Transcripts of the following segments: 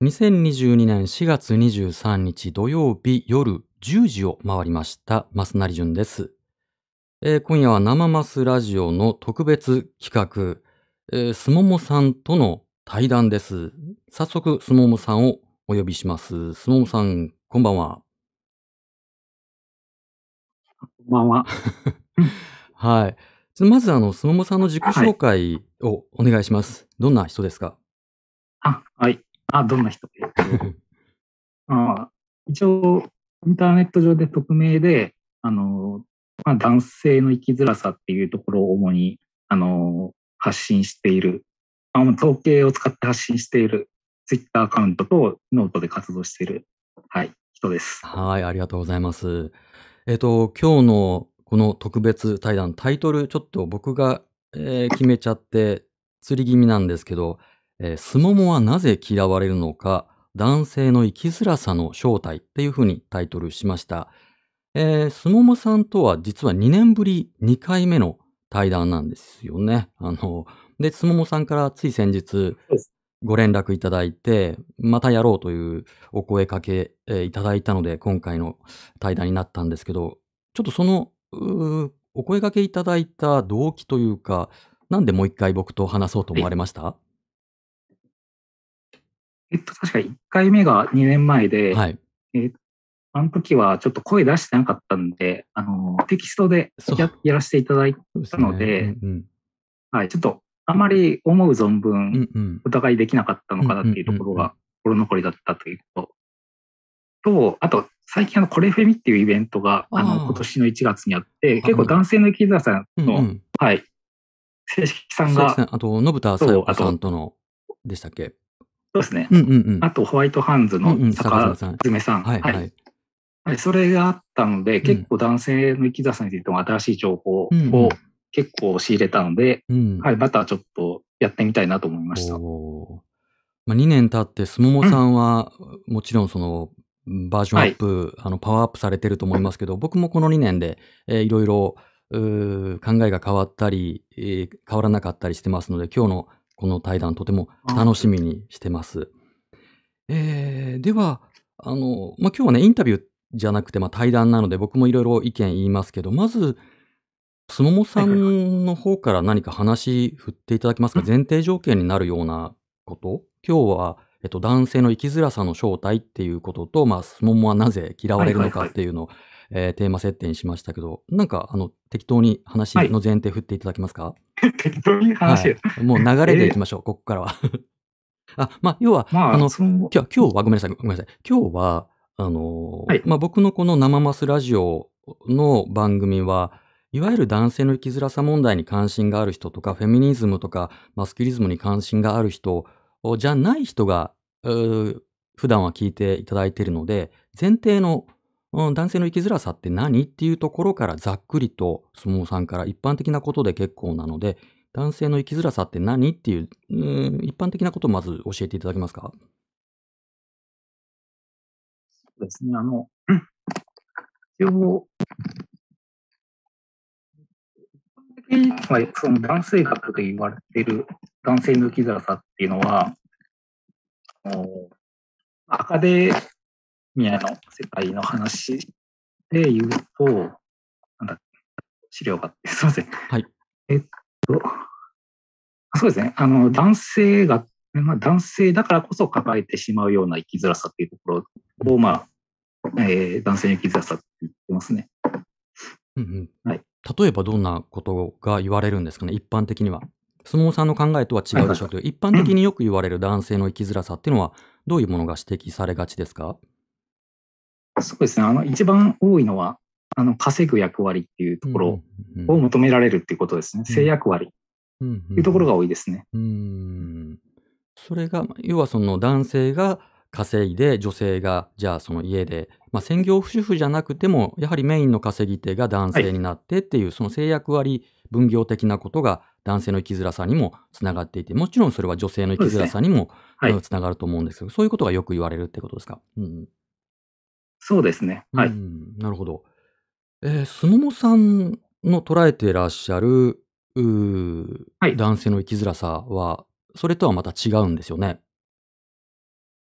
2022年4月23日土曜日夜10時を回りました。増成淳です。今夜は生マスラジオの特別企画、すももさんとの対談です。早速、すももさんをお呼びします。すももさん、こんばんは。 こんばんは。 はい。まず、すももさんの自己紹はい。 介をお願いします。どんな人ですか？ はい。どんな人あ一応、インターネット上で匿名で、男性の生きづらさっていうところを主に、発信している、統計を使って発信しているツイッターアカウントとノートで活動している、はい、人です。 はい、ありがとうございます。今日のこの特別対談、タイトルちょっと僕が、決めちゃって釣り気味なんですけど、すももはなぜ嫌われるのか、男性の生きづらさの正体っていう風にタイトルしました。すももさんとは実は2年ぶり2回目の対談なんですよね。で、すももさんからつい先日そうです。 ご連絡いただいて、またやろうというお声かけ、いただいたので、今回の対談になったんですけど、ちょっとその、お声掛けいただいた動機というか、なんでもう一回僕と話そうと思わはい。 れました？ 確か1回目が2年前で、 はい。 えっと、あの時はちょっと声出してなかったんで、テキストでそう、 やらせていただいたそうですね。うので、 んうん。 はい、ちょっとあまり思う存分うんうん。 お互いできなかったのうんうんかなっていううんうん。 ところが心残りだったということと、あと最近コレフェミっていうイベントが今あ年の1月にあって、 あ、 結構男性の生きづらさの、 うんうん。 はい、正式さんが、 佐伯さん、あと、信田さよと、 子さんとのでしたっけ？ そうですね。 うんうんうん。 あとホワイトハンズのうんうん、坂爪坂さん。 爪さん。はい。 はいはい。 はい、それがあったので、 うん。 結構男性の生きづらさについても新しい情報をうんうん。 結構仕入れたので、 うん。 はい、またちょっとやってみたいなと思いまおした。 お。2年経ってすももうん。 さんは、もちろんその、バージョンアはい。 ップ、パワーアップされてると思いますけど、僕もこの2年で、いろいろ、考えが変わったり、変わらなかったりしてますので、今日のこの対談とても楽しみにしてます。では、今日はね、インタビューじゃなくて、対談なので、僕もいろいろ意見言いますけど、まず、すももさはいはいはい。 んの方から何か話振っていただけますか？ うん。 前提条件になるようなこと。今日は、男性の生きづらさの正体っていうことと、すももはなぜ嫌われるのかはいはいはい。 っていうのを、テーマ設定にしましたけど、なんか、適当に話はい。 の前提振っていただけますか？ 適当にはい。 話を。 もう流れでいきえー、 ましょう、ここからは。要は、今日はごめんなさいごめんなさい。今日は、 はい。 僕のこの生マスラジオの番組は、いわゆる男性の生きづらさ問題に関心がある人とか、フェミニズムとかマスキュリズムに関心がある人じゃない人が、普段は聞いていただいているので、前提の、男性の生きづらさって何っていうところからざっくりと、相撲さんから一般的なことで結構なので、男性の生きづらさって何っていう、一般的なことをまず教えていただけますか？ そうですね。一応、その男性学で言われている男性の生きづらさっていうのは、アカデミアの世界の話で言うと、なんだ、資料があって、すみません。 はい。 えっと、そうですね。男性だからこそ抱えてしまうような生きづらさっていうところうん。 を、男性の生きづらさって言ってますね。 うんうん。 はい。 例えばどんなことが言われるんですかね？一般的には。相撲さんの考えとは違はいはいはい。 うでしょうけど、一般うん。 的によく言われる男性の生きづらさっていうのは、どういうものが指摘されがちですか？ そうですね。一番多いのは、稼ぐ役割っていうとうん、 ころうん、うんを求められるっていうことですね。 うん。 性役割っうん、うんうん。 ていうところが多いですね。 うーん。それが、要はその男性が稼いで、女性がじゃあその家で、専業主婦じゃなくても、やはりメインの稼ぎ手が男はい。 性になってっていう、その性役割分業的なことが男性の生きづらさにもつながっていて、もちろんそれは女性の生きづそうですね。 らさにも、 はい。 つながると思うんですけど、そういうことがよく言われるってことですか？うん。 そうですね。 うはい。 ん、なるほど。すももさんの捉えていらっしゃる、 はい。 男性の生きづらさは、それとはまた違うんですよね？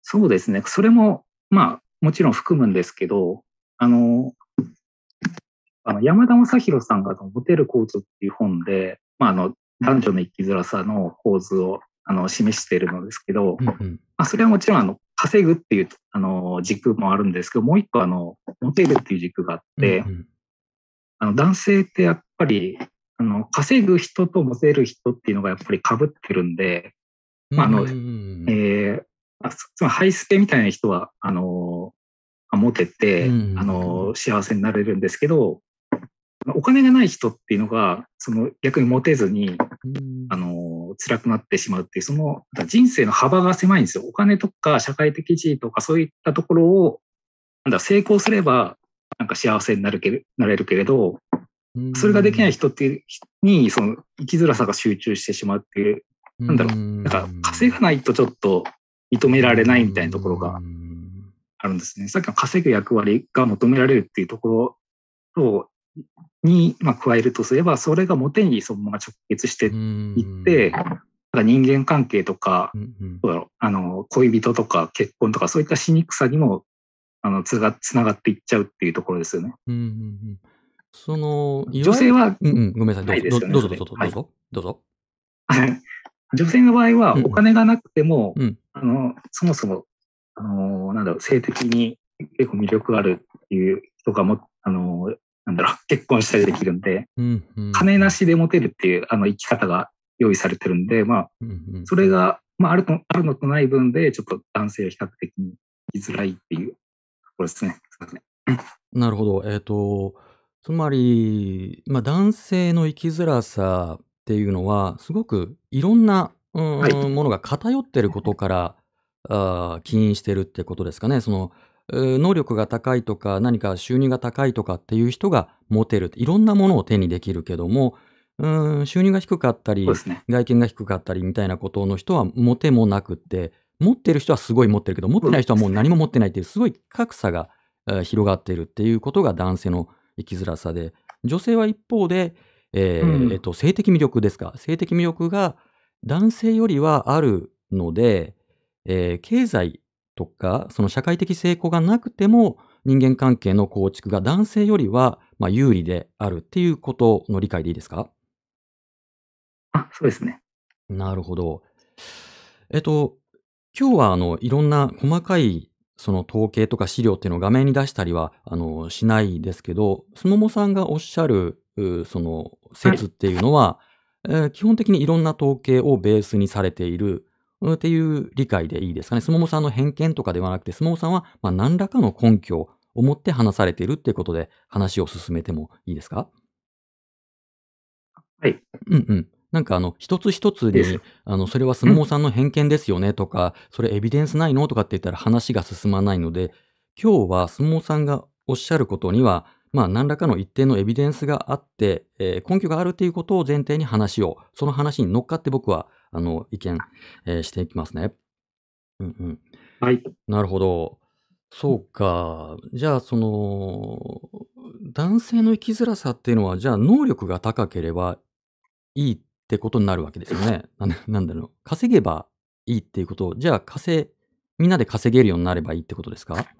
そうですね。それも、まあ、もちろん含むんですけど、あの、山田正宏さんがモテる構図っていう本で、男女の生きづらさの構図を示しているのですけど、 うんうん。 それはもちろん稼ぐっていう軸もあるんですけど、もう一個モテるっていう軸があっうんて、 うん。 男性ってやっぱり稼ぐ人とモテる人っていうのがやっぱり被ってるんで、 うんまあ、 うんそのハイスペみたいな人はモテうん。うてん幸せになれるんですけど、お金がない人っていうのが逆にモテずにうん。 辛くなってしまうっていう、人生の幅が狭いんですよ。お金とか社会的地位とかそういったところを成功すれば幸せになれるけれど、 うそれができないん。 人っていうに生きづらさが集中してしまうっていう、 うなんだろう、稼がないとちょっと認められないみたいなところがん。 あるんですね。さっきの稼ぐ役割が求められるっていうところに、加えるとすれば、それがモテにそのまま直結してういって、 ん。 人間関係とか、 うんうん。 どうだろう、恋人とか結婚とかそういったしにくさにもつながっていっちゃうっていうところですよね。 うんうんうん。いわゆる女性はうんうん、ごめんなさい。 ないですよね、 どうぞそれ。はい。 どうぞ。 女性の場合はおうんうん。 金がなくても、 うん。 そもそも、性的に結構魅力があるっていう人が結婚したりできるんで、 うんうん金うん。 なしでモテるっていう生き方が用意されてるんで、 うんうんうん。 それが、あるのとない分で、ちょっと男性は比較的に生きづらいっていうところですね。すいません。 なるほど。つまり、男性の生きづらさっていうのは、すごくいろんな、 はい。 ものが偏ってることから、起因してるってことですかね。能力が高いとか、何か収入が高いとかっていう人がモテる。いろんなものを手にできるけども、収入が低かったり、 そうですね。 外見が低かったりみたいなことの人はモテもなくって、持ってる人はすごい持ってるけど、持ってない人はもう何も持ってないっていうすごい格差が広がっているっていうことが男性の生きづらさで、女性は一方で、 うん。 性的魅力ですか。性的魅力が男性よりはあるので、経済とか、その社会的成功がなくても、人間関係の構築が男性よりは、有利であるっていうことの理解でいいですか？ そうですね。 なるほど。えっと、今日はいろんな細かいその統計とか資料っていうのを画面に出したりは、しないですけど、すももさんがおっしゃる、そのはい。 説っていうのは、基本的にいろんな統計をベースにされている、っていう理解でいいですかね。すももさんの偏見とかではなくて、すももさんは、何らかの根拠を持って話されているっていうことで、話を進めてもいいですか？ はい。 うんうん。一つ一つに、 いいですよ。 それはすももさんの偏見ですよねとか、それエビデンスないのとかって言ったら話が進まないので、今日はすももさんがおっしゃることには、何らかの一定のエビデンスがあって、根拠があるということを前提にその話に乗っかって僕は、意見、していきますね。うんうん。 はい。 なるほど。そうか。じゃあ、男性の生きづらさっていうのは、じゃあ能力が高ければいいってことになるわけですよね。なんだろう、稼げばいいっていうこと、じゃあ、みんなで稼げるようになればいいってことですか？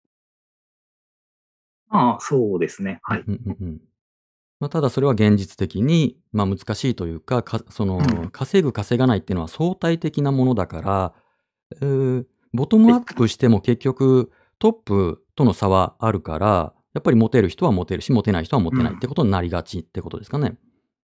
そうですね。 うんはい。 うんうんうん。ただそれは現実的に、難しいというか、 うん。 稼ぐ稼がないっていうのは相対的なものだから、うーボトムアッはい。 プしても結局トップとの差はあるから、やっぱりモテる人はモテるし、モテない人はモテないってうん。 ことになりがちってことですかね？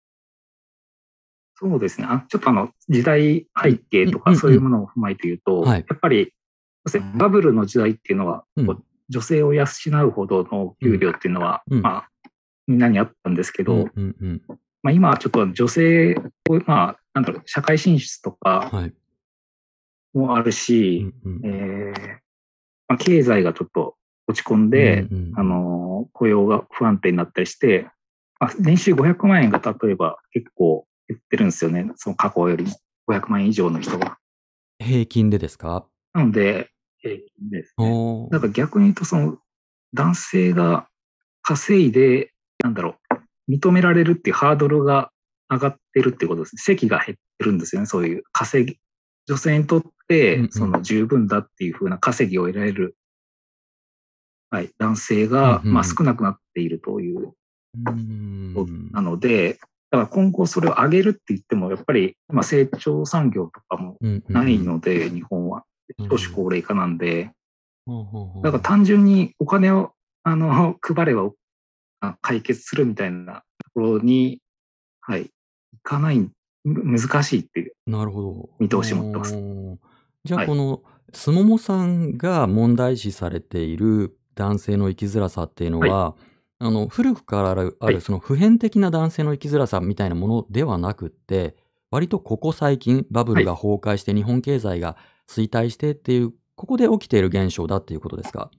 そうですね。ちょっと時代背うん、 景とかうんうんうん。 そういうものを踏まえて言うと、 はい。 やっぱり、バブルの時代っていうのは、 うん、 女性を養うほどの給うん、 料っていうのは、 うん、 みんなにあったんですけど、 うんうんうん。 今はちょっと女性を、社会進出とかはい。 もあるし、 うんうん。 経済がちょっと落ち込んうんうで、 ん雇用が不安定になったりして、年収500万円が例えば結構減ってるんですよね。その過去よりも500万円以上の人が。 平均でですか？ なので、平均ですあね。だからあ。 逆に言うと、男性が稼いで、認められるっていうハードルが上がってるっていうことですね。席が減ってるんですよね。そういう稼女性にとっうんて、 うん。 十分だっていう風な稼ぎを得られる、はい、男性うんうが、まあ、 ん少なくなっているといううん。うことーん。 なので、だから今後それを上げるって言っても、やっぱり今成長産業とかもうんうんないうん。 ので、日本は。少子うん。 高齢化なんで、 ほうほうほうだからほう。 単純にお金を、配れば解決するみたいなところに、はい、いかない、難しいっていうなるほ見ど。 通しを持ってます。 じゃあ、 はい。 このすももさんが問題視されている男性の生きづらさっていうのはい。 は、古くからあるはい。 その普遍的な男性の生きづらさみたいなものではなくって、割とここ最近バブはい。 ルが崩壊して日本経済が衰退してっていう、ここで起きている現象だっていうことですか？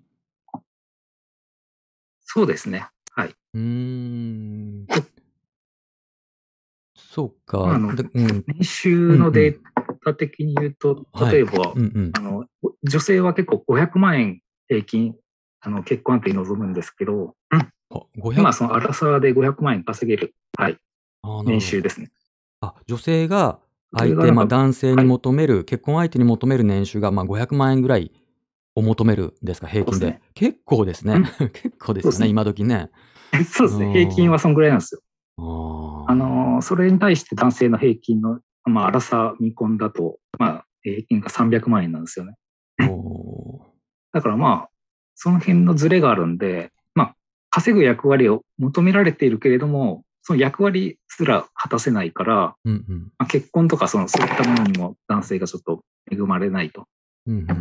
そうですね。はい。 うーん、そうまあ、 か。うん、 年収うんうん。 のデータ的に言うと、 はい。 例えば、 うんうん。 女性は結構500万円平均、結婚相手に臨むんですけど、今、 500、 その荒沢で500万円稼げる、はい、 ああ、なるほど。 年収ですね。 女性が相手、 それがなんか、 男性にはい、 求める結婚相手に求める年収が、500万円ぐらいを求めるんですか？平均で。 そうですね。 結構ですね。 うん、 結構ですよね、 そうですね。 今時ね。 そううですね。平ーん。 均はそんぐらいなんですよ。 ああ。 それに対して男性の平均の、荒さ見込んだと、平均が300万円なんですよね。 おお。 だからその辺のズレがあるんで、稼ぐ役割を求められているけれども、その役割すら果たせないから、 うんうん。 結婚とかそういったものにも男性がちょっと恵まれないと、 うん、うんうんうん。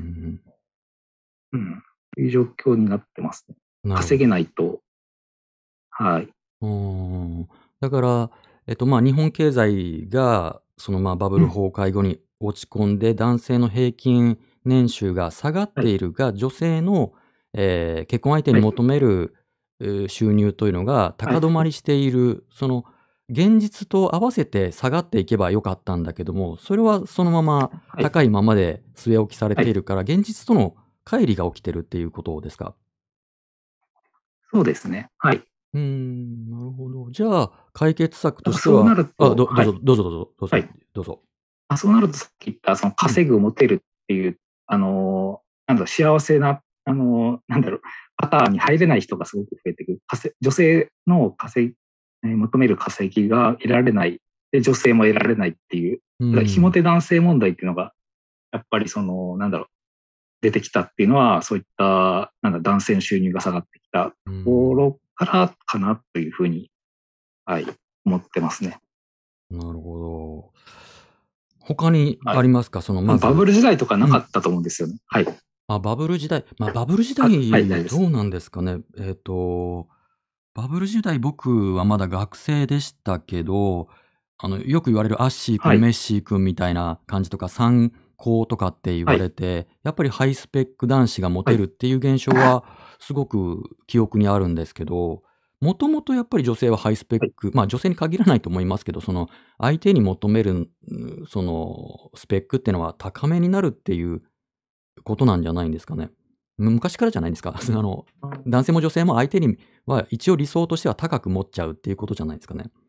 うん、いう状況になってますね。 なるほど。 稼げないと、はい。 うーん。だから、日本経済が、バブルうん、 崩壊後に落ち込んで、男性の平均年収が下がっはい、 ているが、女性の、結婚相手にはい、 求める、収入というのがはい、 高止まりしている、現実と合わせて下がっていけばよかったんだけども、それはそのままはい、 高いままで据え置きされはい。 ているから、現実との乖離が起きてるっていうことですか？ そうですね。はい。 なるほど。じゃあ、解決策だからとしてはそうなると、 どうはい、 ぞどうぞどうぞどうぞはい。 どうぞ。 そうなるとさっき言ったそのうん。 稼ぐ、持てるっていう、幸せな、パターンに入れない人がすごく増えてくる。女性の求める稼ぎが得られない。で、女性も得られないっていう、 うだからひもん。 手男性問題っていうのが、やっぱり出てきたっていうのは、そういった、男性の収入が下がってきたとうこん。 ろからかなというふうに、はい、思ってますね。 なるほど。他にはい。 ありますか？まず。 バブル時代とかなうん。 かったと思うんですよね。はい。 バブル時代。バブル時はい、大丈夫です。 代どうなんですかね。バブル時代、僕はまだ学生でしたけど、よく言われるアッシー君、 はい。 メッシー君みたいな感じとか、三高とかって言わはい。 れて、やっぱりハイスペック男子がモはい。 テるっていう現象はすごく記憶にあるんですけど、もともとやっぱり女性はハイスペッはい。 ク、女性に限らないと思いますけど、相手に求める、スペックっていうのは高めになるっていうことなんじゃないんですかね。昔からじゃないですか。男性も女性も相手には一応理想としては高く持っちゃうっていうことじゃないですかね。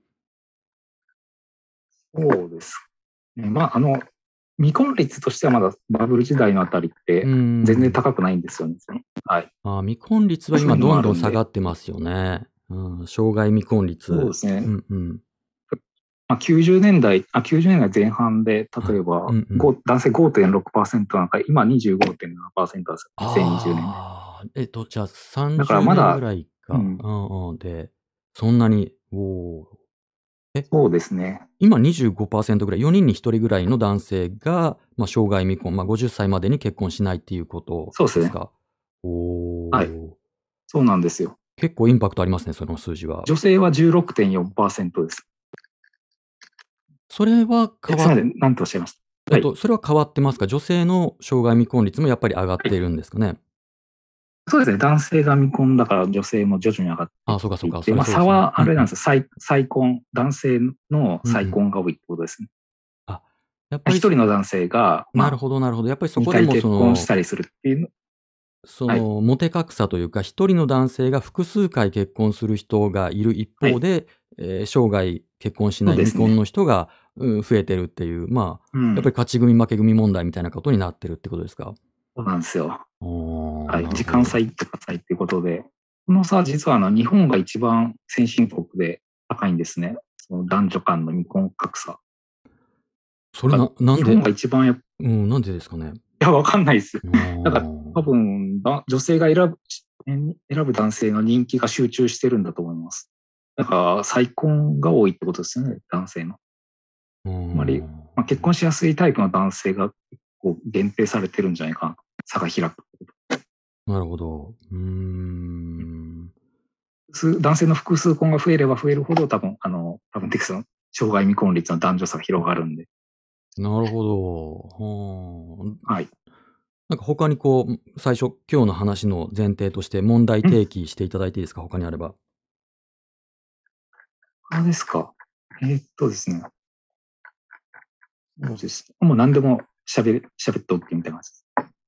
そうですね。未婚率としてはまだバブル時代のあたりっうーて全然ん。 高くないんですよね。はい。 未婚率はそういうの今どんどん下がもあるんで、 ってますよね。うん、生涯未婚率。 そうですね。 うんうん。 90年代、90年代前半で、 はい。 例えば、 うんうん。 男性5.6%なんか、今25.7%ですよ。2020年で。 じゃあだから 30年ぐまだ、 らいか。 うん、 うんうん。で、そんなに、おお。え、 そうですね。 今25%ぐらい、4人に1人ぐらいの男性が、生涯未婚、50歳までに結婚しないっていうことそうですね。 ですか？おはい。 お。 そうなんですよ。 結構インパクトありますね、その数字は。 女性は16.4%です。 それはすみません。何とおっしゃいました？はい。 それは変わってますか？女性の生涯未婚率もやっぱり上がっはい。 ているんですかね？ そうですね。男性が未婚だから女性も徐々に上がってそうかそうか、 いって、 それそうですよね。 差はうんうん。 あれなんですよ。再婚、男性の再うんうん。 婚が多いってことですね。 あ、やっぱり一人の男性が、 なるほどなるほど。やっぱりそこで 2回も結婚したりするっていうの。はい。 モテ格差というか、一人の男性が複数回結婚する人がいる一はい。 方で、生涯結婚しない未婚そうですね。 の人が、増えてるっていう、まあ、やっぱりうん。 勝ち組負け組問題みたいなことになってるってことですか？ そうなんですよ。 おー、 はい。 なる時間差、 ほど。 一夫多妻っていうことで、この差、実は日本が一番先進国で高いんですね。その男女間の未婚格差。なんか、 なんで日本が一番なんでですかね？ わかんないです。 あなんか、多あ。 分、女性が選ぶ男性の人気が集中してるんだと思います。だから、再婚が多いってことですよね、男性の。 うーつまり、 ん。 結婚しやすいタイプの男性が結構限定されてるんじゃないかな。差が開く。 なるほど。 男性の複数婚が増えれば増えるほど、多分テキストの障害未婚率の男女差が広がるんで。 なるほど。はあ。 はい。 なんか他にこう、最初、今日の話の前提として問題うん。 提起していただいていいですか？他にあれば。 あれですか。ですね。そうです。もう何でも喋って OK みたいな感じです。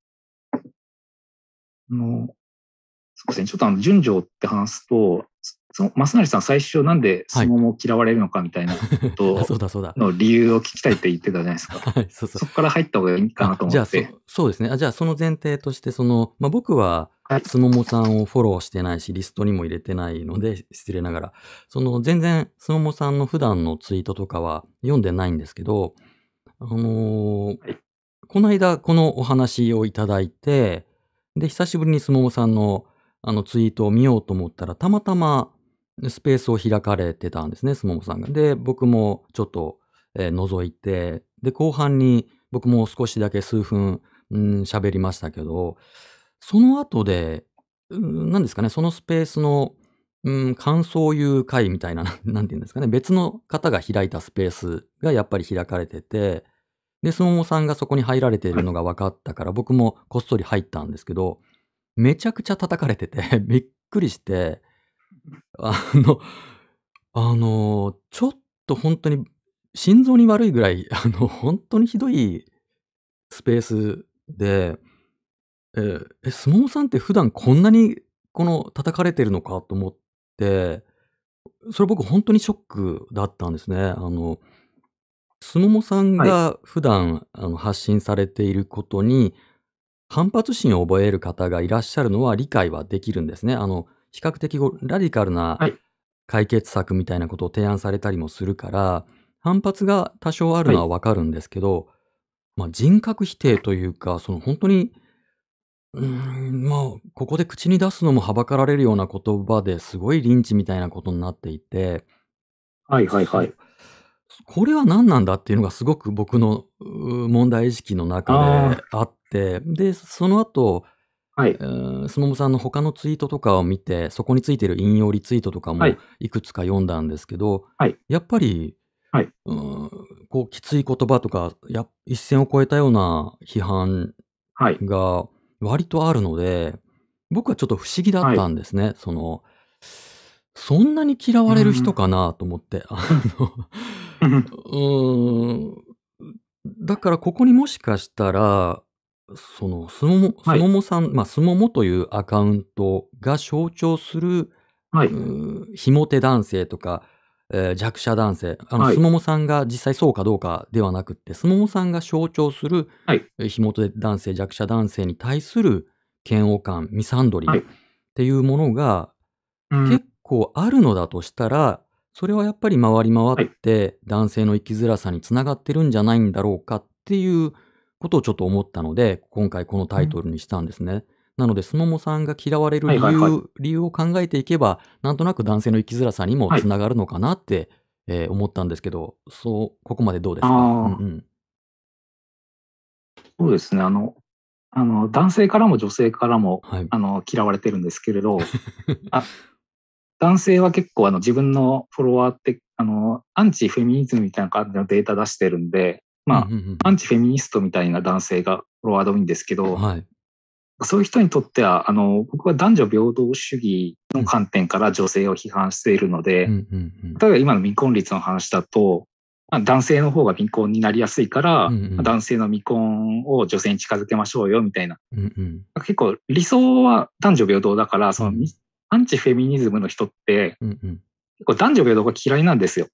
あの、そうですね。ちょっと順序って話すと、増成さん最初なんではい。 相撲も嫌われるのかみたいなこあ、 とそうだそうだ。 の理由を聞きたいって言ってたじゃないですか。 はい、そうそう。 そこから入った方がいいかなとじゃあ、 思って。 そうですね。じゃあ、その前提として、僕は、 はい。 すももさんをフォローしてないし、リストにも入れてないので、失礼ながら、全然、すももさんの普段のツイートとかは読んでないんですけど、あのーはい。 この間、このお話をいただいて、で、久しぶりにすももさんの、ツイートを見ようと思ったら、たまたま、スペースを開かれてたんですね、すももさんが。で、僕もちょっと、覗いて、で、後半に僕も少しだけ数分、喋りましたけど、その後で、なんですかね、そのスペースの、感想を言う会みたいな、なんていうんですかね、別の方が開いたスペースがやっぱり開かれてて、で、すももさんがそこに入られていはい。 るのが分かったから、僕もこっそり入ったんですけど、めちゃくちゃ叩かれててびっくりして、あのちょっとほんとに心臓に悪いぐらい、ほんとにひどいスペースで、すももさんって普段こんなに叩かれてるのかと思って、それ僕ほんとにショックだったんですね。すももさんはい。 が普段、発信されていることに反発心を覚える方がいらっしゃるのは理解はできるんですね。比較的ラディカルなはい。 解決策みたいなことを提案されたりもするから、反発が多少あるはい。 のはわかるんですけど、人格否定というか、本当に、ここで口に出すのもはばかられるような言葉ですごいリンチみたいなことになっていて、 はい。はい。はい。 そう、これは何なんだっていうのがすごく僕の、問題意識の中ああ、 であって、で、その後はい。 すももさんの他のツイートとかを見て、そこについてる引用リツイートとかもはい。 いくつか読んだんですけど、 はい。 やっぱり、 はい。 うーん、きつい言葉とか、一線を越えたような批判はい。 が割とあるので、僕はちょっと不思議だっはい。 たんですね。そんなに嫌われる人うん。 かなと思って。 うん。うん。 うーん。だからここにもしかしたら、すはい。 ももさん、すももというアカウントが象徴する、 はい。 ひも手男性とか、弱者男性、 はい。 すももさんが実際そうかどうかではなくって、すももさんが象徴する、 はい。 ひも手男性、弱者男性に対する嫌悪感、ミサンドリーっはい。 ていうものがうん。 結構あるのだとしたら、それはやっぱり回り回っはい。 て、男性の生きづらさに繋がってるんじゃないんだろうかっていうことをちょっと思ったので、今回このタイうん。 トルにしたんですね。なので、すももさんが嫌われるはい。はい。はい。 理由を考えていけば、なんとなく男性の生きづらさにもはい。 繋がるのかなって、思ったんですけど、ここまでどうですか？うんうああ、 ん。 そうですね。男性からも女性からも、 はい。 嫌われてるんですけれど、あ、男性は結構自分のフォロワーって、アンチフェミニズムみたいな感じのデータ出してるんで、 うん、うんうんうアンん。 チフェミニストみたいな男性がフォロワーで多いんですけど、 はい。 そういう人にとっては、僕は男女平等主義のうん。 観点から女性を批判しているので、 うんうんうん。 例えば今の未婚率の話だと、男性の方が未婚になりやすいから、 うんうん。 男性の未婚を女性に近づけましょうよ、みたいな。 うんうん。 結構理想は男女平等だから、 うん。 アンチフェミニズムの人って、 うんうん。 結構男女平等が嫌いなんですよ。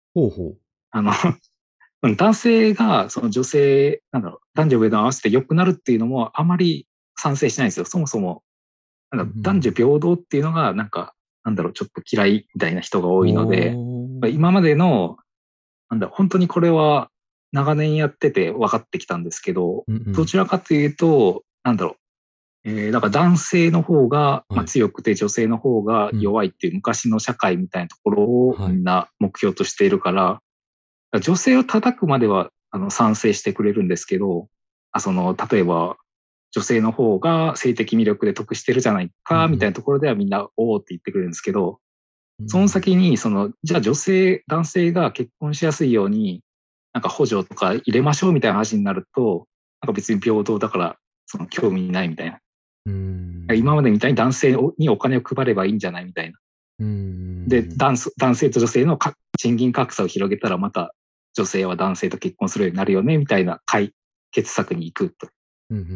ほうほう。 あの、男性がその女性、男女平等に合わせて良くなるっていうのもあまり賛成しないんですよ。そもそも、 うん男女うん平等っていうのが、ちょっと嫌いみたいな人が多いので、 おー。 今までの、本当にこれは長年やってて分かってきたんですけど、 うんうん。 どちらかというと、だから男性の方が、 はい。 強くて女性の方がうん。 弱いっていう昔の社会みたいなところをはい。 みんな目標としているから、女性を叩くまでは賛成してくれるんですけど、例えば女性の方が性的魅力で得してるじゃないか、みたいうんうん。 なところではみんな、おーって言ってくれるんですけど、そのうん。 先に、じゃあ男性が結婚しやすいように、補助とか入れましょうみたいな話になると、別に平等だから、興味ないみたいな。 うー今まん。 でみたいに男性にお金を配ればいいんじゃないみたいな。 うーで、 ん。 男性と女性の賃金格差を広げたらまた女性は男性と結婚するようになるよねみたいな解決策に行くと。 うんうんうん。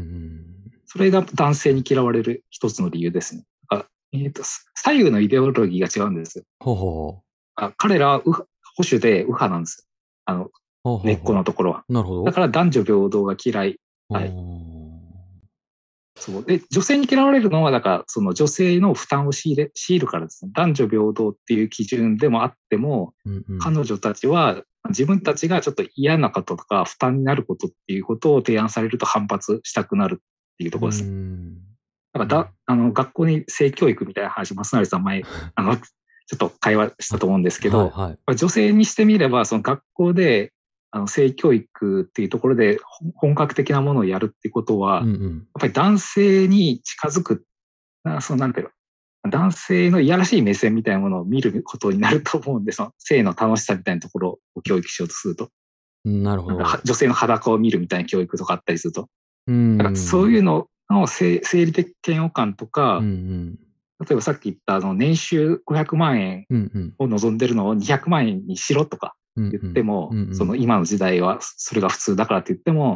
それが男性に嫌われる一つの理由ですね。左右のイデオロギーが違うんですよ。 ほうほう。 彼らは保守で右派なんですよ。あの、 ほうほ根っこのうほところは。 う。なるほど。 だから男女平等が嫌い。 あはい。 あ。 そう。で、女性に嫌われるのは、だから、その女性の負担を強いるからですね。男女平等っていう基準でもあっても、 うんうん。 彼女たちは自分たちがちょっと嫌なこととか負担になることっていうことを提案されると反発したくなるっていうとうーころですね。 ん。 だからうん。 学校に性教育みたいな話、増成さん前、ちょっと会話したと思うんですけど、 はいはい。 女性にしてみれば、その学校で、性教育っていうところで本格的なものをやるっていうことは、やっうんうん。 ぱり男性に近づく、なんていうの、男性のいやらしい目線みたいなものを見ることになると思うんで、その性の楽しさみたいなところを教育しようとすると、 なるほど。 女性の裸を見るみたいな教育とかあったりすると、 うーそういうん。 のの生理的嫌悪感とうんか、 うん。 例えばさっき言った年収500万円うんうん。 を望んでるのを200万円にしろとか言っうんうん。 ても、 うんうん。 その今の時代はそれが普通だからって言っても、やっうん。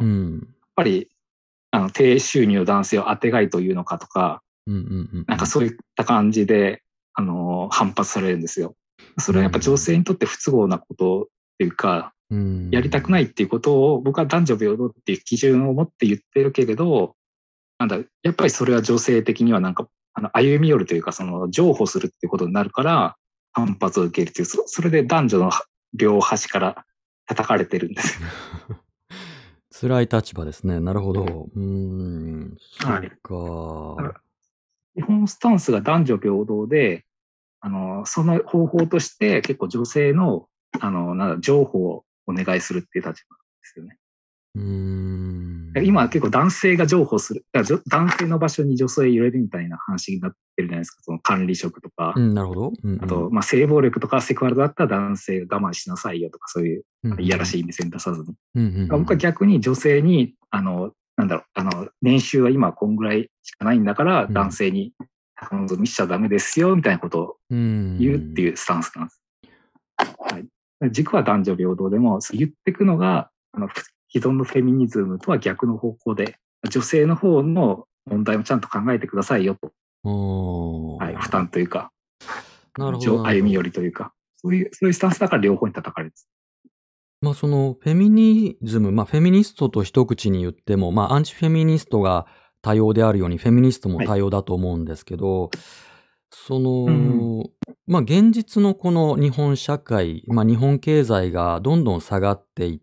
ぱり低収入の男性を当てがいというのかとか、 うんうんうんうん。 そういった感じで、反発されるんですよ。そうれはやっぱ女ん。 性にとって不都合なことっていうか、 うやりたくないん。 っていうことを僕は男女平等っていう基準を持って言ってるけれど、やっぱりそれは女性的には歩み寄るというか、譲歩するっていうことになるから、反発を受けるという、それで男女の両端から叩かれてるんです。 辛い立場ですね。なるほど。うーん、 はい。 そうだからか。 基本スタンスが男女平等で、その方法として結構女性の、譲歩をお願いするっていう立場なんですよね。 うーん。 今結構男性が譲歩する、男性の場所に女性入れるみたいな話になってるじゃないですか。その管理職とか、 うん、なるほど。うんうあと、 ん。 性暴力とかセクハラだったら男性が我慢しなさいよとか、そういううんうんうん。 いやらしい目線出さずに。 うんうんうん。 僕は逆に女性に、年収は今こんぐらいしかないんだから、 うん。 男性に高望みしちゃダメですよ、みたいなことをうー言うってん。 いうスタンスなんです。はい。軸は男女平等でも、言っていくのが、既存のフェミニズムとは逆の方向で、女性の方の問題もちゃんと考えてくださいよと。 あはい。負あ。 担というか、 なるほどなるほ歩み寄ど。 りというか、そういうスタンスだから両方に叩かれるんです。 そのフェミニズム、フェミニストと一口に言っても、アンチフェミニストが多様であるように、フェミニストもはい。 多様だと思うんですけど、そうん。 の、現実のこの日本社会、日本経済がどんどん下がっていって、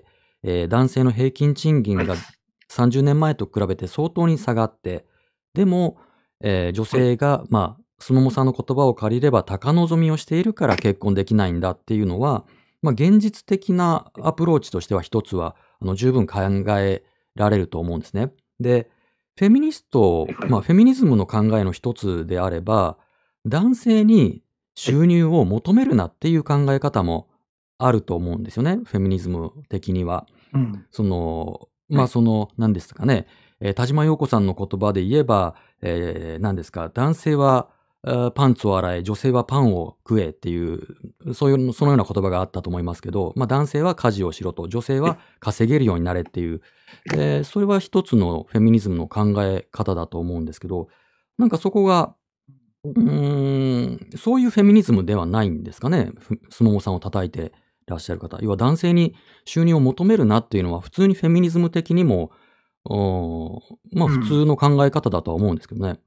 男性の平均賃はい。 金が30年前と比べて相当に下がって、でも、女はい。 性が、すももさんの言葉を借りれば高望みをしているから結婚できないんだっていうのは、現実的なアプローチとしては一つは、十分考えられると思うんですね。で、フェミニスト、 はい。 フェミニズムの考えの一つであれば、男性にはい。 収入を求めるなっていう考え方もあると思うんですよね、フェミニズム的には。 うん。 その、 はい。 何ですかね、田島陽子さんの言葉で言えば、何ですか、男性は、パンツを洗え、女性はパンを食えっていう、そのような言葉があったと思いますけど、男性は家事をしろと、女性は稼げるようになれっていう、それは一つのフェミニズムの考え方だと思うんですけど、そこが、そういうフェミニズムではないんですかね、すももさんを叩いてらっしゃる方、要は男性に収入を求めるなっていうのは、普通にフェミニズム的にも、まあ普うん。 通の考え方だとは思うんですけどね。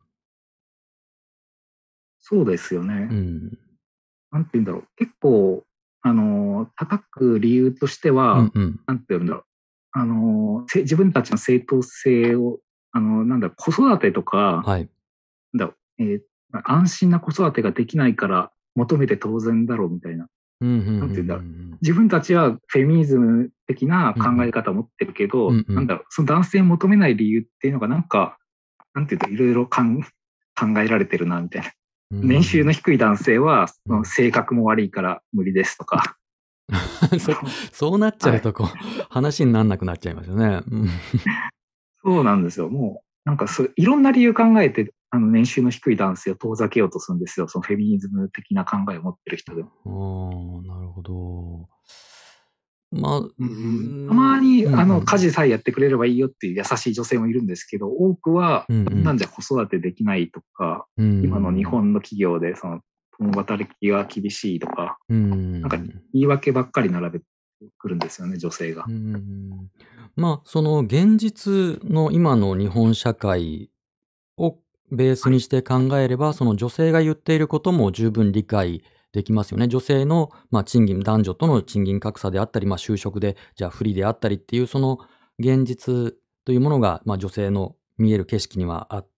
そうですよね。 うん。 なんて言うんだろう。結構、叩く理由としては、 うんうん。 なんて言うんだろう。自分たちの正当性を、なんだろう、子育てとか、 はい。 なんだろう、安心な子育てができないから求めて当然だろうみたいな。 うん、うんうんうんうなんて言うんだろう。 ん。 自分たちはフェミニズム的なうんうん。 考え方を持ってるけど、 うんうん。 なんだろう、その男性を求めない理由っていうのがなんか、なんていうと、いろいろ考えられてるな、みたいな。 う年収のん。 低い男性は、 うん。 性格も悪いから無理ですとか。 そうなっちゃはい。 うと話になんなくなっちゃいますよね。うん。 そうなんですよ。もう、なんかいろんな理由考えて、年収の低い男性を遠ざけようとするんですよ。そのフェミニズム的な考えを持ってる人でも。 ああ、なるほど。まあ、うーたまん、 に、 うんうん。 家事さえやってくれればいいよっていう優しい女性もいるんですけど、多くは、 うんうん。 なんじゃ子育てできないとか、 うー今の日ん。 本の企業で、共働きが厳しいとか、 うーなんかん。 言い訳ばっかり並べてくるんですよね、女性が。 うーん。まあ、その現実の今の日本社会をベースはい。 にして考えれば、その女性が言っていることも十分理解できますよね。女性の、まあ、男女との賃金格差であったり、まあ、就職で、じゃあ不利であったりっていう、その現実というものが、まあ、女性の見える景色にはあって、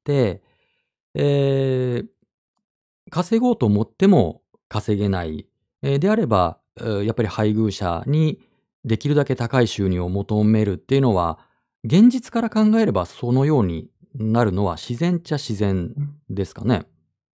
えー稼ごうと思っても稼げない。であれば、やっぱり配偶者にできるだけ高い収入を求めるっていうのは、現実から考えればそのようになるのは自然っちゃ自然ですかね？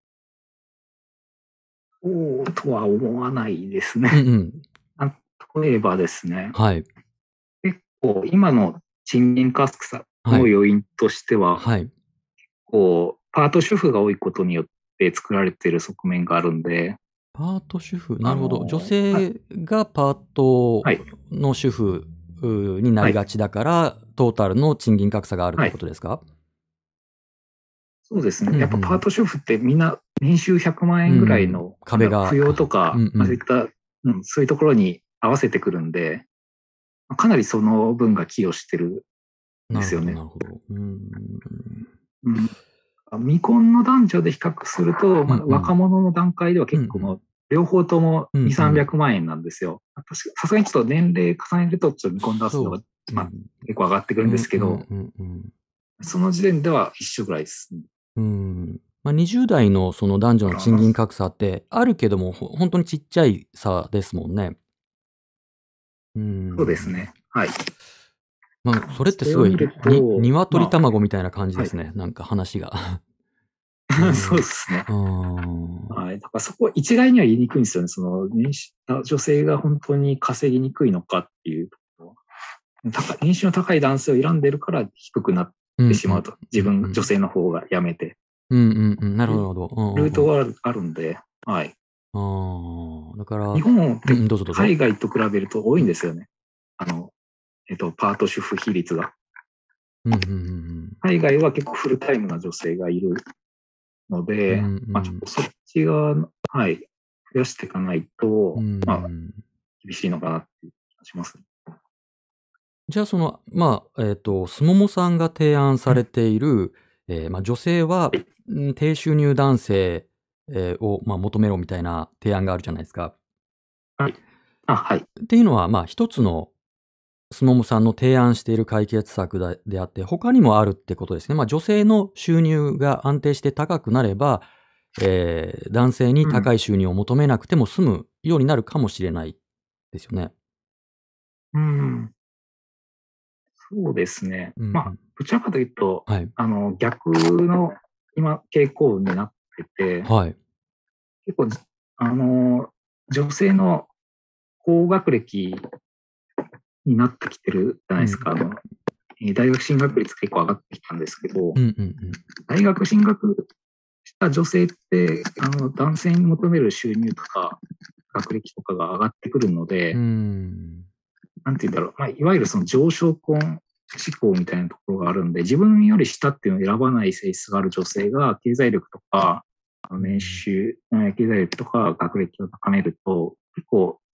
そうとは思わないですね。 うんうん。 あ例えばですね、 はい。 結構今の賃金格差はい。 の要因としては、 はい。 パート主婦が多いことによって作られている側面があるんで、 パート主婦、なあるほど。女の、はい、 性がパートはい、 の主婦になはい、 りがちだから、トータルの賃金格差があるってこはい。 とですか？ そうですね。 うんうやっぱパーん。 ト主婦ってみんな年収100万円ぐらいうん。 の、なんだろう、扶壁が養とか、 うんうん。 そういった、そういうところに合わせてくるんで、かなりその分が寄与してるんでなるほどすよね。 なるほど。うーん。 うん、未婚の男女で比較すると、まだうんうん。 若者の段階ではうんうん。 結構もう、両方とも2、 うんうん。 300万円なんですよ。さすがにちょっと年齢重ねると、ちょっと未婚男性の方が、 そう。うまあ、 ん。 結構上がってくるんですうんうんけど、 うんうん。 その時点では一緒ぐらいですね。 うーん。ま、20代のその男女のだから、 賃金格差ってあるけども、ほんとにちっちゃい差ですもんね。うーそうですん。 ね。はい。 ま、それってすごい、 それを見ると、 鶏卵みたいな感じはい。 ですね、なんか話が。うーそうん。うですね。 ーん。 はい。だからそこは一概には言いにくいんですよね。女性が本当に稼ぎにくいのかっていうところは。年収の高い男性を選んでるから低くなっうんうん。 てしまうと。女うんうん。 性の方が辞めて。 うんうんうん。なるほいうどなるほど。うんルートうんうん。 はあるんで、はい。 ああ、だから日本ってうんうん、どうぞどうぞ。 海外と比べると多いんですよね。あの、パート主婦比率が。 うん、うんうんうん。 海外は結構フルタイムな女性がいるのうんうで、まあ、ちょっん。 とそっち側の、はい、増やしていかないうと、まあ、 ん。 厳しいのかなっていう気がしますね。 じゃあ、その、まあ、すももさんが提案されうん。 ている、まあ、女性は、 はい。 低収入男性、を、まあ、求めろみたいな提案があるじゃないですか。 はい。あ、はい。 っていうのは、まあ、一つのすももさんの提案している解決策であって、他にもあるってことですね。まあ、女性の収入が安定して高くなれば、男性にうん。 高い収入を求めなくても済むようになるかもしれないですよね。 うん。そうですね。まあ、 うんうん。 どちらかというと、 はい。 逆の今、傾向になってて、 はい。 結構、あの、女性の高学歴になってきてるじゃなうん。 いですか。大学進学率結構上がってきたんですけど、 うんうんうん。 大学進学した女性って、男性に求める収入とか、学歴とかが上がってくるのうーで、 ん。 なんて言うんだろう、まあ、いわゆるその上昇婚志向みたいなところがあるんで、自分より下っていうのを選ばない性質がある女性が、経済力とか、 うん。 経済力とか学歴を高めると、結構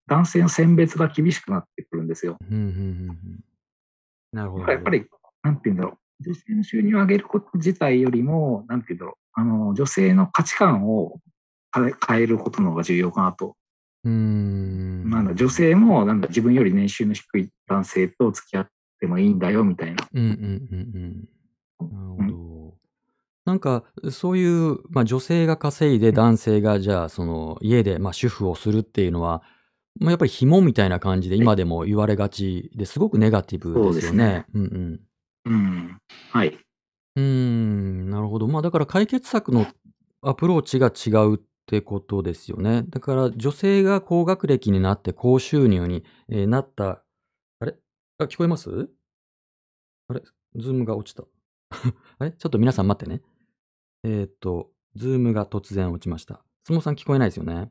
男性の選別が厳しくなってくるんですよ。 うんうんうんうん。なるほど、なるほど。 やっぱり、なんていうんだろう。女性の収入を上げること自体よりも、なんていうんだろう。女性の価値観を変えることの方が重要かなと。 うーん。 女性も自分より年収の低い男性と付き合ってもいいんだよみたいな。 うんうんうんうん。なるほうん、 ど。なんか、そういう、女性が稼いで男性がじゃあ、その、家で、主婦をするっていうのは、やっぱり紐みたいな感じではい、 今でも言われがちですごくネガティブでそうですよね。 すね。 うんうん。 うん。はい。 なるほど。だから解決策のアプローチが違うってことですよね。だから女性が高学歴になって高収入に、なったあれ？聞こえます？あれ？ズームが落ちた。あれ？ちょっと皆さん待ってね。ズームが突然落ちました。相撲さん聞こえないですよね？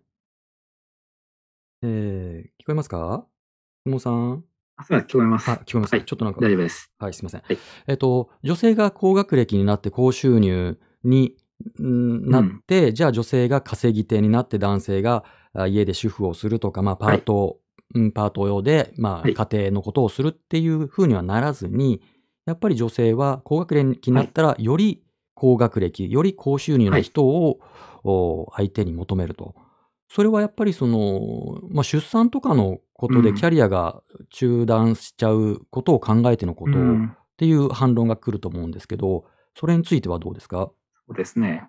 聞こえますか？相撲さん？ あ、そう聞こえまあ、 す。 聞こえます？ はい。 ちょっとなんか大丈夫です。 はい、すいません。 はい。 女性が高学歴になって高収入に、なっうん。 て、じゃあ女性が稼ぎ手になって男性が、家で主婦をするとか、 はい。 パート用で、 はい。 家庭のことをするっていう風にはならずに、やっぱり女性は高学歴にはい。 なったら、より高学歴、より高収入のはい。 人を、相手に求めると。それはやっぱりその、出産とかのことでキうん。 ャリアが中断しちゃうことを考えてのことうん。 っていう反論が来ると思うんですけど、それについてはどうですか？ そうですね。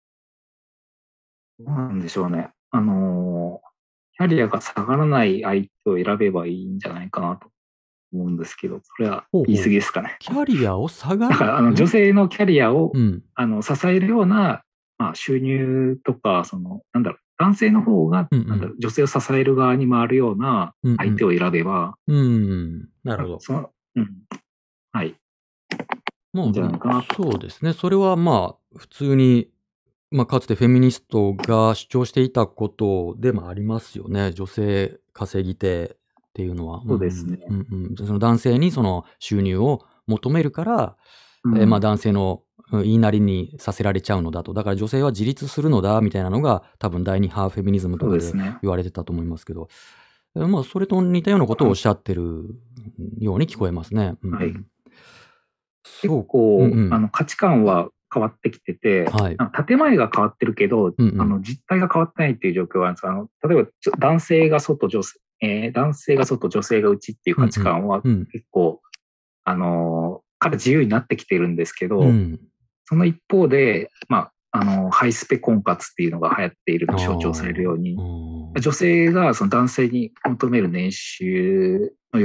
どうなんでしょうね。キャリアが下がらない相手を選べばいいんじゃないかなと思うんですけど、それは言い過ほうほう。 ぎですかね。 キャリアを下がらだから、女性のキャリアを、 うん。 支えるような、収入とか、男性の方が、 うんうん。 女性を支える側に回るようなうん相手を選べば、 うん。なるほど。 その、うん、はい、いいんじゃもう、 ないかなと。 そうですね。それは普通に、かつてフェミニストが主張していたことでもありますよね。女性稼ぎ手っていうのは。 そうですね。 その男性にその収入を求めるから、 うん、 男性の、言いなりにさせられちゃうのだと。だから女性は自立するのだみたいなのが、多分第二波フェミニズムとかでそうですね。 言われてたと思いますけど、それと似たようなことをおっしゃってるように聞こえますね。 はい。結そう。 構、価値観は変わってきてて、 はい。 建前が変わってるけど、 うんうん。 実態が変わってないっていう状況があるんです。例えば、男性が外、男性が外、女性が内っていう価値うんうん。 観はうん。 結構、から自由になってきてるんですけど、 うん。 その一方で、ハイスペ婚活っていうのが流行っているあのを象徴されるように、 あ。 女性がその男性に求める年収の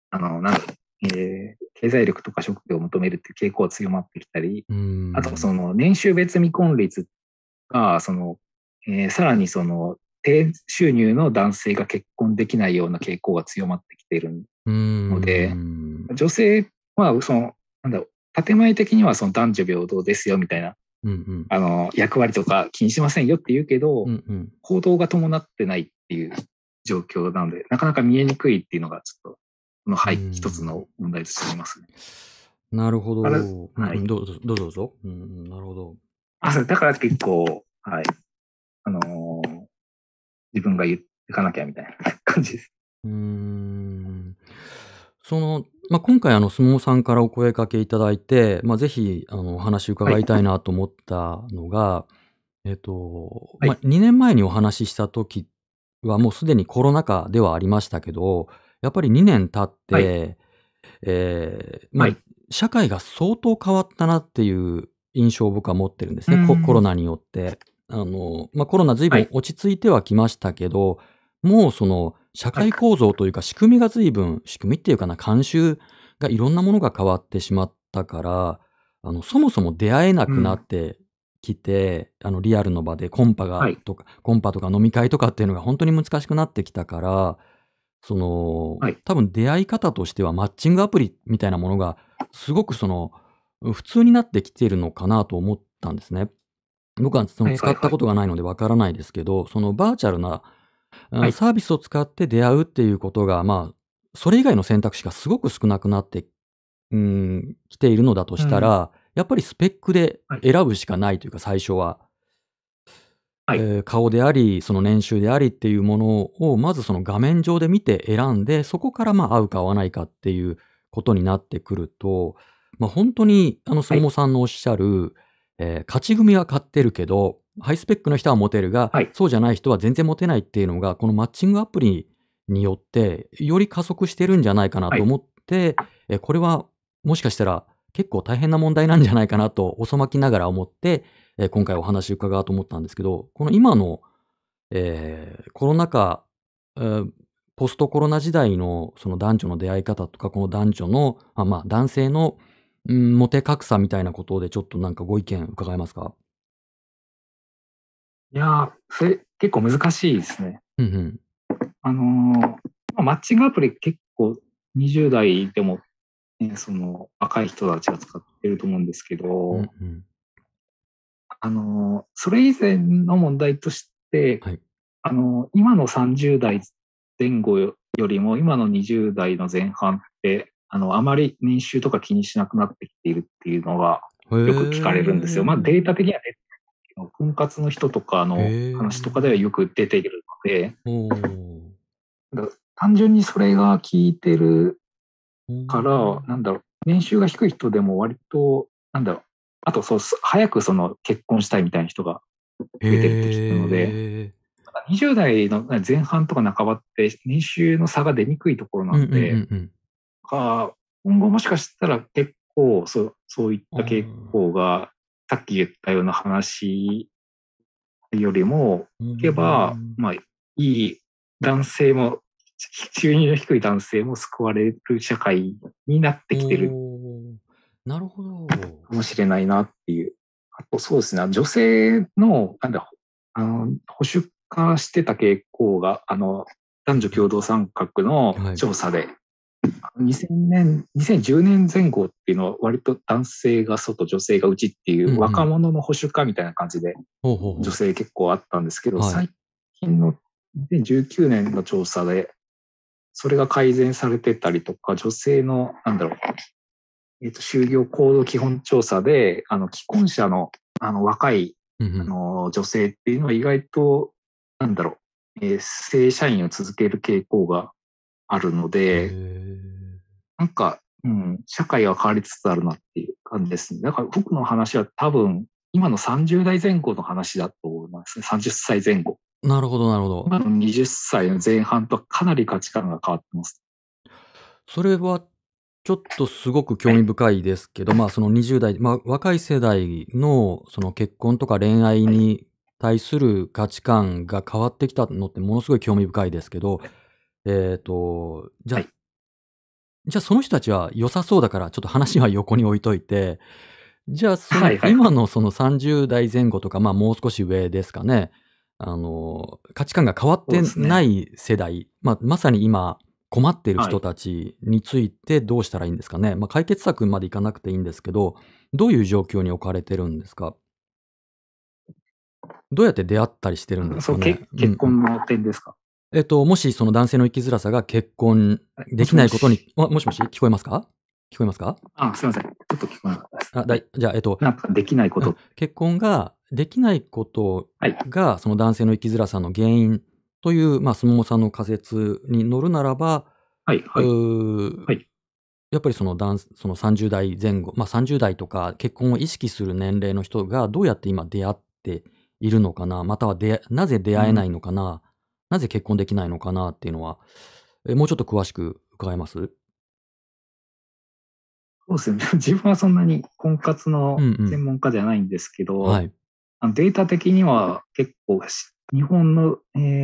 経済力とか職業を求めるっていう傾向が強まってきたり、 うーあとそん。 の年収別未婚率が、さらに低収入の男性が結婚できないような傾向が強まってきているうーので、 ん。 女性は建前的にはその男女平等ですよみたいな、 うんうん。 役割とか気にしませんよって言うけど、 うんうん。 行動が伴ってないっていう状況なので、なかなか見えにくいっていうのが、ちょっと、 うー一つのん。 問題としてありますね。 なるほど。 はい。 どうぞどうぞ。なるほど。 だから結構、はい。あのー自分が言ってかなきゃみたいな感じです。 うーん。その、今回相撲さんからお声掛けいただいて、ぜひお話はい。 伺いたいなと思ったのが、 はい。 2年前にお話しした時はもうすでにコロナ禍ではありましたけど、やっぱり2年経っはい。 て、 はい。 社会が相当変わったなっていう印象を僕は持ってるんですうーね、コロん。 ナによって。コロナ随はい。 分落ち着いてはきましたけど、もうその社はい。 会構造というか仕組みっていうかな、慣習がいろんなものが変わってしまったから、そもそも出会えなくなうん。 ってきて、リアルの場ではい。 コンパとか飲み会とかっていうのが本当に難しくなってきたから、その、 はい。 多分出会い方としてはマッチングアプリみたいなものが、すごく普通になってきているのかなと思ったんですね。僕はそのはい。はい。はい。 使ったことがないのでわからないですけど、そのバーチャルな、 はい。 サービスを使って出会うっていうことが、それ以外の選択肢がすごく少なくなって、きているのだとうん。 したら、やっぱりスペックではい。 選ぶしかないというか、最初は。 はい。 顔であり、その年収でありっていうものを、まずその画面上で見て選んで、そこから合うか合わないかっていうことになってくると、本当にすはい。 ももさんのおっしゃる、勝ち組は勝ってるけど、ハイスペックの人はモテるが、 はい。 そうじゃない人は全然モテないっていうのが、このマッチングアプリによって、より加速してるんじゃないかなはい。 と思って、これはもしかしたら結構大変な問題なんじゃないかなと遅まきながら思って、今回お話伺おうと思ったんですけど、この今の、コロナ禍、ポストコロナ時代のその男女の出会い方とか、この男女の、男性の、モテ格差みたいなことでちょっとなんかご意見伺えますか？ いやー、それ結構難しいですね。 うんうん。 マッチングアプリ結構20代でも、ね、その若い人たちが使ってると思うんですけど、 うんうん。 それ以前の問題として、 はい。 今の30代前後よりも今の20代の前半って、あまり年収とか気にしなくなってきているっていうのがへよく聞かれるんですよ。まあデータえ。 的には出てるけど、婚活の人とかへの話とかではえ。 よく出ているので、 おお。 単純にそれが効いてるおから、 お。 年収が低い人でも割と、あとそう、早くその結婚したいみたいな人が増えてるって聞くので、 へえ。 20代の前半とか半ばって年収の差が出にくいところうんうんうんなんで、 うん。 今後もしかしたら結構そういっあた傾あ。 向が、さっき言ったような話よりも、 うーいけば、 ん。 いい男性も、収入の低い男性も救われる社会になっておきてるお。なるほど。 かもしれないなっていう。あとそうですね、女性の、保守化してた傾向が、男女うん共同参画うん。 のはい。 調査で、2000年、2010年前後っていうのは割と男性が外、女性が内っていう若うんうん。 者の保守化みたいな感じでほうほうほう。 女性結構あったんですけど、 はい。 最近の2019年の調査でそれが改善されてたりとか、女性の、就業行動基本調査で、既婚者の、若い、 うんうん。 女性っていうのは意外と、正社員を続ける傾向があるのへで、 え。 社会は変わりつつあるなっていう感じですね。だから僕の話は多分、今の30代前後の話だと思いますね。30歳前後。 なるほどなるほど。 今の20歳の前半とはかなり価値観が変わってます。 それはちょっとすごく興味はい。 深いですけど、その20代、若い世代のその結婚とか恋愛はい。 に対する価値観が変わってきたのってものすごい興味深いですけど、じゃあはい。 その人たちは良さそうだから、ちょっと話は横に置いといて、じゃあ、そのはい。はい。 今のその30代前後とか、もう少し上ですかね。価値観が変わっそうてですね。 ない世代、まさに今困ってる人はい。 たちについてどうしたらいいんですかね。解決策までいかなくていいんですけど、どういう状況に置かれてるんですか？どうやって出会ったりしてるんですそう、 かね？うんうん。 結婚の点ですか？ もしその男性の生きづらさが結婚でもしもきないことにし。 もしもし、聞こえますか？聞こえますか？ すいません。ちょっと聞こえなかったです。 じゃあ、 なんかできないこと。 結婚ができないことはい。 が、その男性の生きづらさの原因という、すももさんの仮説に乗るならば、 はい。はい。 うーはい。 やっぱりその30代前後、30代とか結婚を意識する年齢の人がどうやって今出会っているのかな、またはなぜ出うん。 会えないのかな、なぜ結婚できないのかなっていうのは、もうちょっと詳しく伺えます？ そうですね。自分はそんなに婚活のうんうん。 専門家じゃないんですけど、 はい。 データ的には結構日本の、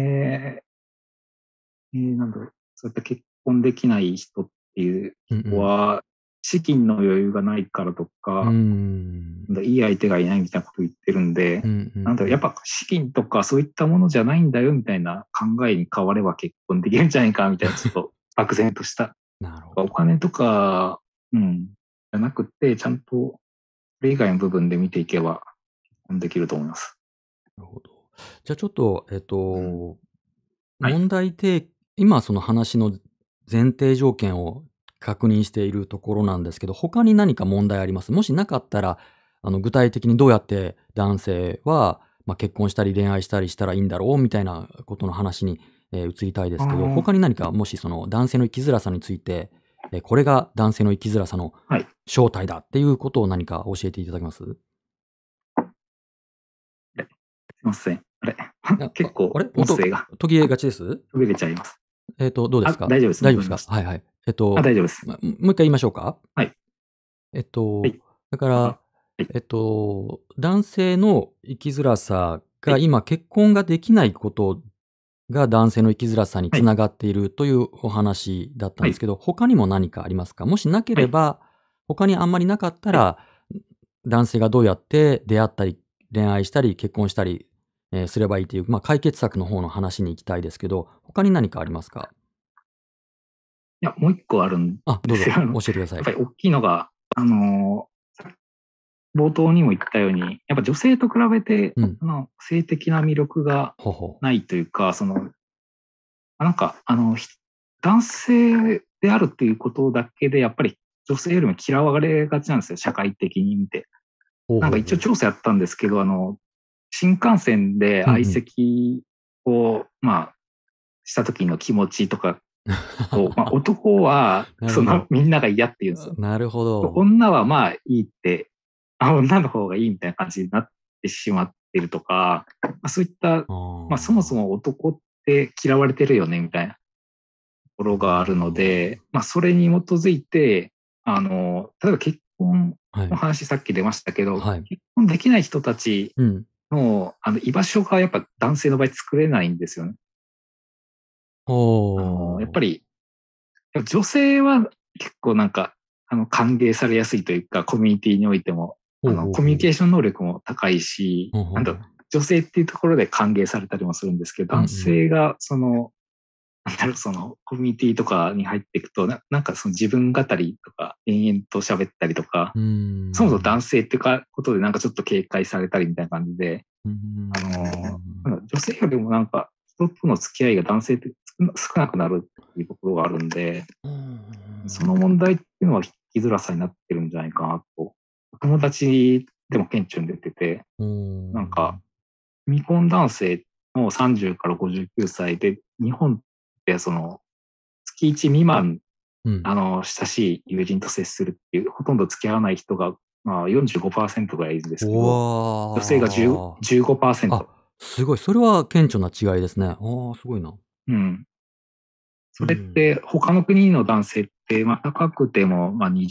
そういった結婚できない人っていううんうん。 人は、資金の余裕がないからとうーか、 ん。 いい相手がいないみたいなことを言ってるんで、 うんうんうん。 やっぱ資金とかそういったものじゃないんだよみたいな考えに変われば結婚できるんじゃないかみたいな、ちょっと漠然とした、 なるほど。 お金とか、じゃなくて、ちゃんとそれ以外の部分で見ていけば結婚できると思います。 なるほど。じゃあちょっと、 うん。はい。 問題提今その話の前提条件を確認しているところなんですけど、他に何か問題あります？もしなかったら、具体的にどうやって男性は、 結婚したり恋愛したりしたらいいんだろうみたいなことの話に、移りたいですけど、 あー他に何かもしその男性の生きづらさについて、これが男性の生きづらさのはい。 正体だっていうことを何か教えていただけます？ すいません。あれ結構あれ音音声が途切れがちです？ 途切れちゃいます。 どうですか？ 大丈夫です。 大丈夫ですか？ 戻りました。 はいはい。 大丈夫です。 もう一回言いましょうか？ はい。 えっと、 はい。 だから、 はい。 男性の生きづらさはい。 が今結婚ができないことが男性の生きづらさにはい。 つながっているというお話だったんはい。 ですけど、他にも何かありますか？もしなけはい。 れば、他にあんまりなかったはい。 ら、男性がどうやって出会ったり、恋愛したり、結婚したり、すればいいという、解決策の方の話に行きたいですけど、他に何かありますか？ いや、もう一個あるんあ、どうぞですよ。 教えてください。 やっぱり大きいのが、冒頭にも言ったように、やっぱ女性と比べて、 うん。 性的な魅力がほうほう。 ないというか、なんか、男性であるっていうことだけで、やっぱり女性よりも嫌われがちなんですよ、社会的に見て。 ほうなんかほうほう。 一応調査やったんですけど、新幹線で相うんうん。 席を、した時の気持ちとかを、男は、 なるほど。 みんなが嫌って言うんですよ。 なるほど。 女はまあいいって、女の方がいいみたいな感じになってしまってるとか、そういった、 あそもそあ。 も男って嫌われてるよね、みたいなところがあるので、それに基づいて、例えば結婚はい。 の話さっき出ましたけど、 はい。 結婚できない人たちうん。 の、居場所がやっぱ男性の場合作れないんですよね。やっほう。 ぱり、女性は結構なんか、歓迎されやすいというか、コミュニティにおいても、 ほうほうコミュニほう。 ケーション能力も高いし、 ほうほうほう。 女性っていうところで歓迎されたりもするんですけど、男うんうん。 性がコミュニティとかに入っていくと、なんかその自分語りとか、延々と喋ったりとか、 うーそもそも男ん。 性っていうかことでなんかちょっと警戒されたりみたいな感じで、 うーなんん。 か女性よりもなんか人との付き合いが男性って少なくなるっていうところがあるんで、 うーそのん。 問題っていうのは生きづらさになってるんじゃないかなと、友達でも顕著に出てて、 うーなんかん。 未婚男性の30から59歳で、日本って月1未満、 うん。 親しい友人と接するっていう、ほとんど付き合わない人が、45%ぐらいいるんですけど、女性が10 わあ。あ、 15%。 すごい。それは顕著な違いですね。ああ、すごいな。 うん。それっうん。 て他の国の男性って、高くても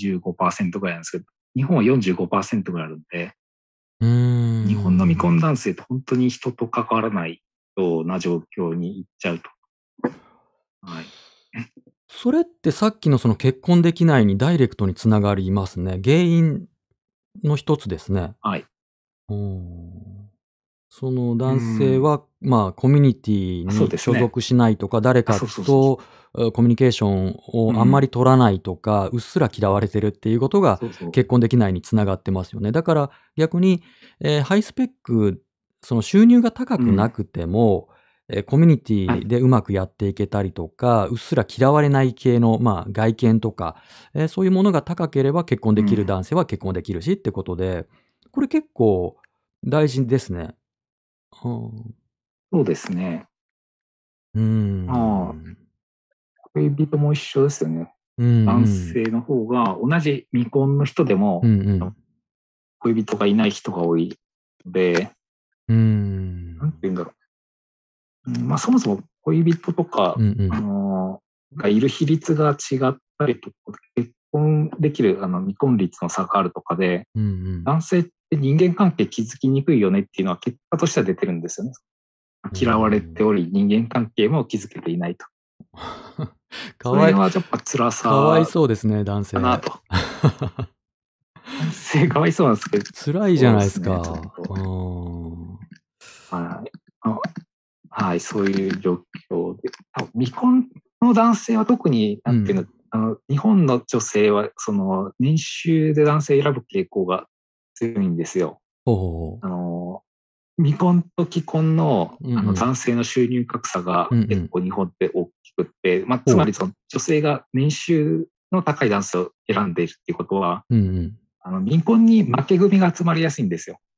25%ぐらいなんですけど、日本は45%ぐらいあるんで、 うー日本の未ん。 婚男性って本当に人と関わらないような状況に行っちゃうと。はい。 それってさっきのその結婚できないにダイレクトに繋がりますね。原因の一つですね。 はい。 うーん。そのう男性ん。 は、コミュニティそうにですね。 所属しないとか、誰かそうそうそうそと、コミュニケーションう。うをあんまん。 り取らないとか、うっすら嫌われてるっていうことがそうそう。 結婚できないに繋がってますよね。だから逆に、ハイスペック、その収入が高うん。 くなくても、コミュニテはい。 ィでうまくやっていけたりとか、うっすら嫌われない系の、外見とか、そういうものが高ければ結婚できるうん。 男性は結婚できるしってことで、これ結構大事ですね。はあ。 そうですね。 うーああ、 ん。 恋人も一緒ですよね。 うんう男ん。 性の方が同じ未婚の人でも、 うんうん。 恋人がいない人が多いので、 うーなんてん。 言うんだろう。そもそも恋人とか、 うんうん。 がいる比率が違ったりとか、結婚できる未婚率の差があるとかで、 うんうん。 男性って人間関係築きにくいよねっていうのは結果としては出てるんですよね。 うー嫌われてん。 おり、人間関係も築けていないと。そかわいれはやっぱ辛かわいさそうですね、男性。 かなと。男性かわいそうなんですけど、 辛いじゃないすそうですね、ちょっか。うと。 ーん。 はい。はい、そういう状況で。未婚の男性は特に、なんていうの、 うん。 日本の女性は、年収で男性選ぶ傾向が強いんですよ。 ほうほうほう。 あの、未婚と既婚の、 うんうん。 男性の収入格差がうんうん。 結構日本って大きくって、つまほう。 りその女性が年収の高い男性を選んでいるっていうことは、 うんうん。 民婚に負け組が集まりやすいんですよ。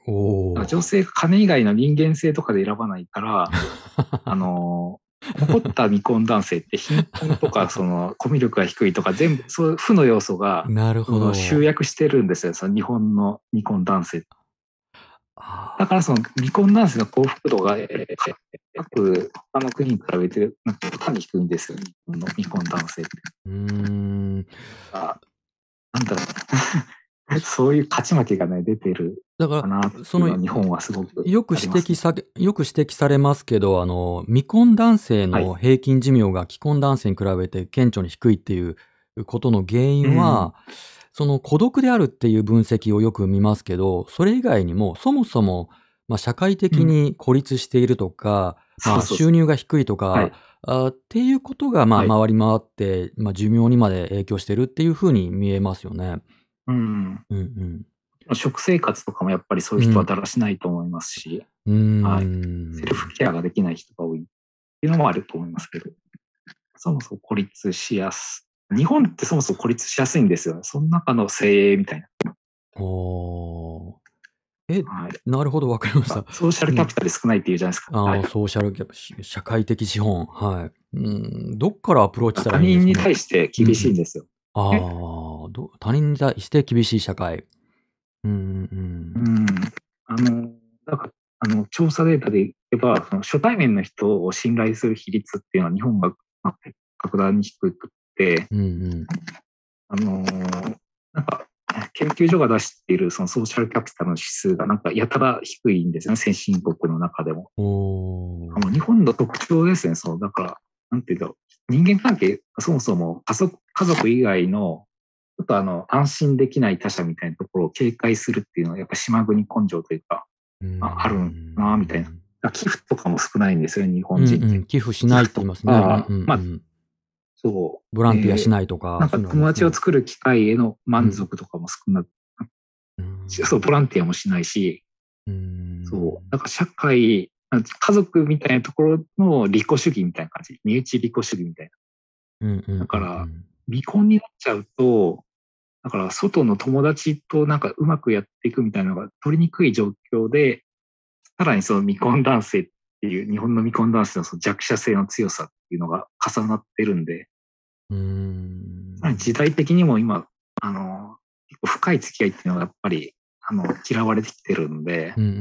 お女性が金以外の人間性とかで選ばないから、怒った未婚男性って貧困とか、コミュ力が低いとか、全部、そういう負の要素が、 なるほ集ど。 約してるんですよ、その日本の未婚男性。だかあらその未婚男性の幸福度が、各他の国に比べて、かなり低いんですよ、日本の未婚男性って。 うーん。 あなんだろう。そういう勝ち負けがね、出てるだかかなってら、その、 いうのは日本はすごくよくありますね。 よく指摘されますけど、未婚男性はい。 の平均寿命が既婚男性に比べて顕著に低いっていうことの原うん。 因は、その孤独であるっていう分析をよく見ますけど、それ以外にも、そもそも、社会的うん。 に孤立しているとか、収そうそうそう。 入が低いとか、 はい。 っていうことが、 はい。 回り回って、寿命にまで影響してるっていう風に見えますよね。 うん。 うんうん。 食生活とかもやっぱりそういう人はうん。 だらしないと思いますし、 うーはい。セルフん。 ケアができない人が多いっていうのもあると思いますけど、そもそも孤立しやす日本ってそもそも孤立しやすいんですよね。その中の精鋭みたいな。 おー。え、 はい。 なるほど、わかりました。 ソーシャルうん。 キャピタル少ないっていうじゃないですか。はい。 ソーシャルキャピ社会的資本、はい。どっからアプローチしたら他人にいいんですかね？ 対してうんうん。 厳しいんですよ。え他人に対して厳しい社会。うんうんうん。 うん。だから、調査データで言えば、その初対面の人を信頼する比率っていうのは日本が、格段に低くて、 うんうん。 あの、なんか、研究所が出しているそのソーシャルキャピタルの指数がなんかやたら低いんですよね、先進国の中でも。 おー。 日本の特徴ですね、だから、なんていうんだろう。人間関係、そもそも家族以外の、ちょっと安心できない他者みたいなところを警戒するっていうのは、やっぱ島国根性というか、 うーあるな、みたいな。 ん。 寄付とかも少ないんですよね、日本人って。 うんうん。寄付しないって寄付と言いますね。うんか、 うんうん。 そボランティアしないとか、 なんかそういうのありますね。 友達を作る機会へのうん。 満足とかも少なく、 うーそう、ボランん。 ティアもしないし、 うーん。 なんか家族みたいなところの利己主義みたいな感じ。身内利己主義みたいうんうんな。だから、 うんうん。 未婚になっちゃうと、だから外の友達となんかうまくやっていくみたいなのが取りにくい状況で、さらにその未婚男性っていう、日本の未婚男性のその弱者性の強さっていうのが重なってるんで、 うーさらにん。 時代的にも今、結構深い付き合いっていうのがやっぱり、嫌われてきてるんで、 うんうんうん。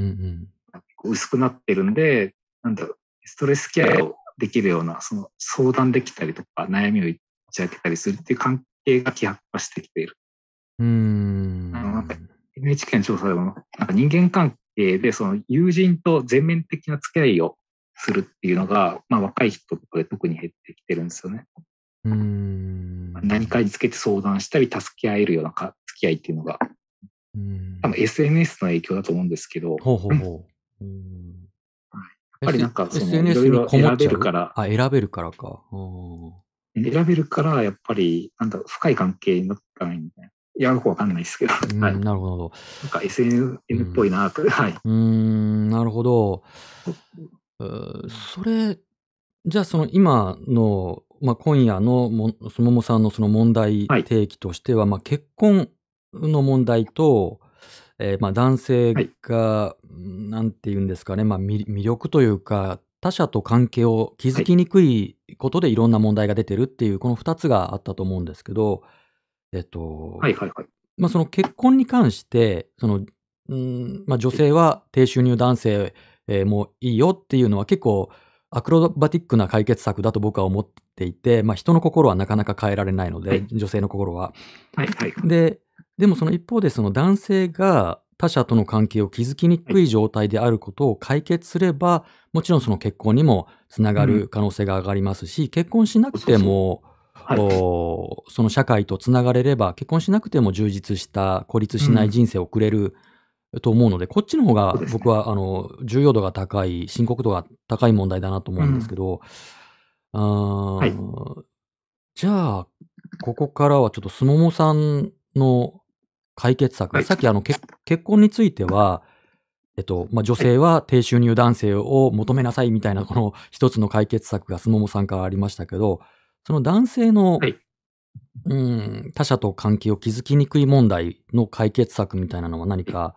結構薄くなってるんで、なんだろう、ストレスケアをできるような、その相談できたりとか、悩みを打ち明けたりするっていう関係が希薄化してきている。 うーなんかん。 NHK の調査でも、なんか人間関係でその友人と全面的な付き合いをするっていうのが、若い人とかで特に減ってきてるんですよね。 うーん。 何かにつけて相談したり、助け合えるような付き合いっていうのが、 うー多分ん。 SNS の影響だと思うんですけど、 ほうほううん、やっほう。 ぱりなんかいろ SNS いにこもっろ選べちゃう？ るから、 選べるからか。 選べるから、やっぱり、なんだろう、深い関係になっていかないみたいな。いや、よくわかんないですけど、はい。 なるほど。 なんか SNN うっぽいん。 なと、はい。 なるほど。それ、じゃあその今の、今夜のすももさんのその問題はい。 提起としては、結婚の問題と、男性はい。 が、なんて言うんですかね、魅力というか、他者と関係をはい。 築きにくいことでいろんな問題が出てるっていう、この2つがあったと思うんですけど、えっと、 はい。はい。はい。 その結婚に関して、女性は低収入男性、もいいよっていうのは結構アクロバティックな解決策だと僕は思っていて、人の心はなかなか変えられないので、 はい。 女性の心は。 はい。はい。 で、でもその一方でその男性が他者との関係を築きにはい。 くい状態であることを解決すれば、もちろんその結婚にもつながるうん。 可能性が上がりますし、結婚しなくそうそう。 ても、 はい。 その社会とつながれれば、結婚しなくても充実した孤立しないうん。 人生を送れると思うので、こっちの方が僕そうですね。 は重要度が高い、深刻度が高い問題だなと思うんですうん。 けど、あはい。 ーじゃあ、ここからはちょっとすももさんの解決策、 はい。 さっき結婚については、女はい。 性は低収入男性を求めなさいみたいなこの一つの解決策がすももさんからありましたけど、その男性の、 はい。 他者と関係を築きにくい問題の解決策みたいなのは何か、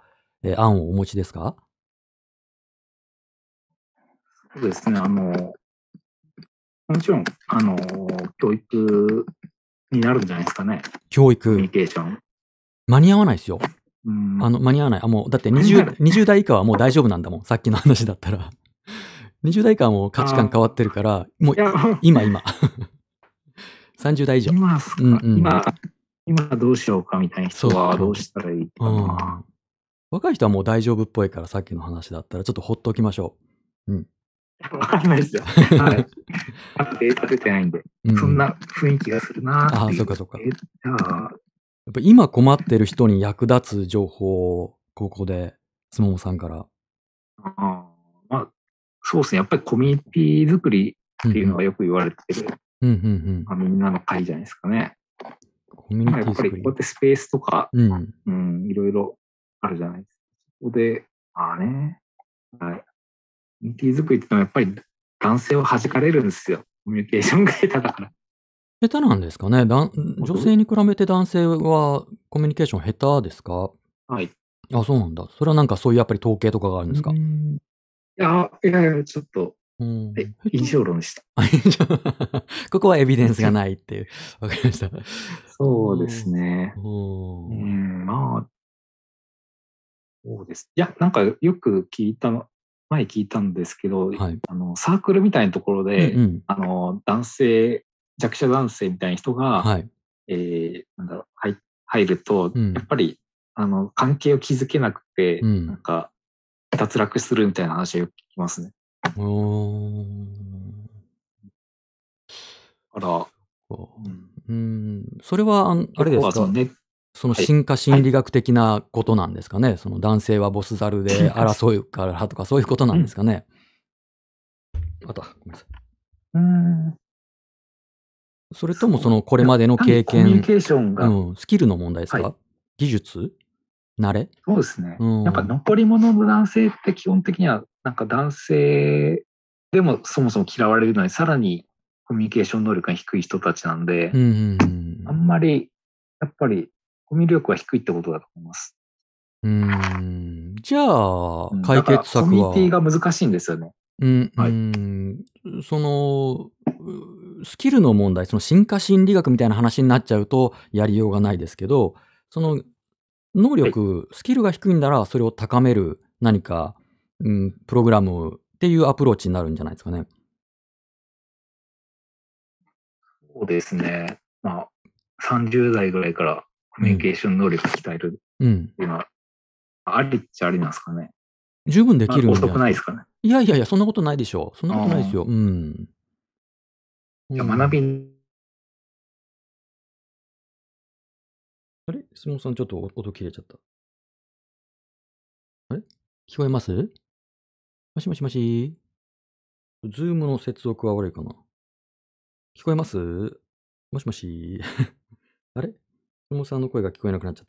案をお持ちですか？ そうですね。もちろん、教育になるんじゃないですかね。 教コミュニ育。 ケーション。 間に合わないですよ。 うん。 間に合わない。もう、だって間に合わない。 20代以下はもう大丈夫なんだもん。さっきの話だったら。20代以下はもう価値観変わあってるから、もう、 いや、 今。30代以上。 今っすか。 うんうん。 今どうしようかみたいな人はどうしたらいいかな。 若い人はもう大丈夫っぽいから、さっきの話だったらちょっとほっときましょう。 わかんないですよ。はい。まだデータ出てないんで、そんな雰囲気がするなああ、 っていう。 そっかそっか。 じゃあ、 やっぱ今困ってる人に役立つ情報を、ここで、すももさんから。 まあ、そうですね。やっぱりコミュニティ作りっていうのがよく言われてる、みんなの会じゃないですかね。 コミュニテやっぱりィ作り。 こうやってスペースとか、 うん。 いろいろあるじゃないですか。そこで、はい。コミュニティ作りってのはやっぱり男性は弾かれるんですよ。コミュニケーションが下手だから。 下手なんですかね。女性に比べて男性はコミュニケーション下手ですか？ はい。 あ、そうなんだ。それはなんかそういうやっぱり統計とかがあるんですか？ いや、ちょっと、印象論でした。 ここはエビデンスがないっていう。わかりました。 そうですね。 うん。 そうです。いや、なんかよく前聞いたんですけど、 はい。 サークルみたいなところで、弱者男性みたいな人が、 はい。 入ると、やっぱり、関係を築けなくて、なんか、脱落するみたいな話はよく聞きますね。だから、 それは、あれですか？その進化心理学的なことなんですかね？その男性はボス猿で争うからとか、そういうことなんですかね？ごめんなさい。それともそのこれまでの経験、 コミュニケーションが、 スキルの問題ですか？技術？慣れ？ そうですね。やっぱ残り物の男性って基本的には、なんか男性でもそもそも嫌われるのに、さらにコミュニケーション能力が低い人たちなんで、あんまり、やっぱり、コミュ力は低いってことだと思います。 じゃあ、解決策は。 コミュニティが難しいんですよね。 その、スキルの問題、その進化心理学みたいな話になっちゃうと、やりようがないですけど、その能力、スキルが低いんなら、それを高める何か、プログラムっていうアプローチになるんじゃないですかね。 そうですね。30代ぐらいからコミュニケーション能力を鍛えるっていうのは、ありっちゃありなんですかね。 十分できるんじゃ遅くないですかね。 いやいやいや、そんなことないでしょう。そんなことないですよ。 学び、 あれ質問さん、ちょっと音切れちゃった。あれ聞こえます？もしもしもし。ズームの接続は悪いかな？聞こえます？もしもし。あれ質問さんの声が聞こえなくなっちゃった。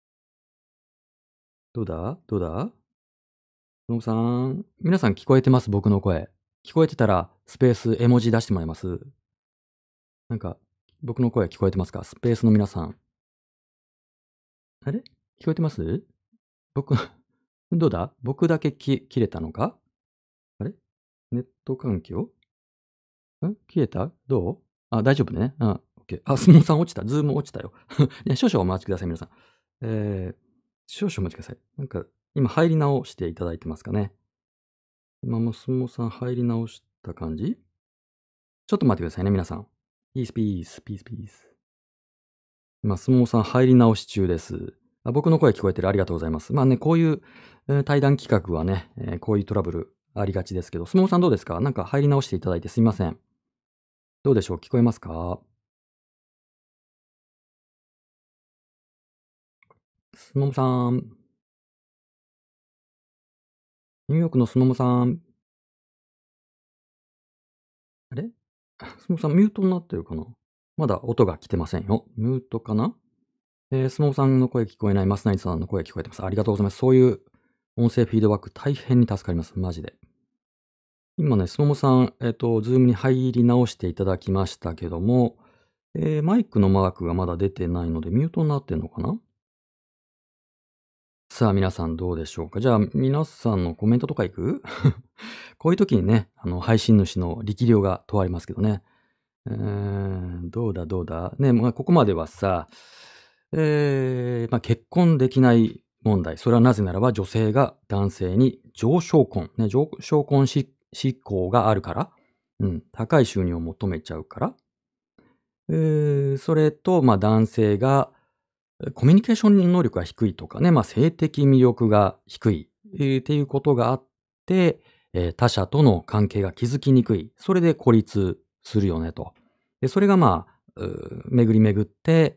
どうだ質問さん。皆さん聞こえてます？僕の声。聞こえてたら、スペース、絵文字出してもらえます？なんか、僕の声聞こえてますか？スペースの皆さん。あれ聞こえてます？僕、どうだ僕だけ切れたのか？あれネット環境切れたどう大丈夫ね。オッケー。スモさん落ちた。ズーム落ちたよ。少々お待ちください、皆さん。少々お待ちください。なんか、今入り直していただいてますかね。今もスモさん入り直した感じちょっと待ってくださいね、皆さん。ピース。今、スモさん入り直し中です。僕の声聞こえてる。ありがとうございます。こういう、対談企画はね、こういうトラブルありがちですけど、スモさんどうですか？なんか入り直していただいてすみません。どうでしょう？聞こえますか？スモさん。ニューヨークのスモさん。あれスモさんミュートになってるかな？まだ音が来てませんよ。ミュートかな？スモさんの声聞こえない。マスナイさんの声聞こえてます。ありがとうございます。そういう音声フィードバック大変に助かります。マジで。今ね、スモモさん、ズームに入り直していただきましたけども、マイクのマークがまだ出てないので、ミュートになってんのかな？ さあ、皆さんどうでしょうか。じゃあ、皆さんのコメントとかいくこういう時にね、配信主の力量が問われますけどね。どうだどうだ。ね、まあ、ここまではさ、まあ、結婚できない問題。それはなぜならば女性が男性に上昇婚、ね、上昇婚志向があるから、高い収入を求めちゃうから。それと、まあ、男性がコミュニケーション能力が低いとかね、まあ、性的魅力が低い、っていうことがあって、他者との関係が築きにくい。それで孤立するよねと。で、それがまあ、巡り巡って、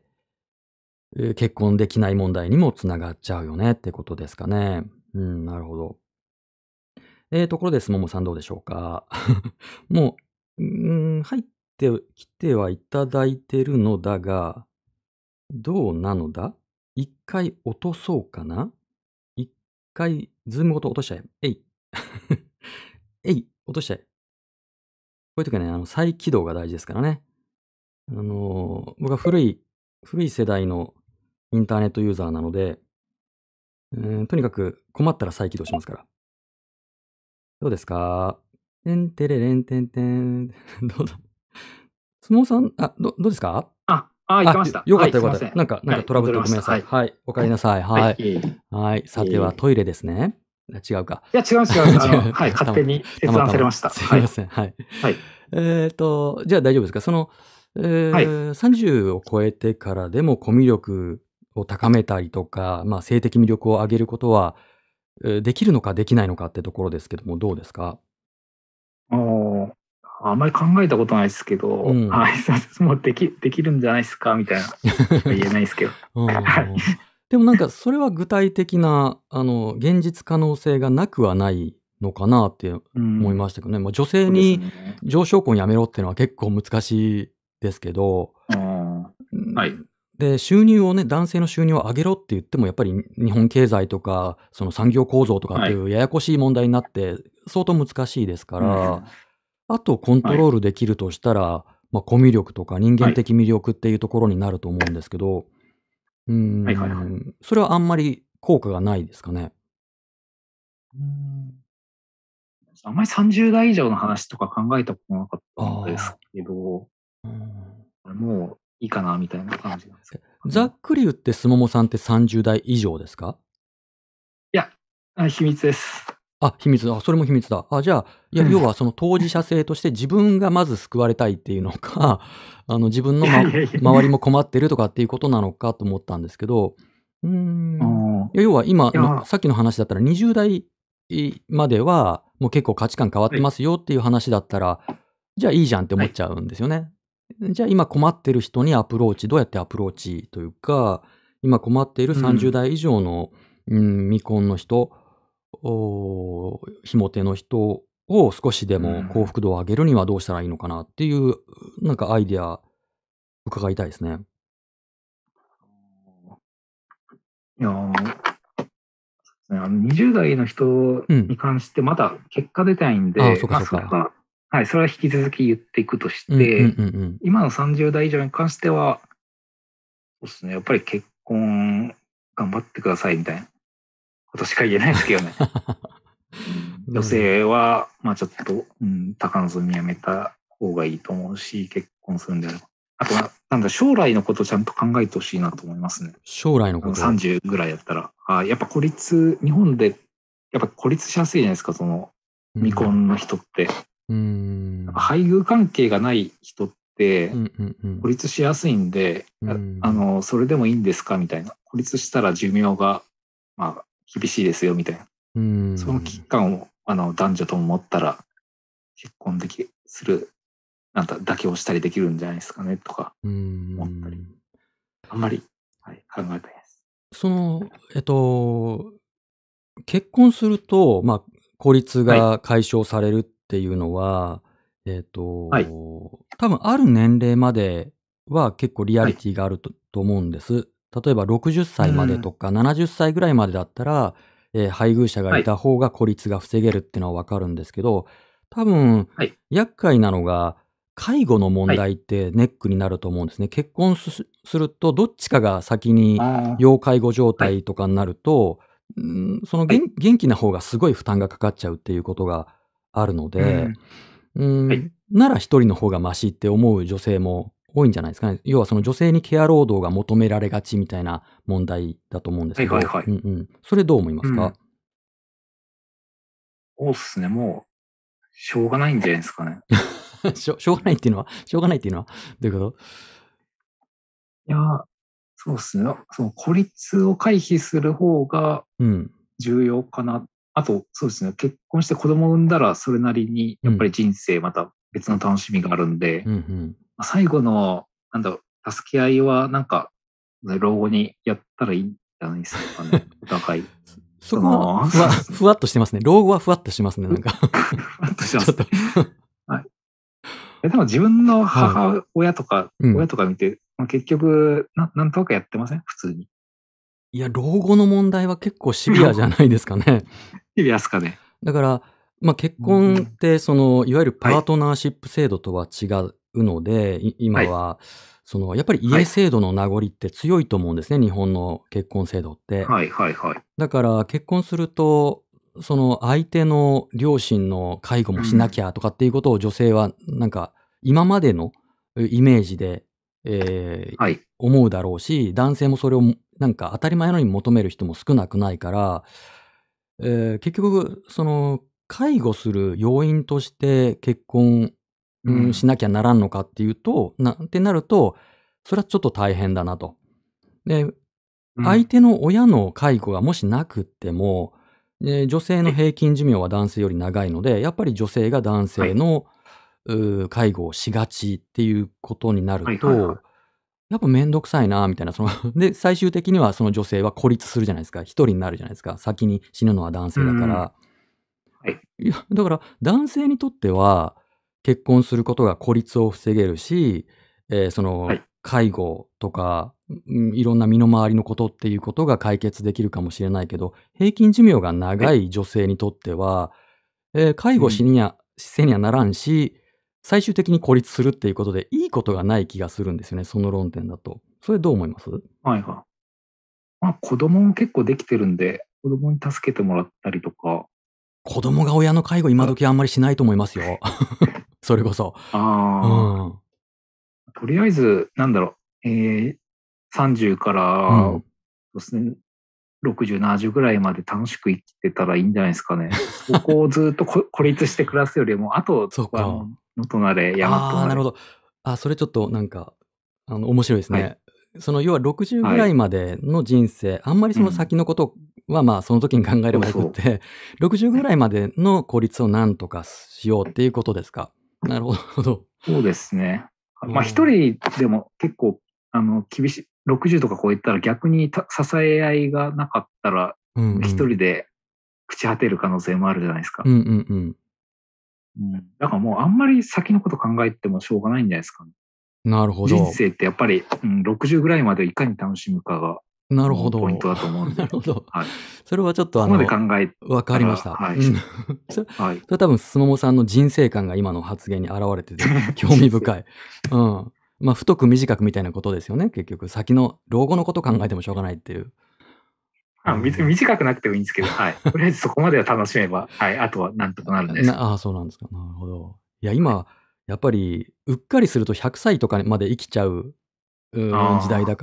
結婚できない問題にもつながっちゃうよねってことですかね。なるほど。ところですももさんどうでしょうか？もう、入ってきてはいただいてるのだが、どうなのだ？一回落とそうかな？一回ズームごと落としちゃえ。えい。えい、落としちゃえ。こういう時はね、再起動が大事ですからね。僕は古い世代のインターネットユーザーなので、とにかく困ったら再起動しますから。どうですか？てんてれれんてんてん。どうだ？相撲さん、どうですか？ 行けました。 よかはい、 ったよかった。 すいません。 なんかトラブってごめんなさい。はい、お帰りなさい。はい。 いえいえ。 はい。さてはトイレですね。違うか。 いや、違う。はい、勝手に切断されました。 すいません。はい。 はい。 じゃあ大丈夫ですか？30を超えてからでもコミュ力を高めたりとか、まあ、性的魅力を上げることは、できるのかできないのかってところですけども、どうですか？ あんまり考えたことないですけど、はい、すいません。もうできるんじゃないですかみたいな。言えないですけど。 でもなんかそれは具体的な、現実可能性がなくはないのかなって思いましたけどね。まあ、女性に上昇婚やめろっていうのは結構難しいですけど、 はい。 で、収入をね、男性の収入を上げろって言ってもやっぱり日本経済とか、その産業構造とかっていうややこしい問題になって相当難しいですから、あとコントロールできるとしたら、まあ、コミュ力とか人間的魅力っていうところになると思うんですけど、それはあんまり効果がないですかね。 あんまり30代以上の話とか考えたことなかったんですけど、もういいかなみたいな感じなんですけど。 ざっくり言ってすももさんって30代以上ですか？ いや、秘密です。 秘密。それも秘密だ。じゃあ、要はその当事者性として自分がまず救われたいっていうのか、自分の周りも困ってるとかっていうことなのかと思ったんですけど、要は今の、さっきの話だったら20代まではもう結構価値観変わってますよっていう話だったら、じゃあいいじゃんって思っちゃうんですよね。じゃあ今困ってる人にどうやってアプローチというか、今困っている30代以上の、未婚の人、ひも手の人を少しでも幸福度を上げるにはどうしたらいいのかなっていう、なんかアイデア伺いたいですね。 いや20代の人に関してまだ結果出たいんで、 そうか。 はい、それは引き続き言っていくとして、今の30代以上に関しては、そうですね、やっぱり結婚頑張ってくださいみたいなことしか言えないですけどね。女性は、まあちょっと、高望みやめた方がいいと思うし、結婚するんであれば。あとは、将来のことちゃんと考えてほしいなと思いますね。 将来のこと。 30ぐらいやったら。やっぱ日本で、やっぱ孤立しやすいじゃないですか、その、未婚の人って。配偶関係がない人って、孤立しやすいんで、それでもいいんですかみたいな。孤立したら寿命が、まあ、厳しいですよ、みたいな。その危機感を、男女とも持ったら、結婚する、妥協したりできるんじゃないですかね、とか、思ったり。あんまり、はい、考えたいです。 結婚すると、まあ、孤立が解消されるっていうのは、多分ある年齢までは結構リアリティがあると思うんです。例えば60歳までとか70歳ぐらいまでだったら、配偶者がいた方が孤立が防げるっていうのはわかるんですけど、多分、厄介なのが、介護の問題ってネックになると思うんですね。結婚するとどっちかが先に要介護状態とかになると、 そのはい。 元気な方がすごい負担がかかっちゃうっていうことがあるので、 うん。はい。 なら一人の方がマシって思う女性も多いんじゃないですかね。要はその女性にケア労働が求められがちみたいな問題だと思うんですけど、 はいはいはい。 それどう思いますか？ うん。そうっすね。もう、しょうがないんじゃないですかね。 しょうがないっていうのはしょうがないっていうのはどういうこと？ いや、そうっすね。その孤立を回避する方がうん。 重要かな。あと、そうですね。結婚して子供を産んだら、それなりに、 うん。 やっぱり人生また別の楽しみがあるんで、 うんうん。 最後の、なんだろう、助け合いは、なんか、老後にやったらいいんじゃないですかね。お互い。 そこはそうですね。 ふわっとしてますね。老後はふわっとしてますね、なんか。 ふわっとしますね。 ちょっとはい。でも自分のはい。 母親とか、 うん。 親とか見て、結局なんとかやってません普通に。 いや、老後の問題は結構シビアじゃないですかね。 日々安かね。 だから、結う婚っん。 てその、いわゆるはい。 パートナーシップ制度とは違うので、 はい。 今は、その、やっぱりはい。 家制度の名残って強いと思うんですね、日本の結婚制度って。 はい。はい。はい。 だから結婚すると、その相手の両親の介護もしなうん。 きゃとかっていうことを女性はなんか今までのイメージで、 はい。 思うだろうし、男性もそれをなんか当たり前のように求める人も少なくないから、結局その介護する要因として結婚、しうん。 なきゃならんのかっていうと、ってなると、それはちょっと大変だなと。で、 うん。 相手の親の介護がもしなくっても、女性のはい。 平均寿命は男性より長いので、やっぱり女性が男はい。 性の、介護をしがちっていうことになるはい。はい。 と、 はやっぱめんどくさいなみたいな、そので、最終的にはその女性は孤立するじゃないですか。一人になるじゃないですか。先に死ぬのは男い。う性だかん。 ら。 はい。 いや、だから男性にとっては、結婚することが孤立を防げるし、その、 はい。 介護とか、いろんな身の回りのことっていうことが解決できるかもしれないけど、平均寿命がはい。 長い女性にとっては、介うん。 護しにゃせにゃならんし、最終的に孤立するっていうことで、いいことがない気がするんですよね、その論点だと。それどう思います？ はいはい。子供も結構できてるんで、子供に助けてもらったりとか、 子供が親の介護今あ時あんまりしないと思いますよ。それこそ。うあん。 とりあえず、なんだろう、30からうん。 そうですね、60、70ぐらいまで楽しく生きてたらいいんじゃないですかね。そこをずっと孤立して暮らすよりも、あとそうか。 はもう野となれ山とああ、 なれ。 なるほど。あ、それちょっとなんか、面白いですはい。 ね。その要は60ぐはい。 らいまでの人生、あんまりそのうん。 先のことは、その時に考えればよくっそうそう。 て、60ぐらいまでの孤立をなんとかしようっていうことですか？なるほど。 そうですね。 う一ん。 人でも結構、厳しい、60とか超えたら逆に支え合いがなかったら、 うんうん。 一人で朽ち果てる可能性もあるじゃないですか。 うんうんうん。 うん。だからもうあんまり先のこと考えてもしょうがないんじゃないですかね。 なるほど。 人生ってやっぱり、60ぐらいまでいかに楽しむかが、 なるほど。 ポイントだと思うんで。 なるほど。 はい。 それはちょっとそこまで考え分かたら、 りました。 はい。 うん。そはい。 それ多分すももさんの人生観が今の発言に表れてて、興人生。 味深い。うん。太く短くみたいなことですよね、結局。先の老後のこと考えてもしょうがないっていう。う別にん。 短くなくてもいいんですけど、はい。とりあえずそこまでは楽しめば、はい。あとはなんとかなるんですけど。 そうなんですか。なるほど。いや、 はい。 今、やっぱり、うっかりすると100歳とかまで生きちゃう、時代だ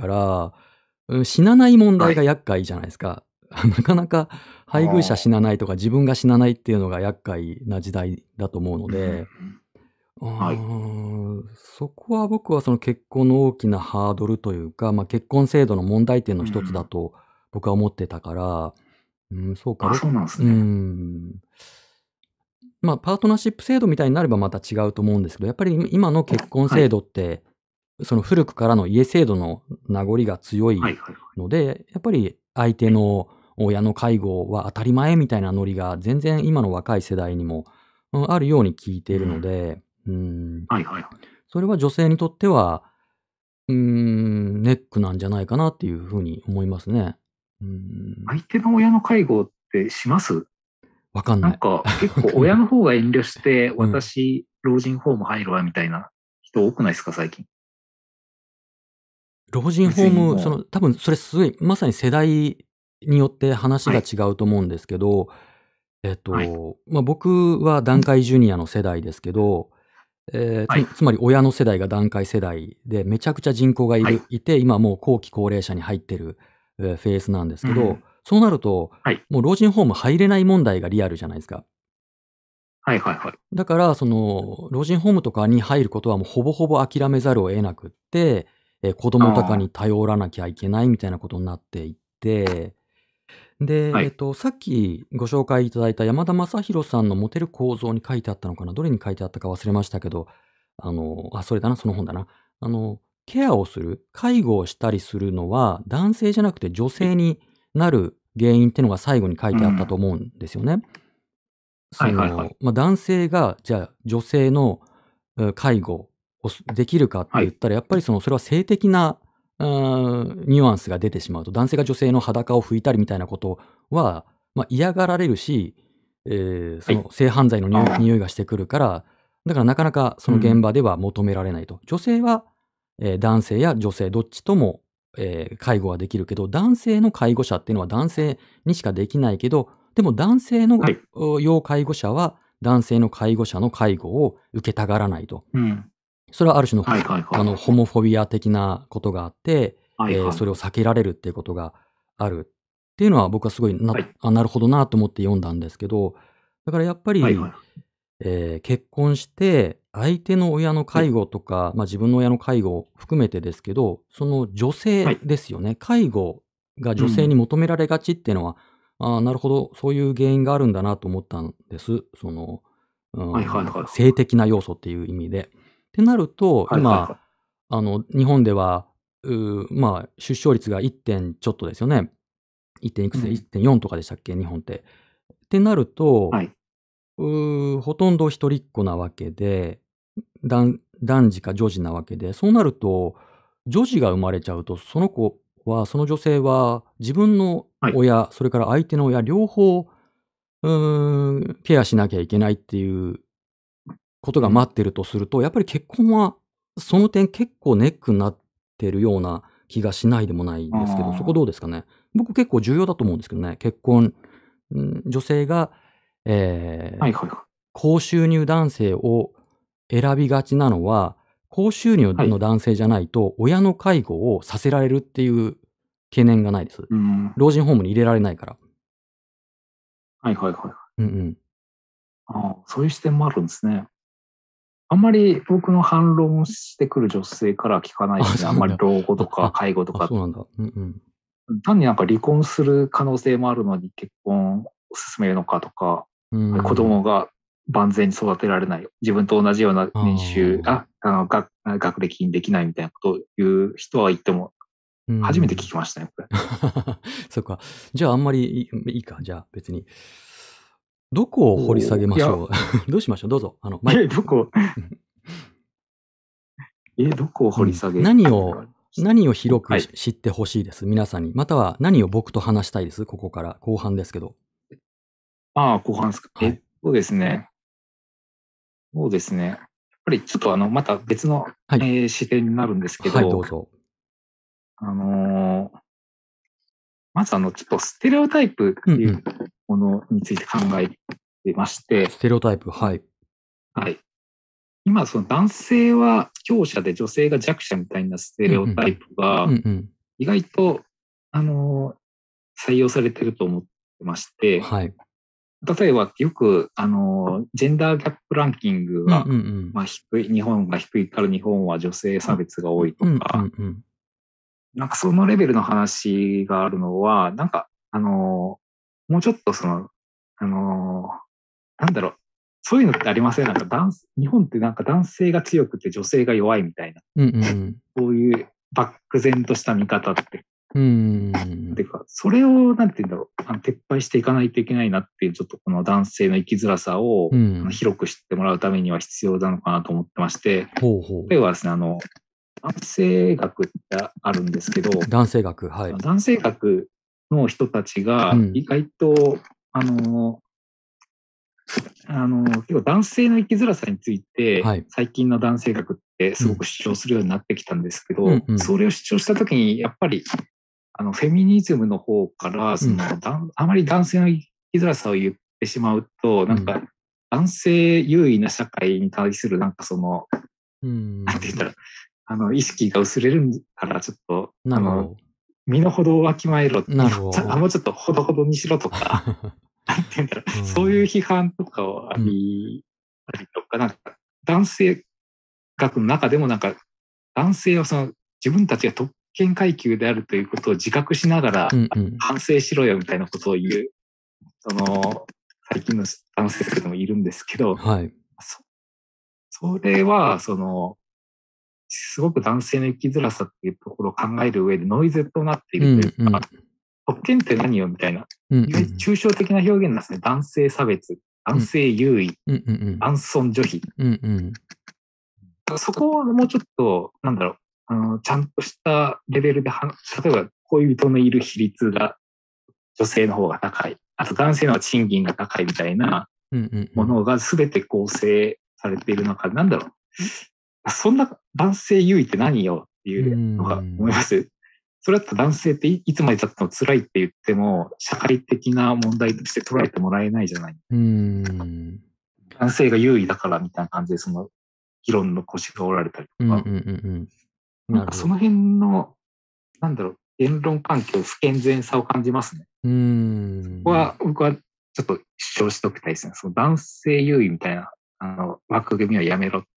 あから、死なない問あ、は題がい。 厄介じゃないですか。なかなかあ配偶者死なあ、 ないとか自分が死なないっていうのが厄介な時代だと思うのうん。 で、 はい。 そこは僕はその結婚の大きなハードルというか、結婚制度の問題点の一つだうん。 と僕は思ってたから、そうか、 そうなんですうね。 ん。パートナーシップ制度みたいになればまた違うと思うんですけど、やっぱり今の結婚制はい。 度って、その古くからの家制度の名残が強いはいはいはい。 ので、やっぱり相手はい。 の親の介護は当たり前みたいなノリが全然今の若い世代にも、あるように聞いているのうん。 で、 はいはいはい。 それは女性にとっては、ネックなんじゃないかなっていうふうに思いますね。 相手の親の介護ってします？ わかんない。 なんか結わかんない。 構親の方が遠慮して、 うん。 私、老人ホーム入るわみたいな人多くないですか、最近。 老人ホ別ーム、 にも多分それすごい、まさに世代によって話がはい。 違うと思うんですけど、 はい。 僕は団塊ジュニアの世代ですけど、 はい。 つまり親の世代が団塊世代で、めちゃくちゃ人口がはい。 いて、今もう後期高齢者に入ってる、フェースなんですけど、 うん。 そうなると、 はい。 もう老人ホーム入れない問題がリアルじゃないですか。 はいはいはい。 だから、その、老人ホームとかに入ることはもうほぼほぼ諦めざるを得なくって、子供とかあに頼らなきゃいけないみたいなことになっていって、 あ。はで、 い。 さっきご紹介いただいた山田正宏さんのモテる構造に書いてあったのかな、どれに書いてあったか忘れましたけど、それだな、その本だな。ケアをする、介護をしたりするのは、男性じゃなくて女はい。 性になる原因っていうのが最後に書いてあったとうん。 思うんですよね。 はいはいはい。 男性が、じゃあ、女性の、介護をできるかってはい。 言ったら、やっぱりそれは性的な、ニュアンスが出てしまうと、男性が女性の裸を拭いたりみたいなことは、嫌がられるし、そはい。 の性犯罪のああ。 匂いがしてくるから、だからなかなかその現うん。 場では求められないと。女性は、男性や女性どっちとも、介護はできるけど、男性の介護者っていうのは男性にしかできないけど、でも男性のはい。 要介護者は、男性の介護者の介護を受けたがらないと。 うん。 それはある種の、 はいはいはい。 ホモフォビア的なことがあって、 はいはい。 それを避けられるっていうことがあるっていうのは僕はすごいはい。 なるほどなと思って読んだんですけど、だからやっぱり、 はいはい。 結婚して、相手の親のはい。 介護とか、自分の親の介護を含めてですけど、その女性はい。 ですよね。介護が女性にうん。 求められがちっていうのは、なるほど、そういう原因があるんだなと思ったんです。 はいはいはい。 性的な要素っていう意味で。ってなると、今、 はいはいはい。 日本では、出生率が 1. 点ちょっとですよね。1. 点いくつでうん。 1.4とかでしたっけ、日本って。ってなると、 はい。 ほとんど一人っ子なわけで、男児か女児なわけで、そうなると、女児が生まれちゃうと、その女性は自分のはい。 親、それから相手の親、両方、ケアしなきゃいけないっていうことうん。 が待ってるとすると、やっぱり結婚は、その点結構ネックになってるような気がしないでもないんですけど、そこあどうですかね？僕結構重要だと思うんですけどね。結婚、女性が、 あ。 えーはいはいはい。 高収入男性を選びがちなのは、高収入はい。 の男性じゃないと、親の介護をさせられるっていう懸念がないです。 うん。 老人ホームに入れられないから。 はいはいはい。 うんうん。 ああ、そういう視点もあるんですね。あんまり僕の反論をしてくる女性からは聞かないであ、 すね。あんまりそうなんだ。 老後とか介護とか。 そうなんだ。うんうん。 単になんか離婚する可能性もあるのに結婚を進めるのかとか、 うー子ん。 供が万全に育てられない。自分と同じようなあ年収、 あ。 学歴にできないみたいなことを言う人はいても、 うー初めて聞ん。 きましたね、これ。 そっか。じゃあ、あんまりいいか、じゃあ、別に。どこを掘り下げいや、 ましょう？どうしましょう？どうぞ。マイク。 どこ、どこをうん。 掘り下げるか。 何を広くはい。 知ってほしいです？皆さんに。または何を僕と話したいです？ここから後半ですけど。 ああ、後半ですか。 はい。 そうですね。そうですね。やっぱりちょっとまた別の、 はい。 視点になるんですけはい、どど、 うぞ。 あのーまずちょっとステレオタイプっていううんうん。 ものについて考えてまして、 ステレオタイプ、はい。 はい。今、その男性は強者で女性が弱者みたいなステうんうん。 レオタイプがうんうん。 意外と、あの採用されてると思ってまして、 はい。 例えばよく、ジェンダーギャップランキングうんうんうが、 ん。 低い、日本が低いから日本は女性差うん。 別が多いとうんうか、 んうん。 なんかそのレベルの話があるのは、なんか、もうちょっとなんだろう、そういうのってありません？なんか日本ってなんか男性が強くて女性が弱いみたいな、 うんうんうん。 そういう漠然とした見方って、 うーん。 ていうか、それを、なんて言うんだろう、撤廃していかないといけないなっていう、ちょっとこの男性の生きづらさを、 うん。 広く知ってもらうためには必要なのかなと思ってまして、 ほうほう。 例えばですね、男性学ってあるんですけど、 男性学、はい。 男性学の人たちがうん。 意外と、あの、結構男性の生きづらさについて、 はい。 最近の男性学ってうん。 すごく主張するようになってきたんですけど、 うんうん。 それを主張したときに、やっぱり、 フェミニズムの方から、あまり男性の生きづらさを言ってしまうと、なんか、男性優位な社会に対する、なんて言ったら、意識が薄れるから、ちょっと、身の程をわきまえろ、もうちょっとほどほどにしろとか、なんて言うんだろう、そういう批判とかをありとか、なんか、男性学の中でもなんか、男性は自分たちが特権階級であるということを自覚しながら、反省しろよみたいなことを言う、最近の男性でもいるんですけど、それは、すごく男性の生きづらさっていうところを考える上でノイズとなっているというか、特権って何よみたいな、抽象的な表現なんですね。男性差別、男性優位、男尊女卑。そこをもうちょっと、ちゃんとしたレベルで、例えば恋人のいる比率が女性の方が高い。あと男性の方が賃金が高いみたいなものが全て構成されている中で、そんな男性優位って何よっていうのが思います。それだと男性っていつまで経っても辛いって言っても、社会的な問題として捉えてもらえないじゃない。男性が優位だからみたいな感じで、議論の腰が折られたりとか。その辺の、言論環境、不健全さを感じますね。そこは、僕はちょっと主張しておきたいですね。男性優位みたいな、枠組みはやめろ。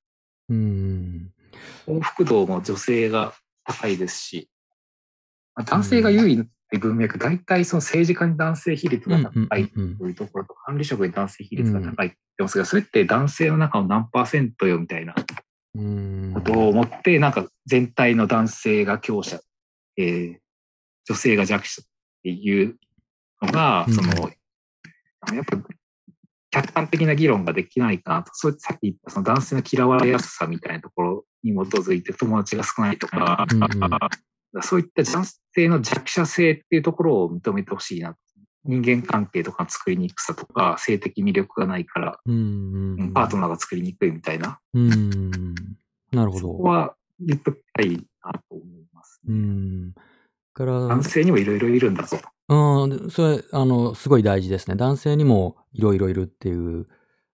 幸福度も女性が高いですし、男性が優位って文脈、大体政治家に男性比率が高いというところと、管理職に男性比率が高いって言ってますが、それって男性の中の何%よみたいなことを思って、全体の男性が強者、女性が弱者っていうのが、やっぱ客観的な議論ができないかなと、さっき言った男性の嫌われやすさみたいなところに基づいて友達が少ないとか、そういった男性の弱者性っていうところを認めてほしいな。人間関係とかの作りにくさとか、性的魅力がないから、パートナーが作りにくいみたいな。 なるほど。 そこは言っときたいなと思います。男性にもいろいろいるんだぞ。 それ、すごい大事ですね。男性にもいろいろいるっていう、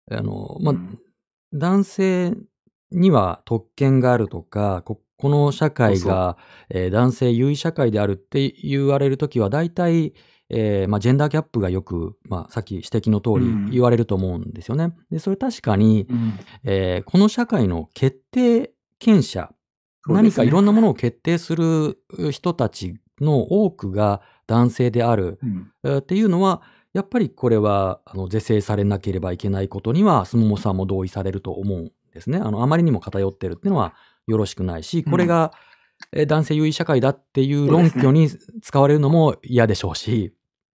男性には特権があるとか、この社会が男性優位社会であるって言われるときは、大体、ジェンダーギャップがよく、さっき指摘の通り言われると思うんですよね。で、それ確かに、この社会の決定権者、何かいろんなものを決定する人たちの多くが男性である、っていうのは、やっぱりこれは是正されなければいけないことには、スモモさんも同意されると思うんですね。あまりにも偏ってるっていうのはよろしくないし、これが男性優位社会だっていう論拠に使われるのも嫌でしょうし、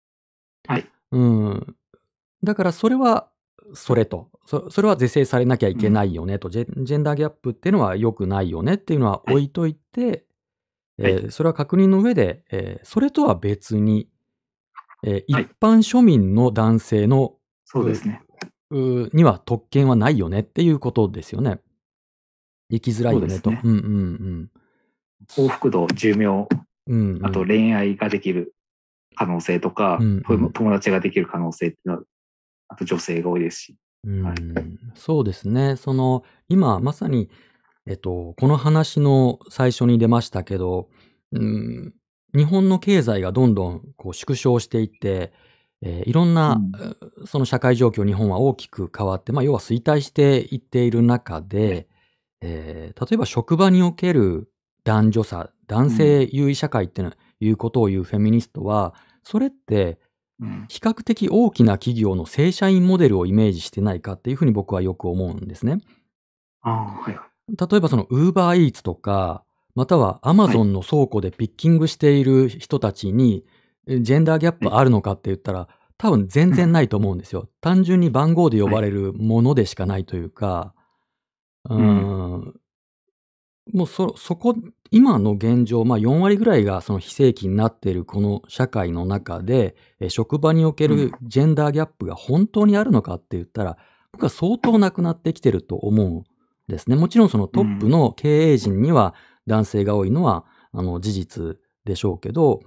だからそれはそれは是正されなきゃいけないよねと、ジェンダーギャップっていうのは良くないよねっていうのは置いといて、それは確認の上で、それとは別に、一般庶民の男性の、には特権はないよねっていうことですよね。生きづらいよねと。 幸福度、寿命、あと恋愛ができる可能性とか、友達ができる可能性っていうのは、あと女性が多いですし。 そうですね。今まさに、この話の最初に出ましたけど、日本の経済がどんどん縮小していって、いろんな、その社会状況、日本は大きく変わって、要は衰退していっている中で、例えば職場における男女差、男性優位社会っていうことを言うフェミニストは、それって、比較的大きな企業の正社員モデルをイメージしてないかっていうふうに僕はよく思うんですね。例えばUber Eats とか、または Amazon の倉庫でピッキングしている人たちに、ジェンダーギャップあるのかって言ったら、多分全然ないと思うんですよ。単純に番号で呼ばれるものでしかないというか、もうそこ、今の現状、4割ぐらいがその非正規になっているこの社会の中で、職場におけるジェンダーギャップが本当にあるのかって言ったら、僕は相当なくなってきてると思うんですね。もちろんそのトップの経営陣には男性が多いのは事実でしょうけど、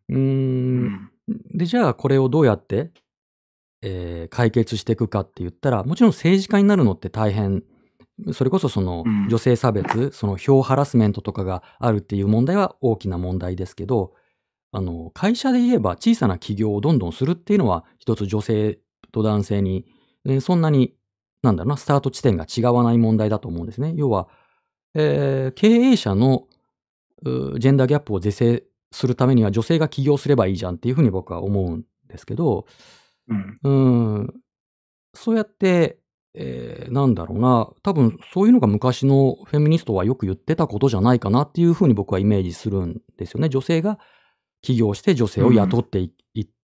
うーん。 うん。 で、じゃあこれをどうやって、解決していくかって言ったら、もちろん政治家になるのって大変、それこそその女うん。 性差別、その票ハラスメントとかがあるっていう問題は大きな問題ですけど、会社で言えば小さな起業をどんどんするっていうのは、一つ女性と男性に、そんなに、なんだろうな、スタート地点が違わない問題だと思うんですね。要は、経営者のジェンダーギャップを是正するためには女性が起業すればいいじゃんっていうふうに僕は思うんですけど、 うん。 うーん、そうやって、なんだろうな、多分そういうのが昔のフェミニストはよく言ってたことじゃないかなっていうふうに僕はイメージするんですよね。女性が起業して女性をうん。 雇っていって、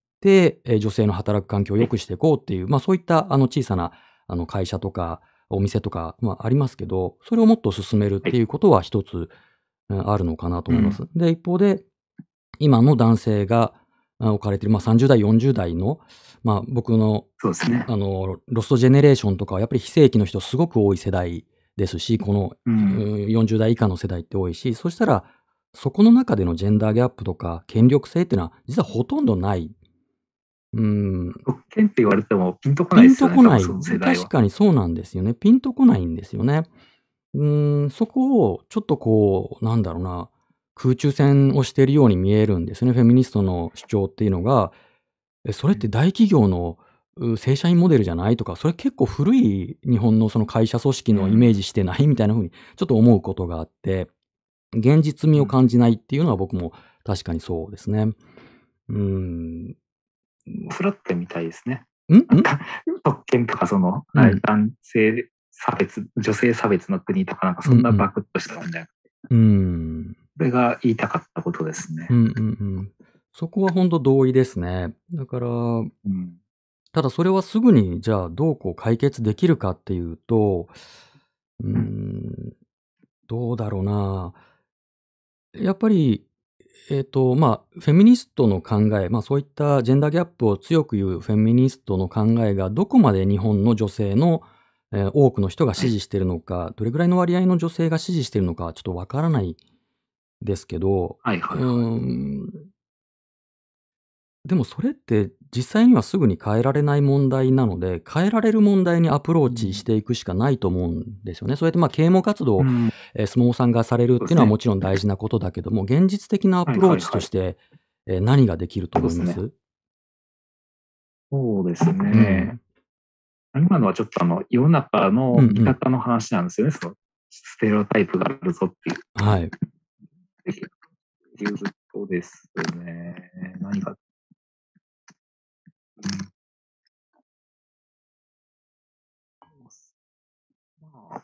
女性の働く環境を良くしていこうっていう、そういった小さな会社とかお店とか、ありますけど、それをもっと進めるっはい。 ていうことは一つ、あるのかなとうん。 思います。で、一方で、今の男性が、置かれている、30代、40代の、僕の、 そうですね。 ロストジェネレーションとかはやっぱり非正規の人すごく多い世代ですし、この、 うん。 40代以下の世代って多いし、そしたら、そこの中でのジェンダーギャップとか権力性っていうのは実はほとんどない。うーん、 特権って言われてもピンとこなピンいですよね、 とこない。 多分その世代は。 確かにそうなんですよね。ピンとこないんですよね。そこをちょっとこう、なんだろうな、空中戦をしているように見えるんですね。フェミニストの主張っていうのが、それってうん。 大企業の、正社員モデルじゃないとか、それ結構古い日本のその会社組織のイメーうん。 ジしてないみたいな風にちょっと思うことがあって、現実味をうん。 感じないっていうのは僕も確かにそうですね。うーん。 フラットみたいですね。 ん？ん？ 特権とかうん。 男性差別、女性差別の国とかなんかそんなうんうん。 バクッとしたもんじゃなくて、 うーん。 それが言いたかったことですね。 うんうんうん。そこはほんと同意ですね。だから、 うん。 ただそれはすぐにじゃあどうこう解決できるかっていうと、うーうん。 ん、どうだろうな。やっぱり、フェミニストの考え、そういったジェンダーギャップを強く言うフェミニストの考えがどこまで日本の女性の、多くの人がはい。 支持しているのか、どれぐらいの割合の女性が支持しているのかちょっとわからないですけど、 はいはいうーはい。 ん、でもそれって実際にはすぐに変えられない問題なので、変えられる問題にアプローチしうん。 ていくしかないと思うんですよね。そうやって啓蒙活動を、 うん。 相撲さんがされるっそうですね。 ていうのはもちろん大事なことだけども、現実的なアはいプローはいはい。 チとして、何ができるとそうですね。 思います？ そうですうん。 ね。今のはちょっと世の中の見うんうん。 方の話なんですよね。ステレオタイプがあるぞっていう。 はい。 いうことですね。何が、うん、まあ、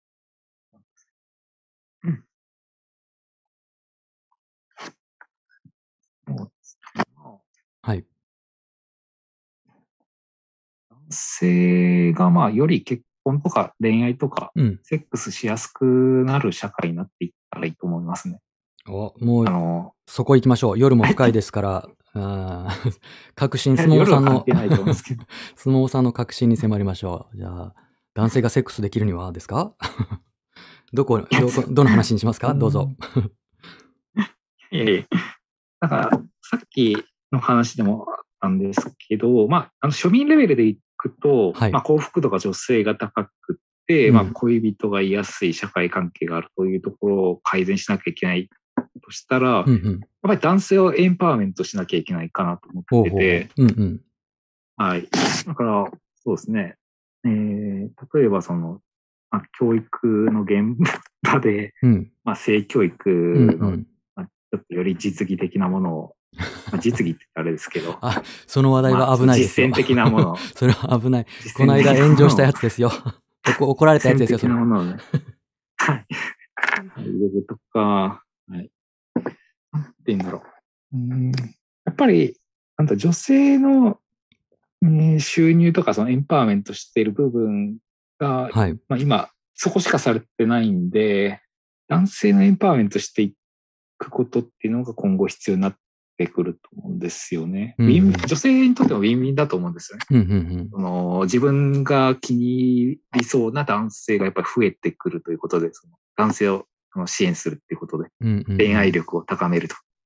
うん、そうですね。 はい。 男性がより結婚とか恋愛とかうん。 セックスしやすくなる社会になっていったらいいと思いますね。 もうあの、 そこ行きましょう。夜も深いですから、ああ、確信、相撲夜はさんの関係ないと思うんですけど、 相撲さんの確信に迫りましょう。じゃあ、男性がセックスできるにはですか？どの話にしますか？どうぞ。 うん、いやいや、だからさっきの話でもあったんですけど、庶民レベルでいくと、 はい。 幸福度が女性が高くって、 うん。 恋人がいやすい社会関係があるというところを改善しなきゃいけないとしたら、やっうんうん。 ぱり男性をエンパワーメントしなきゃいけないかなと思っほうほうほてて、 う。うんうん。 はい。だから、そうですね。例えば教育の現場で、 うん。 性教育の、 うんうん。 ちょっとより実技的なものを、実技って言ったらあれですけど、 あ、その話題はその危ないですよ。 実践的なもの、 それは危ない。この実践的間炎上したなものを、 やつですよ。怒られたやつですよ、 実践的それ。 なものをね、はい、入れるとか、はい。なんて言うんだろう。やっぱり、女性の収入とかそのエンパワーメントしている部分が、 はい。 今、そこしかされてないんで、男性のエンパワーメントしていくことっていうのが今後必要になってくると思うんですよね。 うんうん。 女性にとってもウィンウィンだと思うんですよね。 うんうんうん。 自分が気に入りそうな男性がやっぱり増えてくるということで、男性を支援するっていうことで、 うんうんうん。 恋愛力を高めると。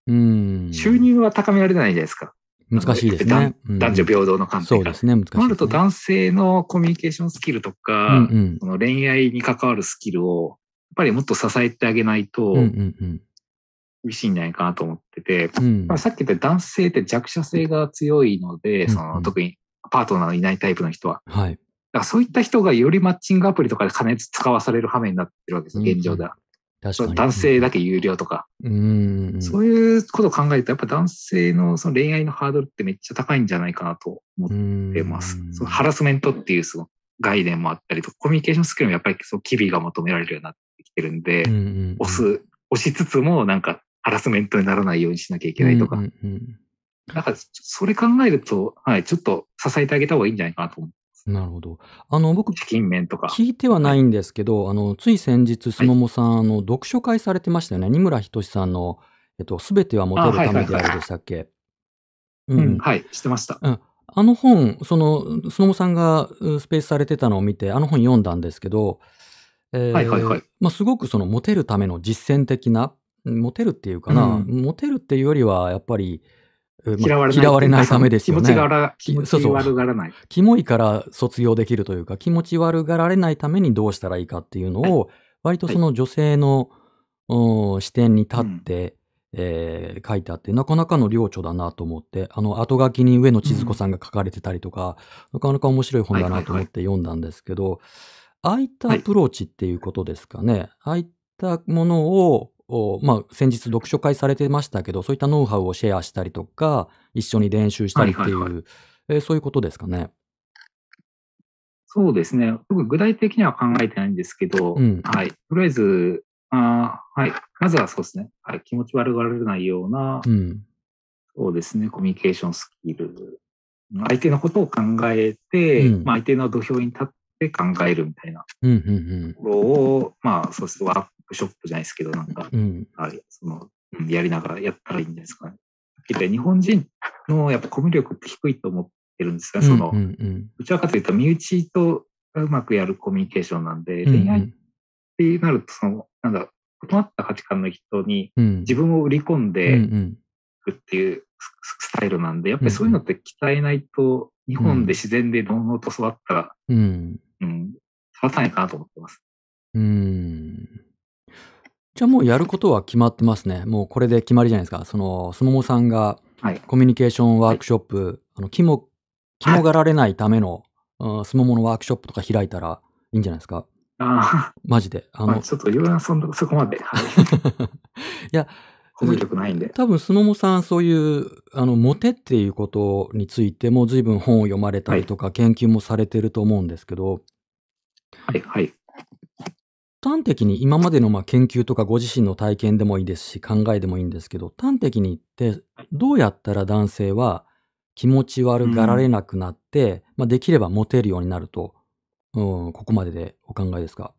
うー収ん。 入は高められないじゃないですか。 難しいですね。 男女平等の観点から。 そうですね、難となるとしいですね。 男性のコミュニケーションスキルとか、 うんその恋愛に関わるスキルを、やっぱりもっと支えてあげないうん。うんとうんうん。 厳しいんじゃないかなと思ってて、 うんさっき言った男性って弱者性が強いので、 うんうん。 特にパートナーのいないタイプの人は。 はい。 だからそういった人がよりマッチングアプリとかで金使わされる羽目になってるわけですよ、 うんうん。 現状では。 確かに。 男性だけ有料とか。 うんうん。うんうんそういうことを考えると、やっぱ男性のその恋愛のハードルってめっちゃ高いんじゃないかなと思っうてます。そのん。 ハラスメントっていうその概念もあったりとか、コミュニケーションスキルもやっぱりそう機微が求められるようになってきてるんで、 うんうんうん。 押しつつもなんかハラスメントにならないようにしなきゃいけうんうないとか。 んうん。 なんかそれ考えると、はい、ちょっと支えてあげた方がいいんじゃないかなと思う。 なるほど。僕、 資金面とか。 聞いてははい。 ないんですけど、つい先日、すはい。 ももさん、読書会されてましたよね。二村仁さんの、すべてはモテるはいはいはい。 ためであるでしたっけ？うんうん、 うん。 はい、してました。 うん。あの本、すももさんが、スペースされてたのを見て、あの本読んだんですけど、 はいはいはい。 すごくそのモテるための実践的な、モテるっていうかな、 うん。 モテるっていうよりはやっぱり、 嫌われない嫌わというか、 れないためですよね。 気持ちそうそう。 悪がらない。 キモいから卒業できるというか、気持ち悪がられないためにどうしたらいいかっていうのはい。 を、割とはい。 その女性の、視点に立っうん。 て、書いてあって、なかなかの良著だなと思って、後書きに上野千鶴子うん。 さんが書かれてたりとか、なかなか面白い本だなと思っはいはいはい。 て読んだんですけど、ああいったはい。 アプローチっていうことですかね。ああいったものを、先日読書会されてましたけど、そういったノウハウをシェアしたりとか、一緒に練習したりっはいはいはい。 ていう、そういうことですかね。 そうですね。僕、具体的には考えてないんですけど、 うん。 はい。とりあえず、はい。まずはそうですね。はい。気持ち悪がられないような、 うん。 そうですね。コミュニケーションスキル。相手のことを考えて、 うん。 相手の土俵に立って考えるみたいなうん、うんうん。 ところを、そうですね。ワークショップじゃないですけど、なんか、 うん。 はい。やりながらやったらいいんじゃないですかね。で日本人のやっぱコミュ力って低いと思ってるんですが、 うん、うん、うん。 どちらかというと身内とうまくやるコミュニケーションなんで、 うん、う恋愛っん。 てなると、異なった価値観の人にうん。 自分を売り込んうん、うでん。 いくっていうスタイルなんで、やっぱうん、うりそういうのっん。 て鍛えないと、日本でうん。 自然でのうのうと育ったら、 うん。 うん、育たないかなと思ってます。 うーん。じゃあもうやることは決まってますね。もうこれで決まりじゃないですか。すももさんがはい。 コミュニケーションワはい。 ークショップ、キモがられないための、すもものワークショップとか開いたらいいんじゃないですか。 あマジで。 ちょっといろいろそこまで、はい。 いや、 コミュ力ないんで。 多分すももさんそういう、モテっていうことについても随分本を読まれたはい。 りとか研究もされてると思うんですけど、 はい。はい。 端的に今までの研究とかご自身の体験でもいいですし、考えでもいいんですけど、端的に言って、どうやったら男性は気持ち悪がられうん。 なくなって、できればモテるようになると、ここまででお考えですか？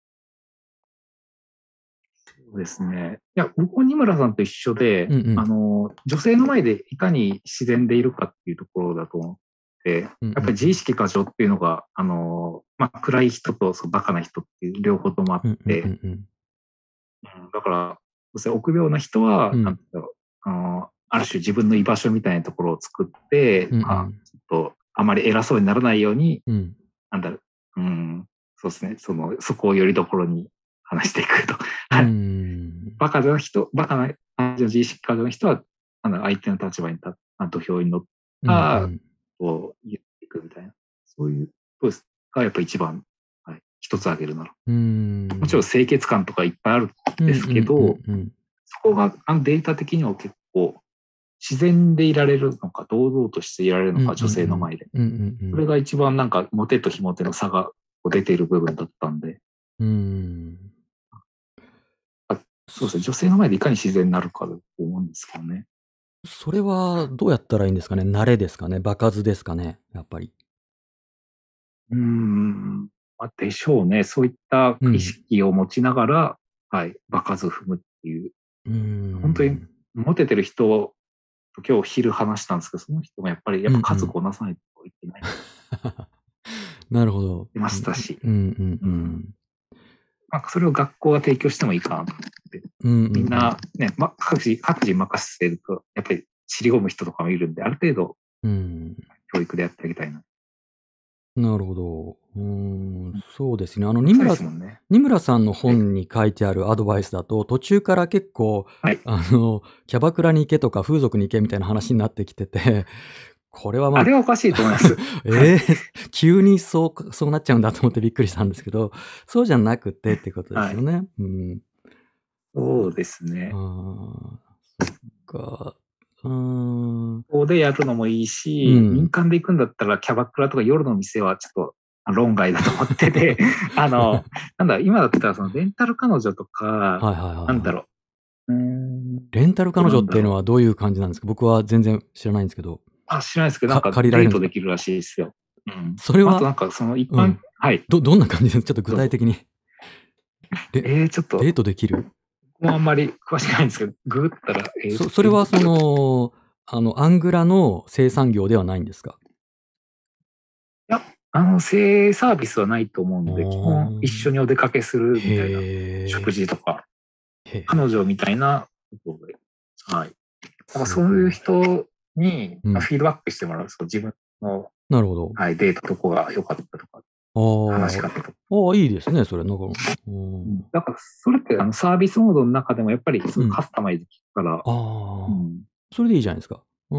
そうですね。いや、僕も二村さんと一緒で、 うんうん。 女性の前でいかに自然でいるかっていうところだと思って、やっうんうぱり自意ん識過剰っていうのが、暗い人とバカな人っていう両方ともあっうん。うんうんうて、 んうん。 だから、そうですね臆病な人は、 うん。 だろう、ある種自分の居場所みたいなところを作って、 うんうん。 ちょっとあまり偉そうにならないように、 うん。 なんだろう、そうですね、そこをよりどころに話していくと。 うーはい。 ん。 バカな感じの自意識過剰な人は、相手の立場に立った土俵に乗っうんうた、 ん。 こう、言っていくみたいな。そういうことですが、やっぱ一番、はい、一つ挙げるなら。 うーもちろんん。 清潔感とかいっぱいあるんうんうんですけど、 うんうん。 そこがデータ的には結構自然でいられるのか、堂々としていられるのか、 うんうんう女性のん。 前で。 うんうんうん。 それが一番なんか、モテと非モテの差が出ている部分だったんで、 うーん。 あそうですね、女性の前でいかに自然になるかだと思うんですけどね。 それはどうやったらいいんですかね？慣れですかね？場数ですかね？やっぱり。 でしょうね。そういった意うん。 識を持ちながら、はい、場数踏むっていう。 うー本当にん。 モテてる人と今日昼話したんですけど、その人もやっぱ数うんうん。 こなさないといけないってなるほど。 言ってまうん、 したし。 うんうんうん。 うん。 なんかそれを学校が提供してもいいかなと思って。 うんうんみんなね、各自任せてると、やっぱり尻込む人とかもいるんで、ある程度うん。 教育でやってあげたいな。 なるほど。そうですね。 そうですもんね。 二村さんのはい。 本に書いてあるアドバイスだと、途中から結構、 はい。 キャバクラに行けとか風俗に行けみたいな話になってきてて、これはまあ、 あれはおかしいと思います。はい。 ええ急にそうなっちゃうんだと思ってびっくりしたんですけど、そうじゃなくてっていうことではい。 すよね。うん。 そうですあね。 あ、そっか。うーん。 ここでやるのもいいし、民うん。 間で行くんだったらキャバクラとか夜の店はちょっと論外だと思ってて、なんだ、今だったらそのレンタル彼女とか、 はいはいはいはい。 なんだろレンタル彼女っていうのなんだろう。 はどういう感じなんですか？僕は全然知らないんですけど。 知らないですけど、なんか借りられデーるんですか？ トできるらしいですよ。うん。 それはあとなんかその一般、 うん。 はい、 どんな感じです？ちょっと具どうぞ。 体的に。 ちょっと、 デートできる？ もうあんまり詳しくないんですけど、ググったら、 それはデートアングラの生産業ではないんですか？ いや、性サービスはないと思うあんで、基本一緒あ。 にお出かけするみたいな食へえ。 事とか、 へえ。 彼女みたいなことで、はい。だからすそういうごい。 人にうん。 フィードバックしてもらう。そう自分の、 なるほど。 はい、デートどこが良かったとか、話しあ方とか。 あ。ああ、いいですね、それ。なんか、うん。 だからそれってサービスモードの中でもやっぱりすうん。 ぐカスタマイズ効くから、うああ。 ん、 それでいいじゃないですか。うん。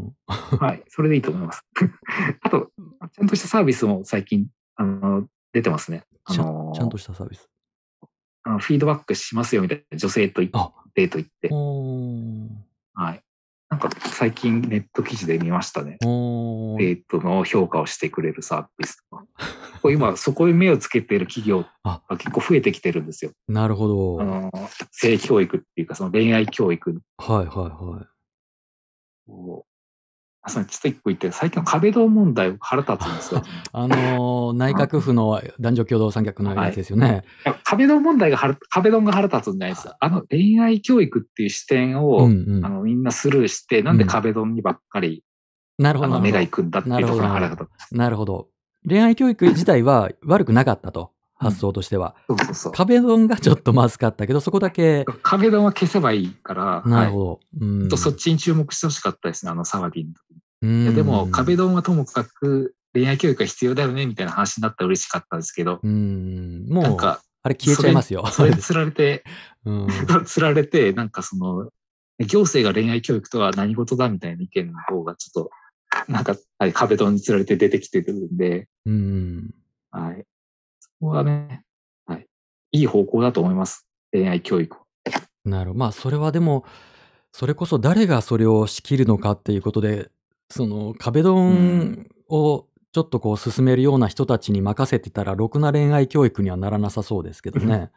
はい、それでいいと思います。あと、ちゃんとしたサービスも最近、出てますね。 ちゃんとしたサービス。 フィードバックしますよみたいな女性とあ、 デート行っうて。 ーん。 はい。なんか最近ネット記事で見ましたね。 ああ。 デートの評価をしてくれるサービスとか。結構今そこに目をつけている企業あ、 が結構増えてきてるんですよ。 なるほど。 性教育っていうかその恋愛教育はいはいはい。 を、ちょっと一個言って、最近の壁ドン問題腹立つんですよ。 内あ閣府の男女共同参画のやつはい。 ですよね。 壁ドンが腹立つんじゃないですよ。恋愛教育っていう視点うんうを、 ん。 みんなスルーして、なんでうん。 壁ドンにばっかり、 なるほどなるほど。 目が行くんだっていうところが腹が立つ。 なるほど。恋愛教育自体は悪くなかったと、発うん。 想としては。 そうそうそう。 壁ドンがちょっとまずかったけど、そこだけ壁ドンは消せばいいから、はい。 なるほど。うそっん。 ちに注目してほしかったですね、騒ぎの時に。いうーや、でも、壁ん。 ドンはともかく恋愛教育が必要だよね、みたいな話になったら嬉しかったんですけど、 もう、 なんか、 あれ消えちゃいますよ。あれで。 それ釣られて、 うん。 釣られて、なんか行政が恋愛教育とは何事だみたいな意見の方がちょっと、なんか、はい、壁ドンに釣られて出てきてるんで、 うん。 はい。そこはね、はい。いい方向だと思います。恋愛教育。 まあ、それはでも、それこそ誰がそれを仕切るのかっていうことで、壁ドうん。 ンをちょっとこう進めるような人たちに任せてたら、ろくな恋愛教育にはならなさそうですけどね。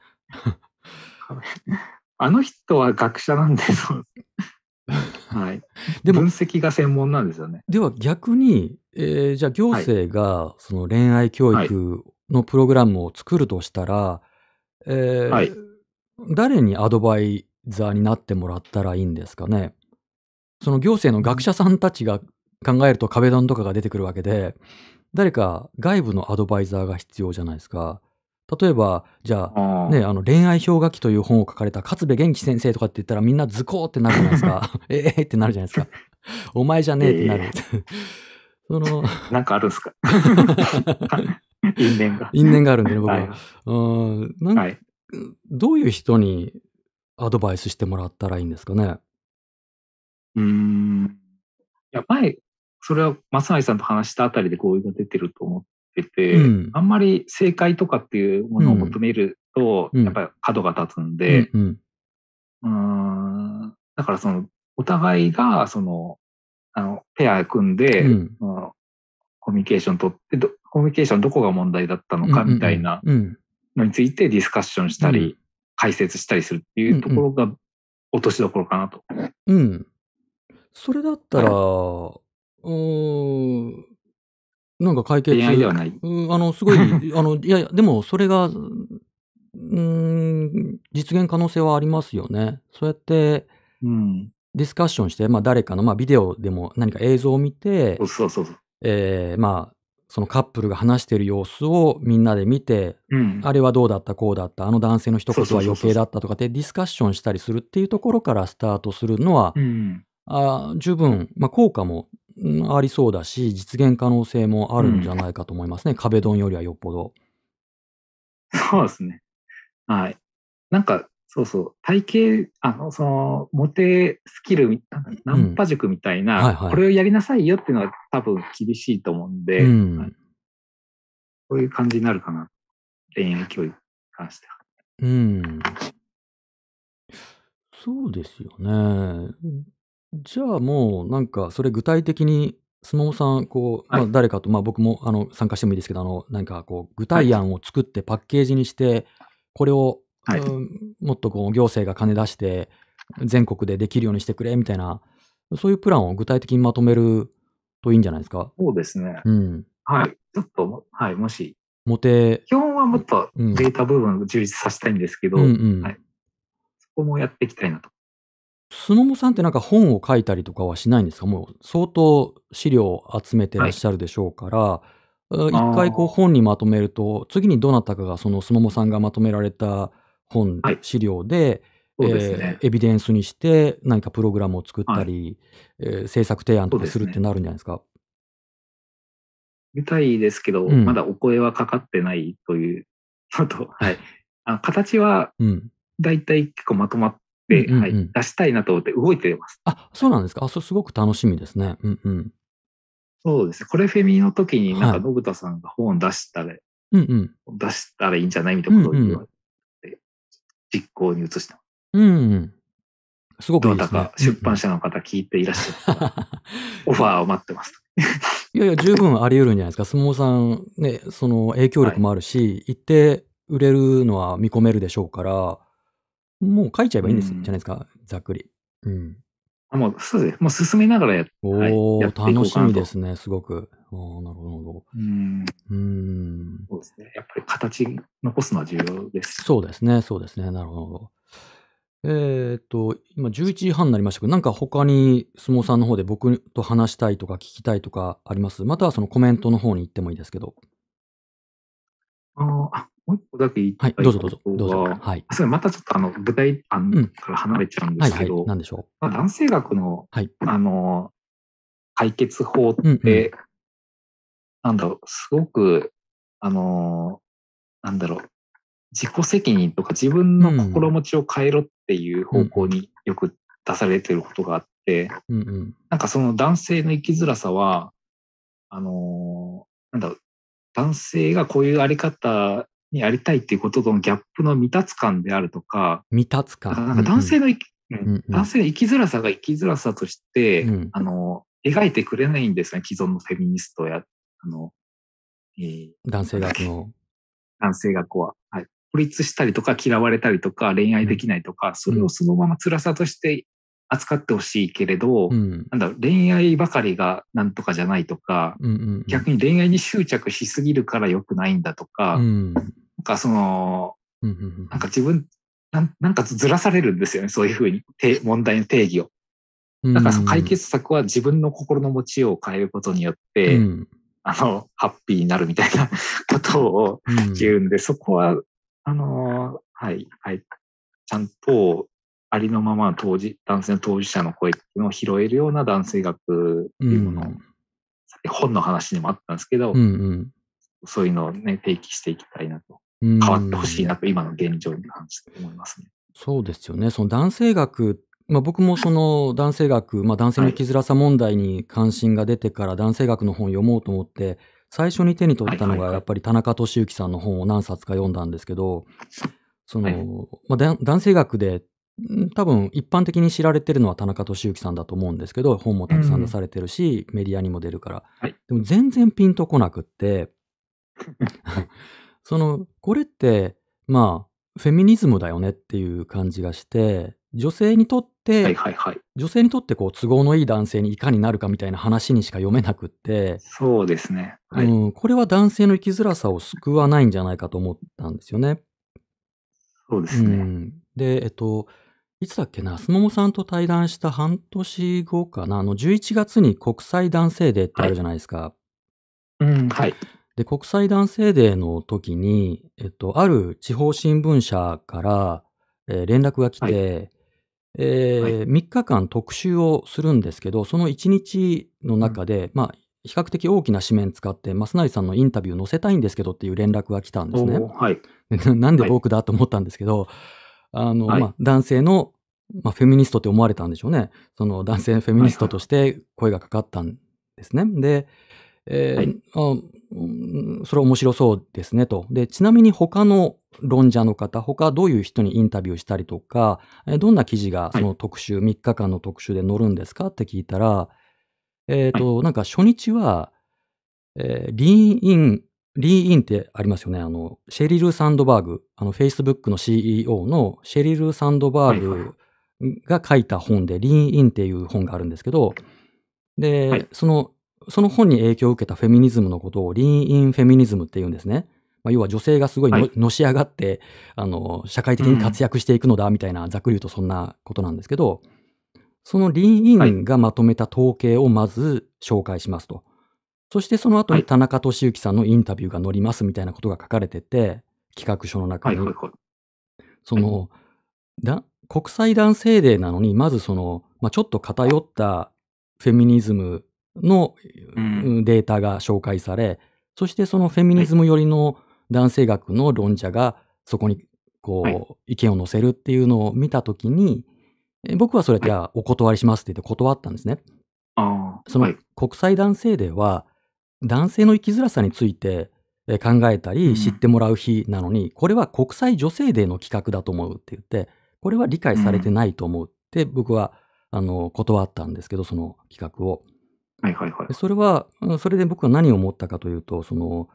あの人は学者なんで、はい。 でも、 分析が専門なんですよね。 では逆に、じゃあ行はい。 政がその恋愛教はい。 育のプログラムを作るとしたら、 はい。 誰にアドバイザーになってもらったらいいんですかね？その行政の学者さんたちが考えると壁ドンとかが出てくるわけで、誰か外部のアドバイザーが必要じゃないですか。例えば、じゃあ、ね、 ああ。 恋愛氷河期という本を書かれた勝部元気先生とかって言ったらみんなズコーってなるじゃないですか。ええってなるじゃないですか。お前じゃねえってなる。 ええそのなんかあるんですか因縁が。 因縁があるんでね、僕は。 はい。はい。 どういう人にアドバイスしてもらったらいいんですかね？ うーん。いや、それは松成さんと話したあたりで合意が出てると思ってて、 うん。 あんまり正解とかっていうものを求うん。 めると、 うん。 やっぱり角が立つんで、 うんうん。 だからお互いが、ペア組んで、 うん。 コミュニケーション取って、コミュニケーションどこが問題だったのかうんうんうみたいなん。うん。 のについてディスカッションしうん。 たり、解説したりするっていううんうん。 ところが落としどころかなと。 うん。それだったら、 はい。 ーん、なんか解恋愛で決はない。 すごい、いやいや、でもそれが、実現可能性はありますよね。そうやってうん。 ディスカッションして、まあ、誰かの、まあ、ビデオでも何か映像を見て、 そうそうそう。 まあ、 そのカップルが話してる様子をみんなで見て、 うんあれはどうだった、こうだった、あの男性の一そう言は余計そうそうそうそだったとかってディスカッションしたりするっていうところからスタートするのは、 う。うん。 十分、効果も、ありそうだし、実現可能性もあるんじうん。 ゃないかと思いますね。壁ドンよりはよっぽど。 そうですね。はい。なんか、そうそう、体系、モテスキルナンうん。 パ塾みたいな、 はいはい。 これをやりなさいよっていうのは多分厳しいと思うんうで、はい、 ん。 そういう感じになるかな。恋愛教育に関しては。 うん。そうですよね。じゃあもうなんかそれ具体的にスモモさん、 はい。 誰かと、僕も参加してもいいですけど、なんか具はい。 体案を作ってパッケージにして、これを、 はい。 もっと行政が金出して、全国でできるようにしてくれみたいな、そういうプランを具体的にまとめるといいんじゃないですか？ そうですね。 うん。 はい。ちょっと、はい。もし、 モテ基本はもっとうん。 データ部分を充実させたいんですけうんうど、はん。 い。そこもやっていきたいなと。 すももさんってなんか本を書いたりとかはしないんですか？もう相当資料を集めてらはい。 っしゃるでしょうから、 あ一回あ、 本にまとめると、次にどなたかがそのすももさんがまとめられた本、 はい。 資料で、 そうですね。 エビデンスにして何かプログラムを作っはい。 たり、制作提案とそうですね。 かするってなるんじゃないですか？ みたいですけど、まうん。 だお声はかかってないというのと、はい。形はうん。 だいたい結構まとまっうんて、はい。 うんうん。 出したいなと思って動いてます。 あ、そうなんですか。すごく楽しみですね。うんうん。 そうですね。これフェミの時になんか、 はい。 信田さんが本をうんうん。 出したらいいんじゃないみたいうんなことを言わうん。 れて、実行に移した。 うんうん。すごくどなたいいですね。 か出版うんうん。 社の方聞いていらっしゃったら、オファーを待ってます。 いやいや、十分あり得るんじゃないですか。相撲さんね、その影響はい。 力もあるし、一定売れるのは見込めるでしょうから、もう書いちゃえばいいんですじゃないうん。 ですか、ざっくり。うん。 もう、そうですね。もう進めながらはい。 おお、 やってい楽しみでこうかなと。 すね、すごく。ああ、なるほどなるほど。 うん。 うーん。 そうですね。やっぱり形残すのは重要です。 そうですねそうですね、なるほど。今11時半になりましたけど、なんか他に相撲さんの方で僕と話したいとか聞きたいとかあります？またはそのコメントの方に行ってもいいですけど。 もう一個だけ言いはい、 たいこどうぞどうぞ、どうぞ。 とが、 はい。 それまたちょっと具体案うん。 から離れちゃうんではいはい、 すけど、 なんでしょう？ 男性学の、 はい。 解決法っうんうん。 て、すごく、あの、なんだろう、自己責任とか自分のうん。 心持ちを変えろっていう方向うんうん。 によく出されてることがあって、 うんうん。 なんかその男性の生きづらさは、あの、なんだろう、男性がこういうあり方にありたいっていうこととのギャップの未達感であるとか、 未達感。 なんかうんうん。うんうん。 男性の生きづらさが生きづらさとして、 うん。 描いてくれないんですね、既存のフェミニストや、あの、 男性なんだっけ、 学の。 男性学は。はい。孤立したりとか嫌われたりとか恋愛うん。 できないとか、そうん。 れをそのまま辛さとして扱ってほしいけれど、 うん。 恋愛ばかりがなんとかじゃないとか、 うんうんうん。 逆に恋愛に執着しすぎるから良くないんだとうか、 ん。 なんかその、 うん、ふんふんふん。 なんか自分、なんかずらされるんですよね、そういうふうに、問題の定義を。 うーだからその解ん。 決策は自分の心の持ちようを変えることによって、 うん。 ハッピーになるみたいなことをうん。 言うんで、そこは、はい、はい、ちゃんとありのままの男性の当事者の声っていうのを拾えるような男性学うっていうものを、 ん。 本の話にもあったんですけど、 うんうん。 そういうのをね、提起していきたいなと。 うー変わってほしいん。 なと、今の現状に関して思いますね。 そうですよね。その男性学僕もその男性学、男性のはい。 生きづらさ問題に関心が出てから男性学の本読もうと思って、最初に手に取ったのがはいはいはい。 やっぱり田中俊之さんの本を何冊か読んだんですけど、そはい。 の、男性学で、多分一般的に知られてるのは田中俊之さんだと思うんですけど、本もたくさん出うん。 されてるし、メディアにも出るから。 はい。 でも全然ピンとこなくって、 はい。 これって、フェミニズムだよねっていう感じがして、 はいはいはい。 女性にとって都合のいい男性にいかになるかみたいな話にしか読めなくって、 そうですね。はい。 これは男性の生きづらさを救わないんじゃないかと思ったんですよね。 そうですね。 で、いつだっけな、すももさんと対談した半年後かな、11月に国際男性デーってはい。 あるじゃないですか。 うん、はい。 で、国際男性デーの時に、ある地方新聞社から、連絡が来はい。 て、 はい。 3日間特集をするんですけど、その1日のうん。 中で、比較的大きな紙面使って、増成さんのインタビュー載せたいんですけどっていう連絡が来たんですね。 おー、はい。 で、なんではい。 僕だと思ったんですけど、 はい。 男性の、フェミニストって思われたんでしょうね。その男性フェミはい。 ニストはい。 として声がかかったんですね。で、 はい。 それ面白そうですねと。で、ちなみに他の論者の方、他どういう人にインタビューしたりとか、どんな記事がそはい。 の特集、3日間の特集で載るんですかって聞いたら、 はい。 なんか初日は、リーンイン、リーンインってありますよね。シェリル・サンドバーグ、Facebook の CEO のシェリル・サンドバはい。 ーグが書いた本で、リーンインっていう本があるんですけど、で、 はい。 その本に影響を受けたフェミニズムのことをリーンインフェミニズムって言うんですね。要は女性がすごいはい。 のし上がって、社会的に活うん。 躍していくのだみたいな、ざっくり言うとそんなことなんですけど、そのリーンイはい。 ンがまとめた統計をまず紹介しますと。そしてその後はい。 に田中俊之さんのインタビューが載りますみたいなことが書かれてて、企画書の中はい。はい。 に。 はい。 その、国際男性デーなのに、まずちょっと偏ったフェミニズムのうん。 データが紹介され、そしてそのフェミはい。 ニズム寄りの男性学の論者がそこにはい。 意見を載せるっていうのを見たときに、僕はそれはい。 じゃあお断りしますって言って断ったんですね。 ああ、 そのはい。 国際男性デーは、男性の生きづらさについて考えたり知っうん。 てもらう日なのに、これは国際女性デーの企画だと思うって言って、これは理解されてうん。 ないと思うって僕は断ったんですけど、その企画を。 はい。はい。はい。 で、それは、それで僕は何を思ったかというと、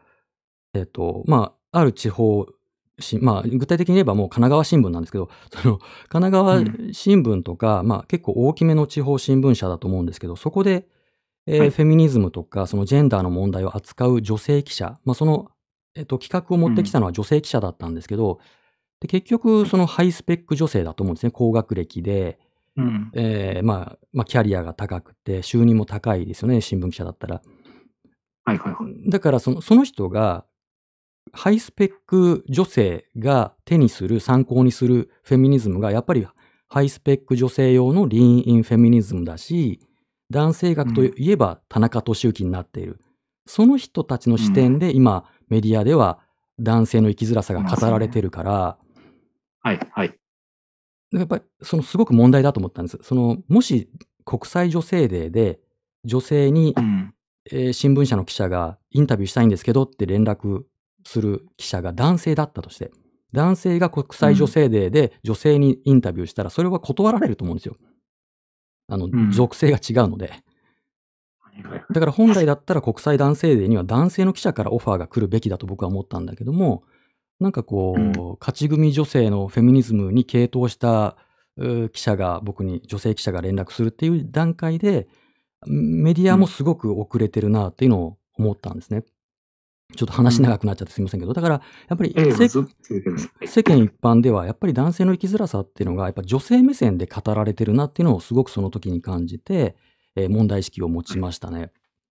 ある地方具体的に言えばもう神奈川新聞なんですけど、神奈川うん。 新聞とか、結構大きめの地方新聞社だと思うんですけど、そこではい。 フェミニズムとか、そのジェンダーの問題を扱う女性記者、企画を持うん。 ってきたのは女性記者だったんですけど、で、結局はい。 そのハイスペック女性だと思うんですね。高学歴で、 うん。 キャリアが高くて、収入も高いですよね、新聞記者だったら。 はい。はい。はい。 だからその人が、ハイスペック女性が手にする、参考にするフェミニズムがやっぱりハイスペック女性用のリーンインフェミニズムだし、男性学というん。 えば田中俊之になっている。その人たちの視点うん。 で今メディアでは男性の生きづらさがいま語られてすね。 るから、 はい。はい。 やっぱりすごく問題だと思ったんです。もし国際女性デーで女性にうん。 新聞社の記者がインタビューしたいんですけどって連絡する記者が男性だったとして、男性が国際女うん。 性デーで女性にインタビューしたら、それは断られると思うんですよ。 うん。 属性が違うので。 はい。はい。 だから本来だったら国際男性デーには男性の記者からオファーが来るべきだと僕は思ったんだけども、なんかうん。 勝ち組女性のフェミニズムに傾倒した記者が僕に、女性記者が連絡するっていう段階で、メディうん。 アもすごく遅れてるなっていうのを思ったんですね。ちょっとうん。 話長くなっちゃってすみませんけど、だからやっぱりええ、ずっと続けてください。 世間一般ではやっぱり男性の生きづらさっていうのがやっぱ女性目線で語られてるなっていうのをすごくその時に感じて、問題意識を持ちはい。 ましたね。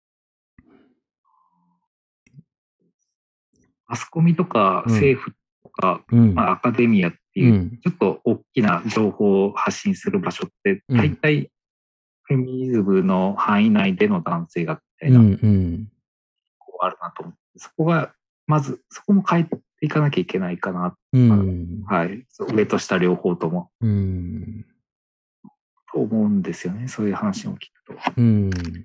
マスコミとかうん、 政府とか、 うん、 アカデミアっていう、 うん、 ちょっと大きな情報を発信する場所って、 うん、 大体フェミニズムの範囲内での男性学みたいな、 うん、うん、 あるなと思って、そこが、まず、そこも変えていかなきゃいけないかな。 うん、 はい。上と下両方とも、 うん、 と思うんですよね。そういう話を聞くと。 うん、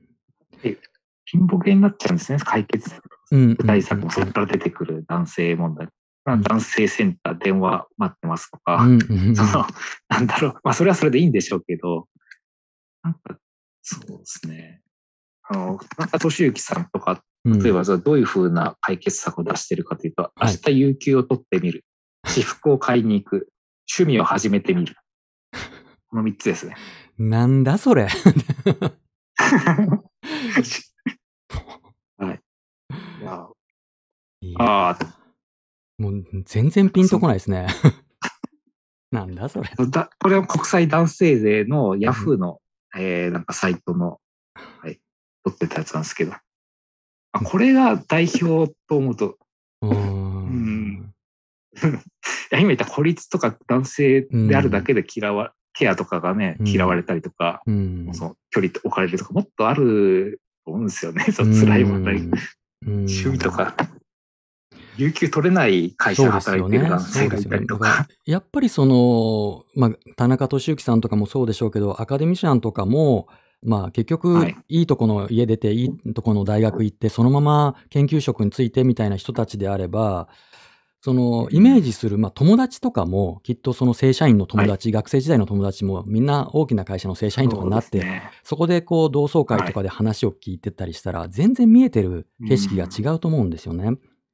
で、貧乏系になっちゃうんですね。解決うん、うん、 具体策もそこから出てくる男性問題。 うん、 男性センター電話待ってますとか、 うん、うん、 なんだろう。それはそれでいいんでしょうけど、なんか、そうですね。田中俊之さんとか、 うん、 例えばどういうふうな解決策を出してるかというと、明はい。 日有給を取ってみる。私服を買いに行く。趣味を始めてみる。この3つですね。 なんだそれ。 はい。いや、 いやああ、 ー、もう全然ピンとそこないですね。なんだそれ。 これは国際男性税のヤうん、 フーの、なんかサイトの、はい、取ってたやつなんですけど、 これが代表と思うと、 うーうん。 ん。 今言った孤立とか男性であるだけでケアとかがね、嫌われたりとか、その距離置かれるとか、もっとあると思うんですよね。その辛い問題。趣味とか、有給取れない会社で働いてる男性がいたりとか。 やっぱりその、田中俊之さんとかもそうでしょうけど、アカデミシャンとかも、結局、いいとこの家出て、いいとこの大学行って、そのまま研究職についてみたいな人たちであれば、そのイメージする、友達とかも、きっとその正社員の友達、学生時代の友達もみんな大きな会社の正社員とかになって、そこでこう同窓会とかで話を聞いてたりしたら、全然見えてる景色が違うと思うんですよね。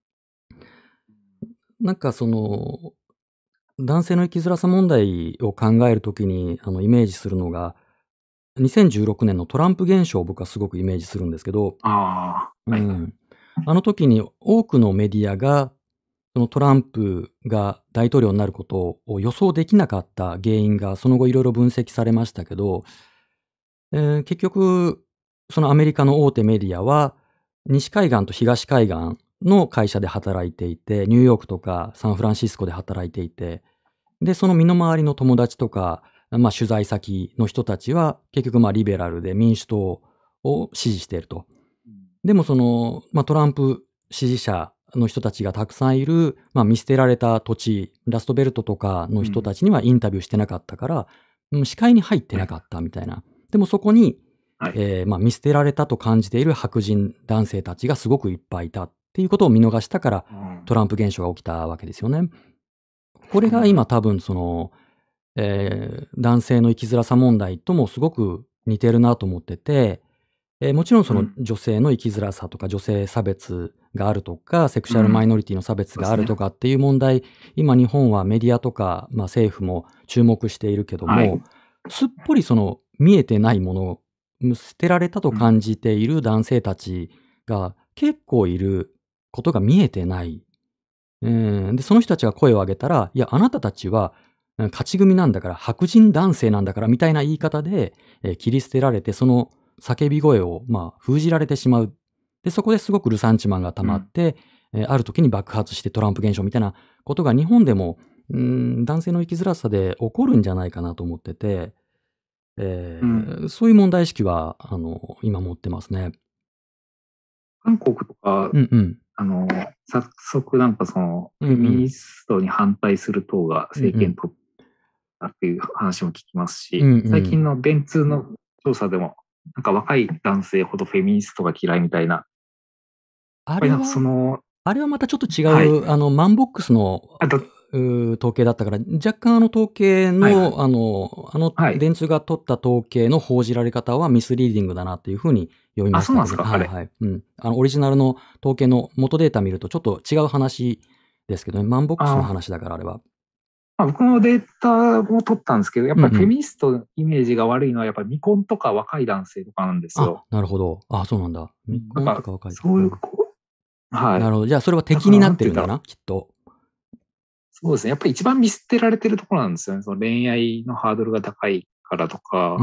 なんかその、男性の生きづらさ問題を考えるときに、イメージするのが、2016年のトランプ現象を僕はすごくイメージするんですけど、あの時に多くのメディアが、そのトランプが大統領になることを予想できなかった原因が、その後いろいろ分析されましたけど、結局、そのアメリカの大手メディアは、西海岸と東海岸の会社で働いていて、ニューヨークとかサンフランシスコで働いていて、で、その身の回りの友達とか、取材先の人たちは、結局リベラルで民主党を支持していると。でもその、トランプ支持者の人たちがたくさんいる、見捨てられた土地、ラストベルトとかの人たちにはインタビューしてなかったから、視界に入ってなかったみたいな。でもそこに、見捨てられたと感じている白人男性たちがすごくいっぱいいたっていうことを見逃したから、トランプ現象が起きたわけですよね。これが今多分その、男性の生きづらさ問題ともすごく似てるなと思ってて、もちろんその女性の生きづらさとか女性差別があるとか、セクシャルマイノリティの差別があるとかっていう問題、今日本はメディアとか、政府も注目しているけども、すっぽりその見えてないもの、捨てられたと感じている男性たちが結構いることが見えてない。で、その人たちが声を上げたら、いや、あなたたちは、勝ち組なんだから、白人男性なんだからみたいな言い方で、切り捨てられて、その叫び声を、封じられてしまう。で、そこですごくルサンチマンが溜まって、ある時に爆発してトランプ現象みたいなことが日本でも、男性の生きづらさで起こるんじゃないかなと思ってて、そういう問題意識は、今持ってますね。 韓国とか、早速なんかその、フェミニストに反対する党が政権取ったっていう話も聞きますし、最近の電通の調査でも、なんか若い男性ほどフェミニストが嫌いみたいな。 あれはまたちょっと違う、マンボックスの統計だったから、若干統計の、電通が取った統計の報じられ方はミスリーディングだなっていうふうに読みましたけど。 そうなんですか、 オリジナルの統計の元データ見るとちょっと違う話ですけどね。マンボックスの話だからあれは。 僕もデータも取ったんですけど、やっぱりフェミニストのイメージが悪いのは、やっぱり未婚とか若い男性とかなんですよ。 なるほど。そうなんだ。未婚とか若い。 そういう、 なるほど。じゃあそれは敵になってるんだな、きっと。 そうですね。やっぱり一番見捨てられてるところなんですよね。その恋愛のハードルが高いからとか。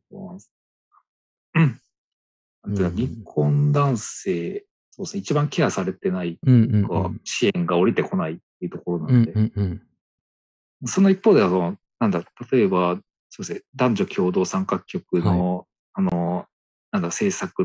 未婚男性、そうですね。一番ケアされてない支援が降りてこないっていうところなんで。その一方では、例えば、そうですね。男女共同参画局の、政策って、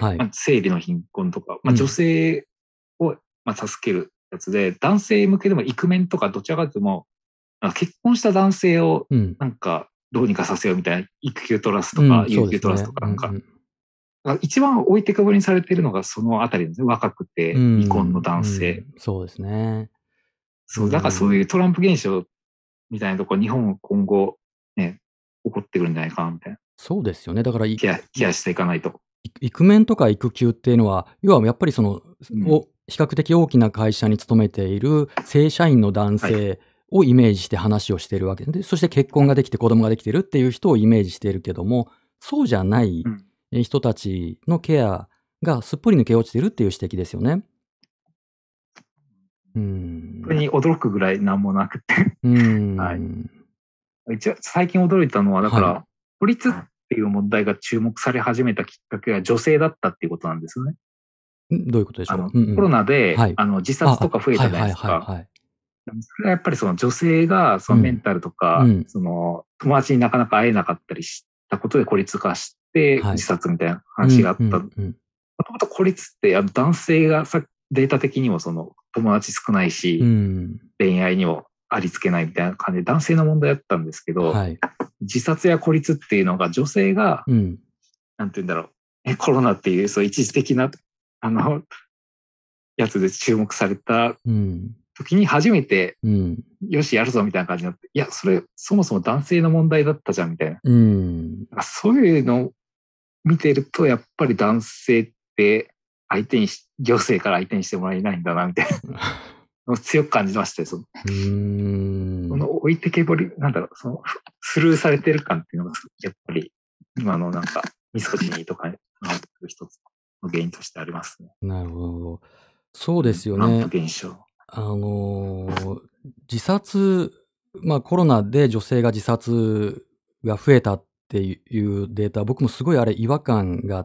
生理の貧困とか、女性を、助けるやつで、男性向けでもイクメンとかどちらかというと結婚した男性をどうにかさせようみたいな、育休取らすとか、有給取らすとか一番置いてかぼりにされているのがそのあたりですね。若くて未婚の男性。 そうですね。 だからそういうトランプ現象みたいなところ、日本今後ね、起こってくるんじゃないかなみたいな。 そうですよね。だからケアしていかないと。 イクメンとか育休っていうのは、要はやっぱりその、比較的大きな会社に勤めている正社員の男性をイメージして話をしているわけで、そして結婚ができて子供ができてるっていう人をイメージしているけども、そうじゃない人たちのケアがすっぽり抜け落ちてるっていう指摘ですよね。 それに驚くぐらいなんもなくて最近驚いたのは、だから、孤立っていう問題が注目され始めたきっかけは女性だったっていうことなんですね。 どういうことでしょう。うんうコロん。 ナで、 はい。 自殺とか増えはいたじゃないですか。 はいはいはい。 それはやっぱりその女性がそのメンタルとうか、 ん。 その友達になかなか会えなかったりしたことで孤立化してはい。 自殺みたいなうん話があった。もうんうん。 ともと孤立って男性がデータ的にもその友達少ないし、恋愛にもありつけないみたいな感じで男性の問題だったんですけど、 はい。 自殺や孤立っていうのが女性が、なんて言うんだろう、コロナっていうそう一時的な、やつで注目された時に初めて、よし、やるぞみたいな感じになって、いや、それ、そもそも男性の問題だったじゃんみたいな。そういうのを見てると、やっぱり男性って行政から相手にしてもらえないんだな、みたいな。強く感じまして、その置いてけぼり、なんだろう、そのスルーされてる感っていうのが、やっぱり今のなんかミソジニーとかになってくる一つの原因としてありますね。 なるほど。そうですよね。 現象。 自殺、コロナで女性が自殺が増えたっていうデータ、僕もすごいあれ違和感があって、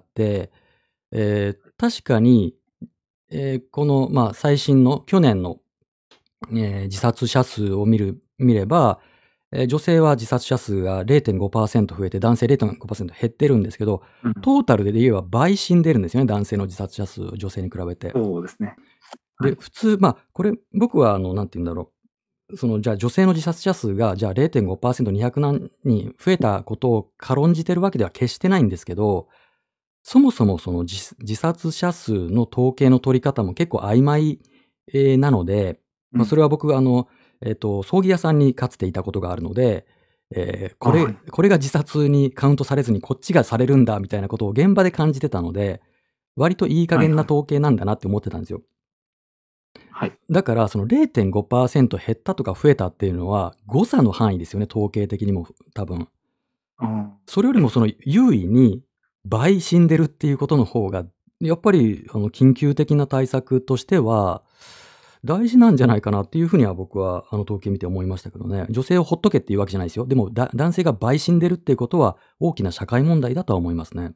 確かに、この、最新の去年の、自殺者数を見れば、女性は自殺者数が 0.5% 増えて、男性 0.5% 減ってるんですけど、トータルで言えば倍死んでるんですよね、男性の自殺者数、女性に比べて。 そうですね。 で、普通、これ、僕はなんて言うんだろう。じゃあ女性の自殺者数が、じゃあ 0.5%、200何人増えたことを軽んじてるわけでは決してないんですけど、そもそもその自殺者数の統計の取り方も結構曖昧、なので、それは僕葬儀屋さんにかつていたことがあるので、これが自殺にカウントされずにこっちがされるんだみたいなことを現場で感じてたので、割といい加減な統計なんだなって思ってたんですよ。だからその 0.5% 減ったとか増えたっていうのは誤差の範囲ですよね、統計的にも多分。それよりもその優位に倍死んでるっていうことの方が、やっぱり緊急的な対策としては大事なんじゃないかなっていうふうには僕は統計見て思いましたけどね。女性をほっとけっていうわけじゃないですよ。でも男性が倍死んでるっていうことは大きな社会問題だとは思いますね。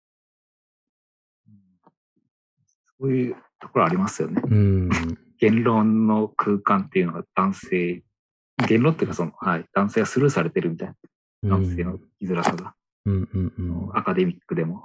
そういうところありますよね。言論の空間っていうのが言論っていうか男性がスルーされてるみたいな。男性の生きづらさが。アカデミックでも。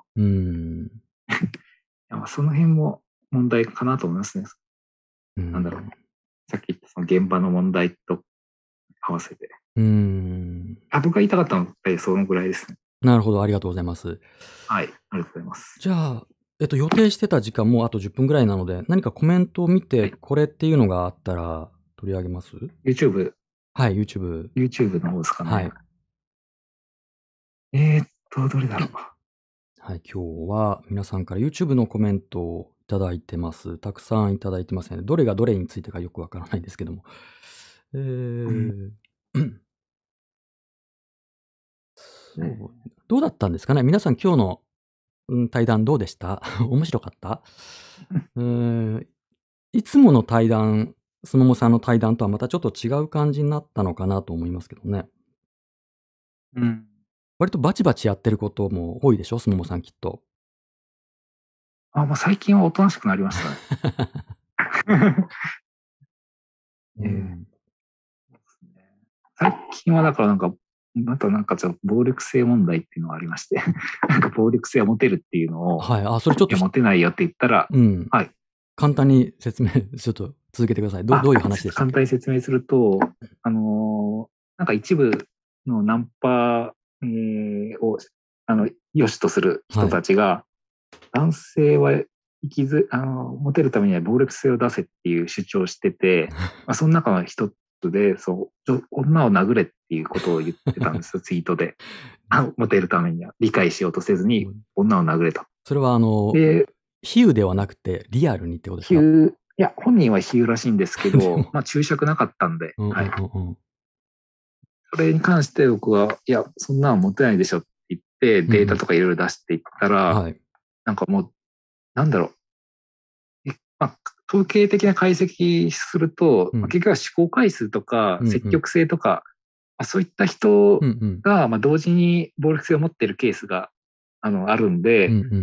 その辺も問題かなと思いますね。なんだろう。さっき言ったその現場の問題と合わせて。僕が言いたかったのはそのぐらいですね。 なるほど、ありがとうございます。 はい、ありがとうございます。 じゃあ、予定してた時間もあと10分ぐらいなので、何かコメントを見て、これっていうのがあったら取り上げます？ YouTube。 はい、YouTube。 YouTube の方ですかね。 はい。 どれだろう。 はい、今日は皆さんから YouTube のコメントをいただいてます。たくさんいただいてますね。どれがどれについてかよくわからないんですけども。どうだったんですかね？皆さん今日の、対談どうでした？面白かった？いつもの対談、すももさんの対談とはまたちょっと違う感じになったのかなと思いますけどね。割とバチバチやってることも多いでしょ？すももさんきっと。 最近はおとなしくなりましたね。最近はだからまたちょっと暴力性問題っていうのがありまして暴力性は持てるっていうのを、 それちょっと持てないよって言ったら、 簡単に説明、ちょっと続けてください。どういう話でしたっけ？ 簡単に説明すると、一部のナンパ、を、良しとする人たちが、男性はモテるためには暴力性を出せっていう主張をしてて、その中の一つで、女を殴れっていうことを言ってたんですよ、ツイートで。モテるためには理解しようとせずに、女を殴れと。 それは比喩ではなくてリアルにってことですか？ いや、本人は比喩らしいんですけど、注釈なかったんで、それに関して僕は、いや、そんなのモテないでしょって言って、データとかいろいろ出していったら、もう、なんだろう。統計的な解析すると、結局は思考回数とか、積極性とか、そういった人が、同時に暴力性を持っているケースがあるんで、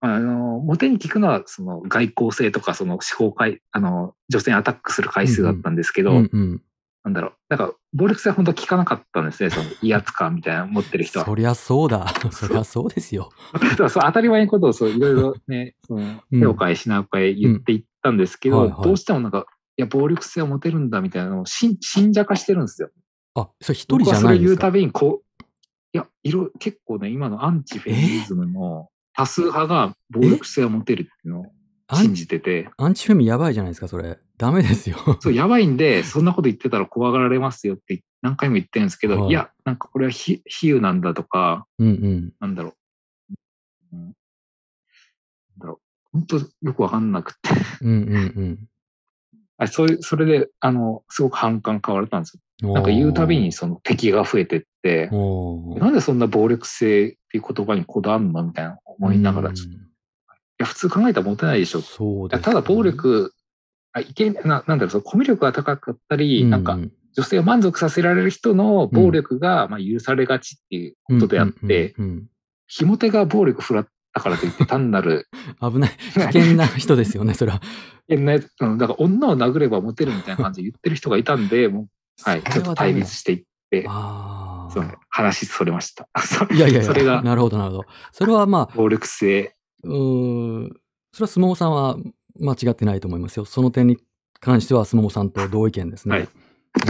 モテに聞くのは、その外交性とか、その司法回、女性にアタックする回数だったんですけうど、 んうん。 なんだろう。だから、暴力性は本当は聞かなかったんですね。その威圧感みたいなの持ってる人は。 そりゃそうだ。そりゃそう。 そうですよ。 そう当たり前のことをそういろいろね、その手をうん。 変え品を変えうん。 言っていったんですけど、どはいはい。 うしてもなんか、いや、暴力性を持てるんだみたいなのを信者化してるんですよ。 あ、それ一人じ僕はそれをゃないんですか？ 言うたびに、いや、結構ね、今のアンチフェミニズムの多数派が暴え力性を持てるっていうのをアン信じてて、 アンチフェミやばいじゃないですか、それ。ダメですよ。 そう、やばいんで、そんなこと言ってたら怖がられますよって何回も言ってるんですけど、いはい。 や、なんかこれは比喩なんだとか、 うんうん。 なんだろう、なんだろう、本当よくわかんなくて、 うんうんそれで、すごく反感買われたんですよ。 うん。 なんか言うたびにおー。 その敵が増えてって、 おー。 なんでそんな暴力性っていう言葉にこだわるのみたいなうー思いながら、ちょっと、いん。 や、普通考えたらモテないでしょ。いや、 そうですただ暴ね。 力、なんだろう、そのコミュ力が高かったうんり、なんか、 うん。 女性を満足させられる人の暴うん。 力が、まあ、許されがちっていううんうことであっんうんて、 うん。 ひも手が暴力振らったからといって単なる、 危ない。危険な人ですよね、それは。 だから女を殴ればモテるみたいな感じで言ってる人がいたんで、もう、はい、 それちょっと対はダメだ。 立していって、すみません、 ああ。 話それました。 いやいやいや、 それがなるほどなるほど。それはまあ、 暴力性。 うーん、それは相撲さんは間違ってないと思いますよ。その点に関しては相撲さんと同意見ですはい、 ね。うん。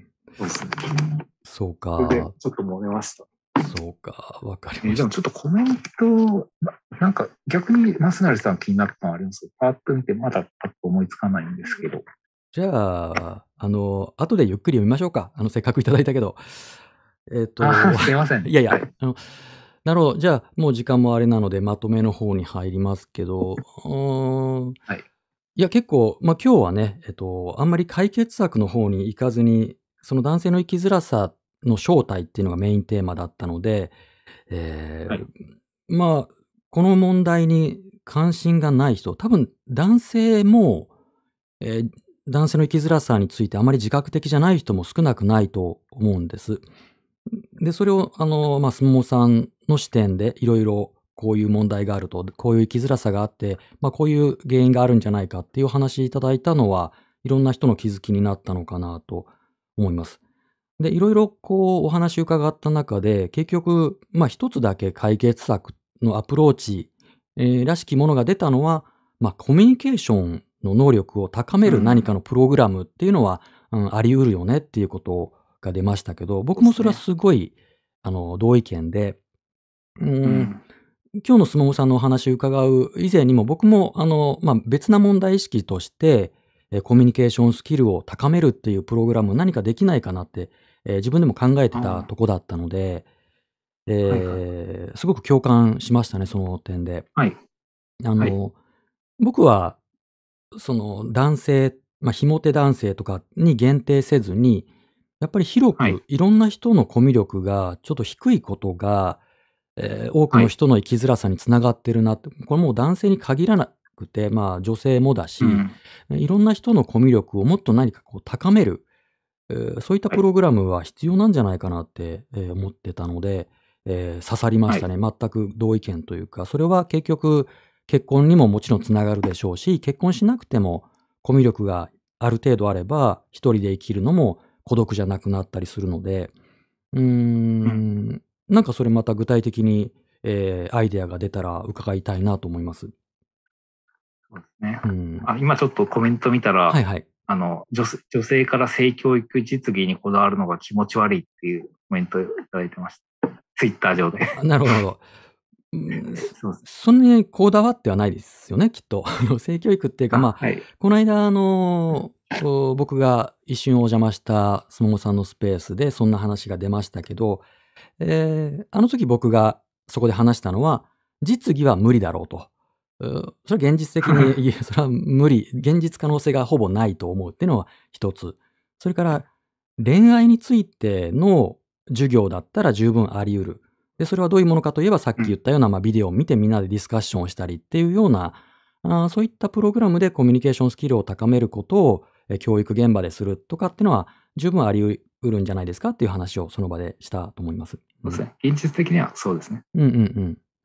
そうですね。 そうそれでか。 ちょっと揉めました。 そうか。わかりました。 でもちょっとコメント、なんか逆にマスナリさん気になったのあります？パーッと見てまだパッと思いつかないんですけど。 じゃあ、後でゆっくり読みましょうか。せっかくいただいたけど。えっと、 すいません。 いやいや、 はい。 なるほど。じゃあ、もう時間もあれなので、まとめの方に入りますけど、 はい。 いや、結構、今日はね、あんまり解決策の方に行かずに、その男性の生きづらさの正体っていうのがメインテーマだったので、えはい。 この問題に関心がない人、多分男性も、えー男性の生きづらさについてあまり自覚的じゃない人も少なくないと思うんです。で、それを、相撲さんの視点でいろいろこういう問題があると、こういう生きづらさがあって、こういう原因があるんじゃないかっていうお話いただいたのは、いろんな人の気づきになったのかなと思います。で、いろいろこうお話伺った中で、結局、一つだけ解決策のアプローチ、らしきものが出たのは、コミュニケーションの能力を高める何かうん。 のプログラムっていうのは、あり得るよねっていうことが出ましたけど、僕もそれはそうですね。 すごい、同意見で、うーん、 うん。 今日の相撲さんのお話を伺う以前にも、僕も、別な問題意識として、コミュニケーションスキルを高めるっていうプログラム何かできないかなって、自分でも考えてたあとこだったので、 あ、はいはい。 すごく共感しましたね、その点で。 はい。 あはい。 の、僕は、その男性、ひも手男性とかに限定せずに、やっぱり広はい。 くいろんな人のコミュ力がちょっと低いことが、多くはい。 の人の生きづらさにつながってるなって、これもう男性に限らなくて、女性もだし、 うん。 いろんな人のコミュ力をもっと何かこう高める、そういったはい。 プログラムは必要なんじゃないかなって、思ってたので、刺さりまはい。 したね。全く同意見というか、それは結局結婚にももちろんつながるでしょうし、結婚しなくてもコミュ力がある程度あれば、一人で生きるのも孤独じゃなくなったりするので、うーうん。 ん、なんかそれまた具体的に、アイデアが出たら伺いたいなと思います。 そうですね。 うん。 今ちょっとコメント見たら、 はいはい。 女性から性教育実技にこだわるのが気持ち悪いっていうコメントをいただいてました。ツイッター上で。 なるほどなるほど。うん、 そうです。 そんなにこだわってはないですよね、きっと。性教育っていうか、 はい。 この間僕が一瞬お邪魔した相撲さんのスペースでそんな話が出ましたけど、あの時僕がそこで話したのは、実技は無理だろうと。それは現実的に、いえ、それは無理、現実可能性がほぼないと思うっていうのは一つ。それから恋愛についての授業だったら十分あり得る。で、それはどういうものかといえば、さっうん。 き言ったような、ビデオを見てみんなでディスカッションをしたりっていうような、そういったプログラムでコミュニケーションスキルを高めることを、教育現場でするとかっていうのは、十分あり得るんじゃないですかっていう話をその場でしたと思います。うん。 そうですね。現実的にはそうですね。 うんうんうん。 はい。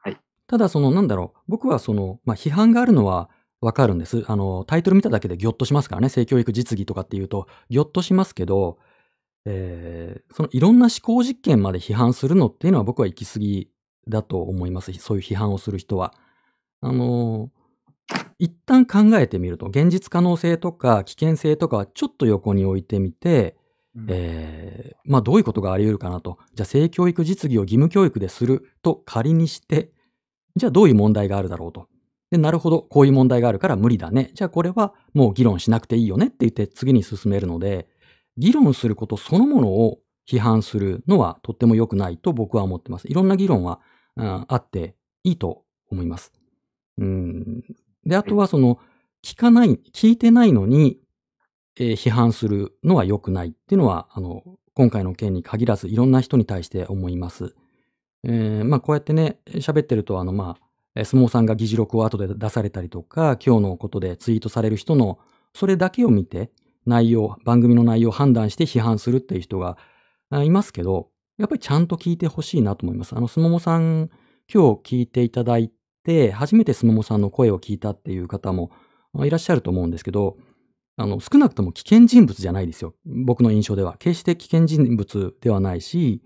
ただなんだろう、僕は批判があるのはわかるんです。タイトル見ただけでギョッとしますからね。性教育実技とかっていうと、ギョッとしますけど、いろんな思考実験まで批判するのっていうのは僕は行き過ぎだと思います。そういう批判をする人は。あの、一旦考えてみると、現実可能性とか危険性とかはちょっと横に置いてみて、どういうことがあり得るかなと。じゃあ性教育実技を義務教育ですると仮にして、じゃあどういう問題があるだろうと。で、なるほど、こういう問題があるから無理だね。じゃあこれはもう議論しなくていいよねって言って次に進めるので、議論することそのものを批判するのはとっても良くないと僕は思ってます。いろんな議論は、あっていいと思います。で、あとは聞いてないのに、批判するのは良くないっていうのは、今回の件に限らずいろんな人に対して思います。こうやってね、喋ってると、相撲さんが議事録を後で出されたりとか、今日のことでツイートされる人の、それだけを見て、番組の内容を判断して批判するっていう人がいますけど、やっぱりちゃんと聞いてほしいなと思います。相撲さん、今日聞いていただいて、初めて相撲さんの声を聞いたっていう方もいらっしゃると思うんですけど、少なくとも危険人物じゃないですよ。僕の印象では。決して危険人物ではないし、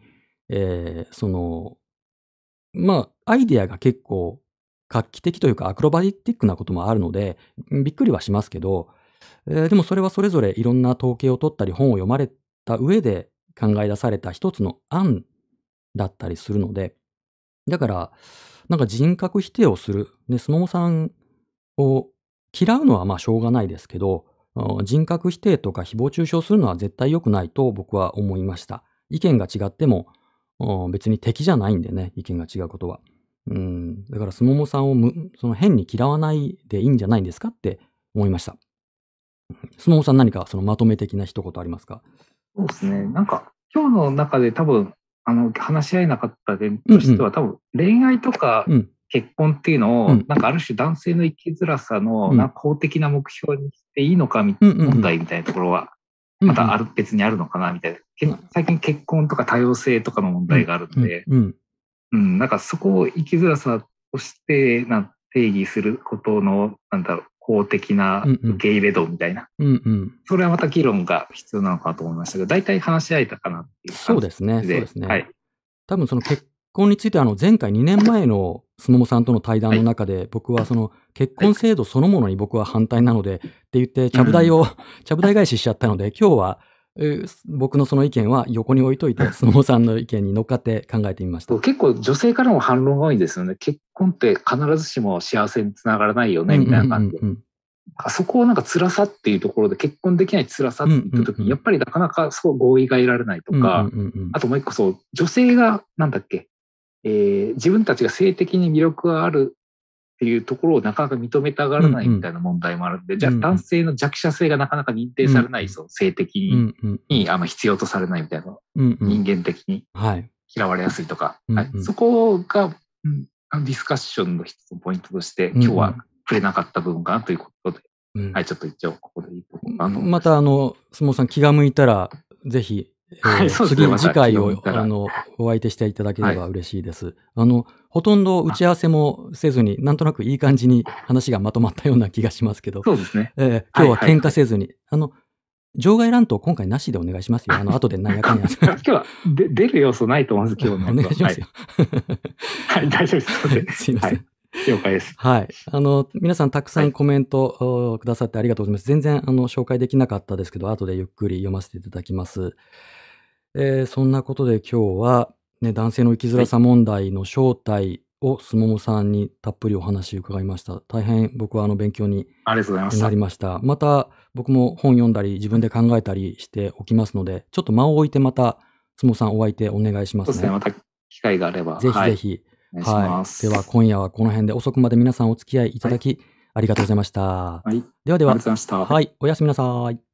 アイデアが結構画期的というかアクロバティックなこともあるので、びっくりはしますけど、でもそれはそれぞれいろんな統計を取ったり本を読まれた上で考え出された一つの案だったりするので、だから、なんか人格否定をする。で、相撲さんを嫌うのはしょうがないですけど、人格否定とか誹謗中傷するのは絶対良くないと僕は思いました。意見が違っても、別に敵じゃないんでね、意見が違うことは。だから相撲さんを変に嫌わないでいいんじゃないんですかって思いました。相撲さん何かまとめ的な一言ありますか？ そうですね。なんか、今日の中で多分、話し合えなかった点としては、多分、恋愛とか結婚っていうのを、なんかある種男性の生きづらさの、なんか公的な目標にしていいのか問題みたいなところは、また別にあるのかなみたいな。最近結婚とか多様性とかの問題があるので、なんかそこを生きづらさとして定義することの、公的な受け入れ度みたいな。それはまた議論が必要なのかなと思いましたけど、大体話し合えたかなっていう感じで。 そうですね。そうですね。 はい。 多分結婚については前回2年前の相撲さんとの対談の中で、僕は結婚制度そのものに僕は反対なのでって言ってちゃぶ台返ししちゃったので、今日は僕のその意見は横に置いといて、相撲さんの意見に乗っかって考えてみました。 結構女性からも反論が多いんですよね。結婚って必ずしも幸せにつながらないよねみたいな感じで。そこをなんか辛さっていうところで、結婚できない辛さって言った時に、やっぱりなかなかそう合意が得られないとか、あともう一個女性が自分たちが性的に魅力があるっていうところをなかなか認めたがらないみたいな問題もあるんで、じゃあ男性の弱者性がなかなか認定されない、性的に必要とされないみたいな、人間的に嫌われやすいとか、そこが、ディスカッションの一つのポイントとして、今日は触れなかった部分かなということで、ちょっと一応ここでいいと思うかなと思います。 また相撲さん気が向いたら、ぜひ、次回をお相手していただければ嬉しいです。ほとんど打ち合わせもせずに、なんとなくいい感じに話がまとまったような気がしますけど、 そうですね。 今日は喧嘩せずに、場外乱闘今回なしでお願いしますよ。後でなんやかんや。 今日は出る要素ないと思うんです、今日の。 お願いしますよ。 はい、大丈夫です。 すいません。 了解です。 はい。皆さんたくさんコメントをくださってありがとうございます。全然紹介できなかったですけど、後でゆっくり読ませていただきます。そんなことで今日は、ね、男性の生きづらさ問題の正体を相撲さんにたっぷりお話伺いました。大変僕は勉強になりました。また僕も本読んだり自分で考えたりしておきますので、ちょっと間を置いてまた相撲さんお相手お願いしますね。 そうですね。また機会があれば。 ぜひぜひ。では今夜はこの辺で遅くまで皆さんお付き合いいただきありがとうございました。ではでは、 ありがとうございました。 はい、おやすみなさい。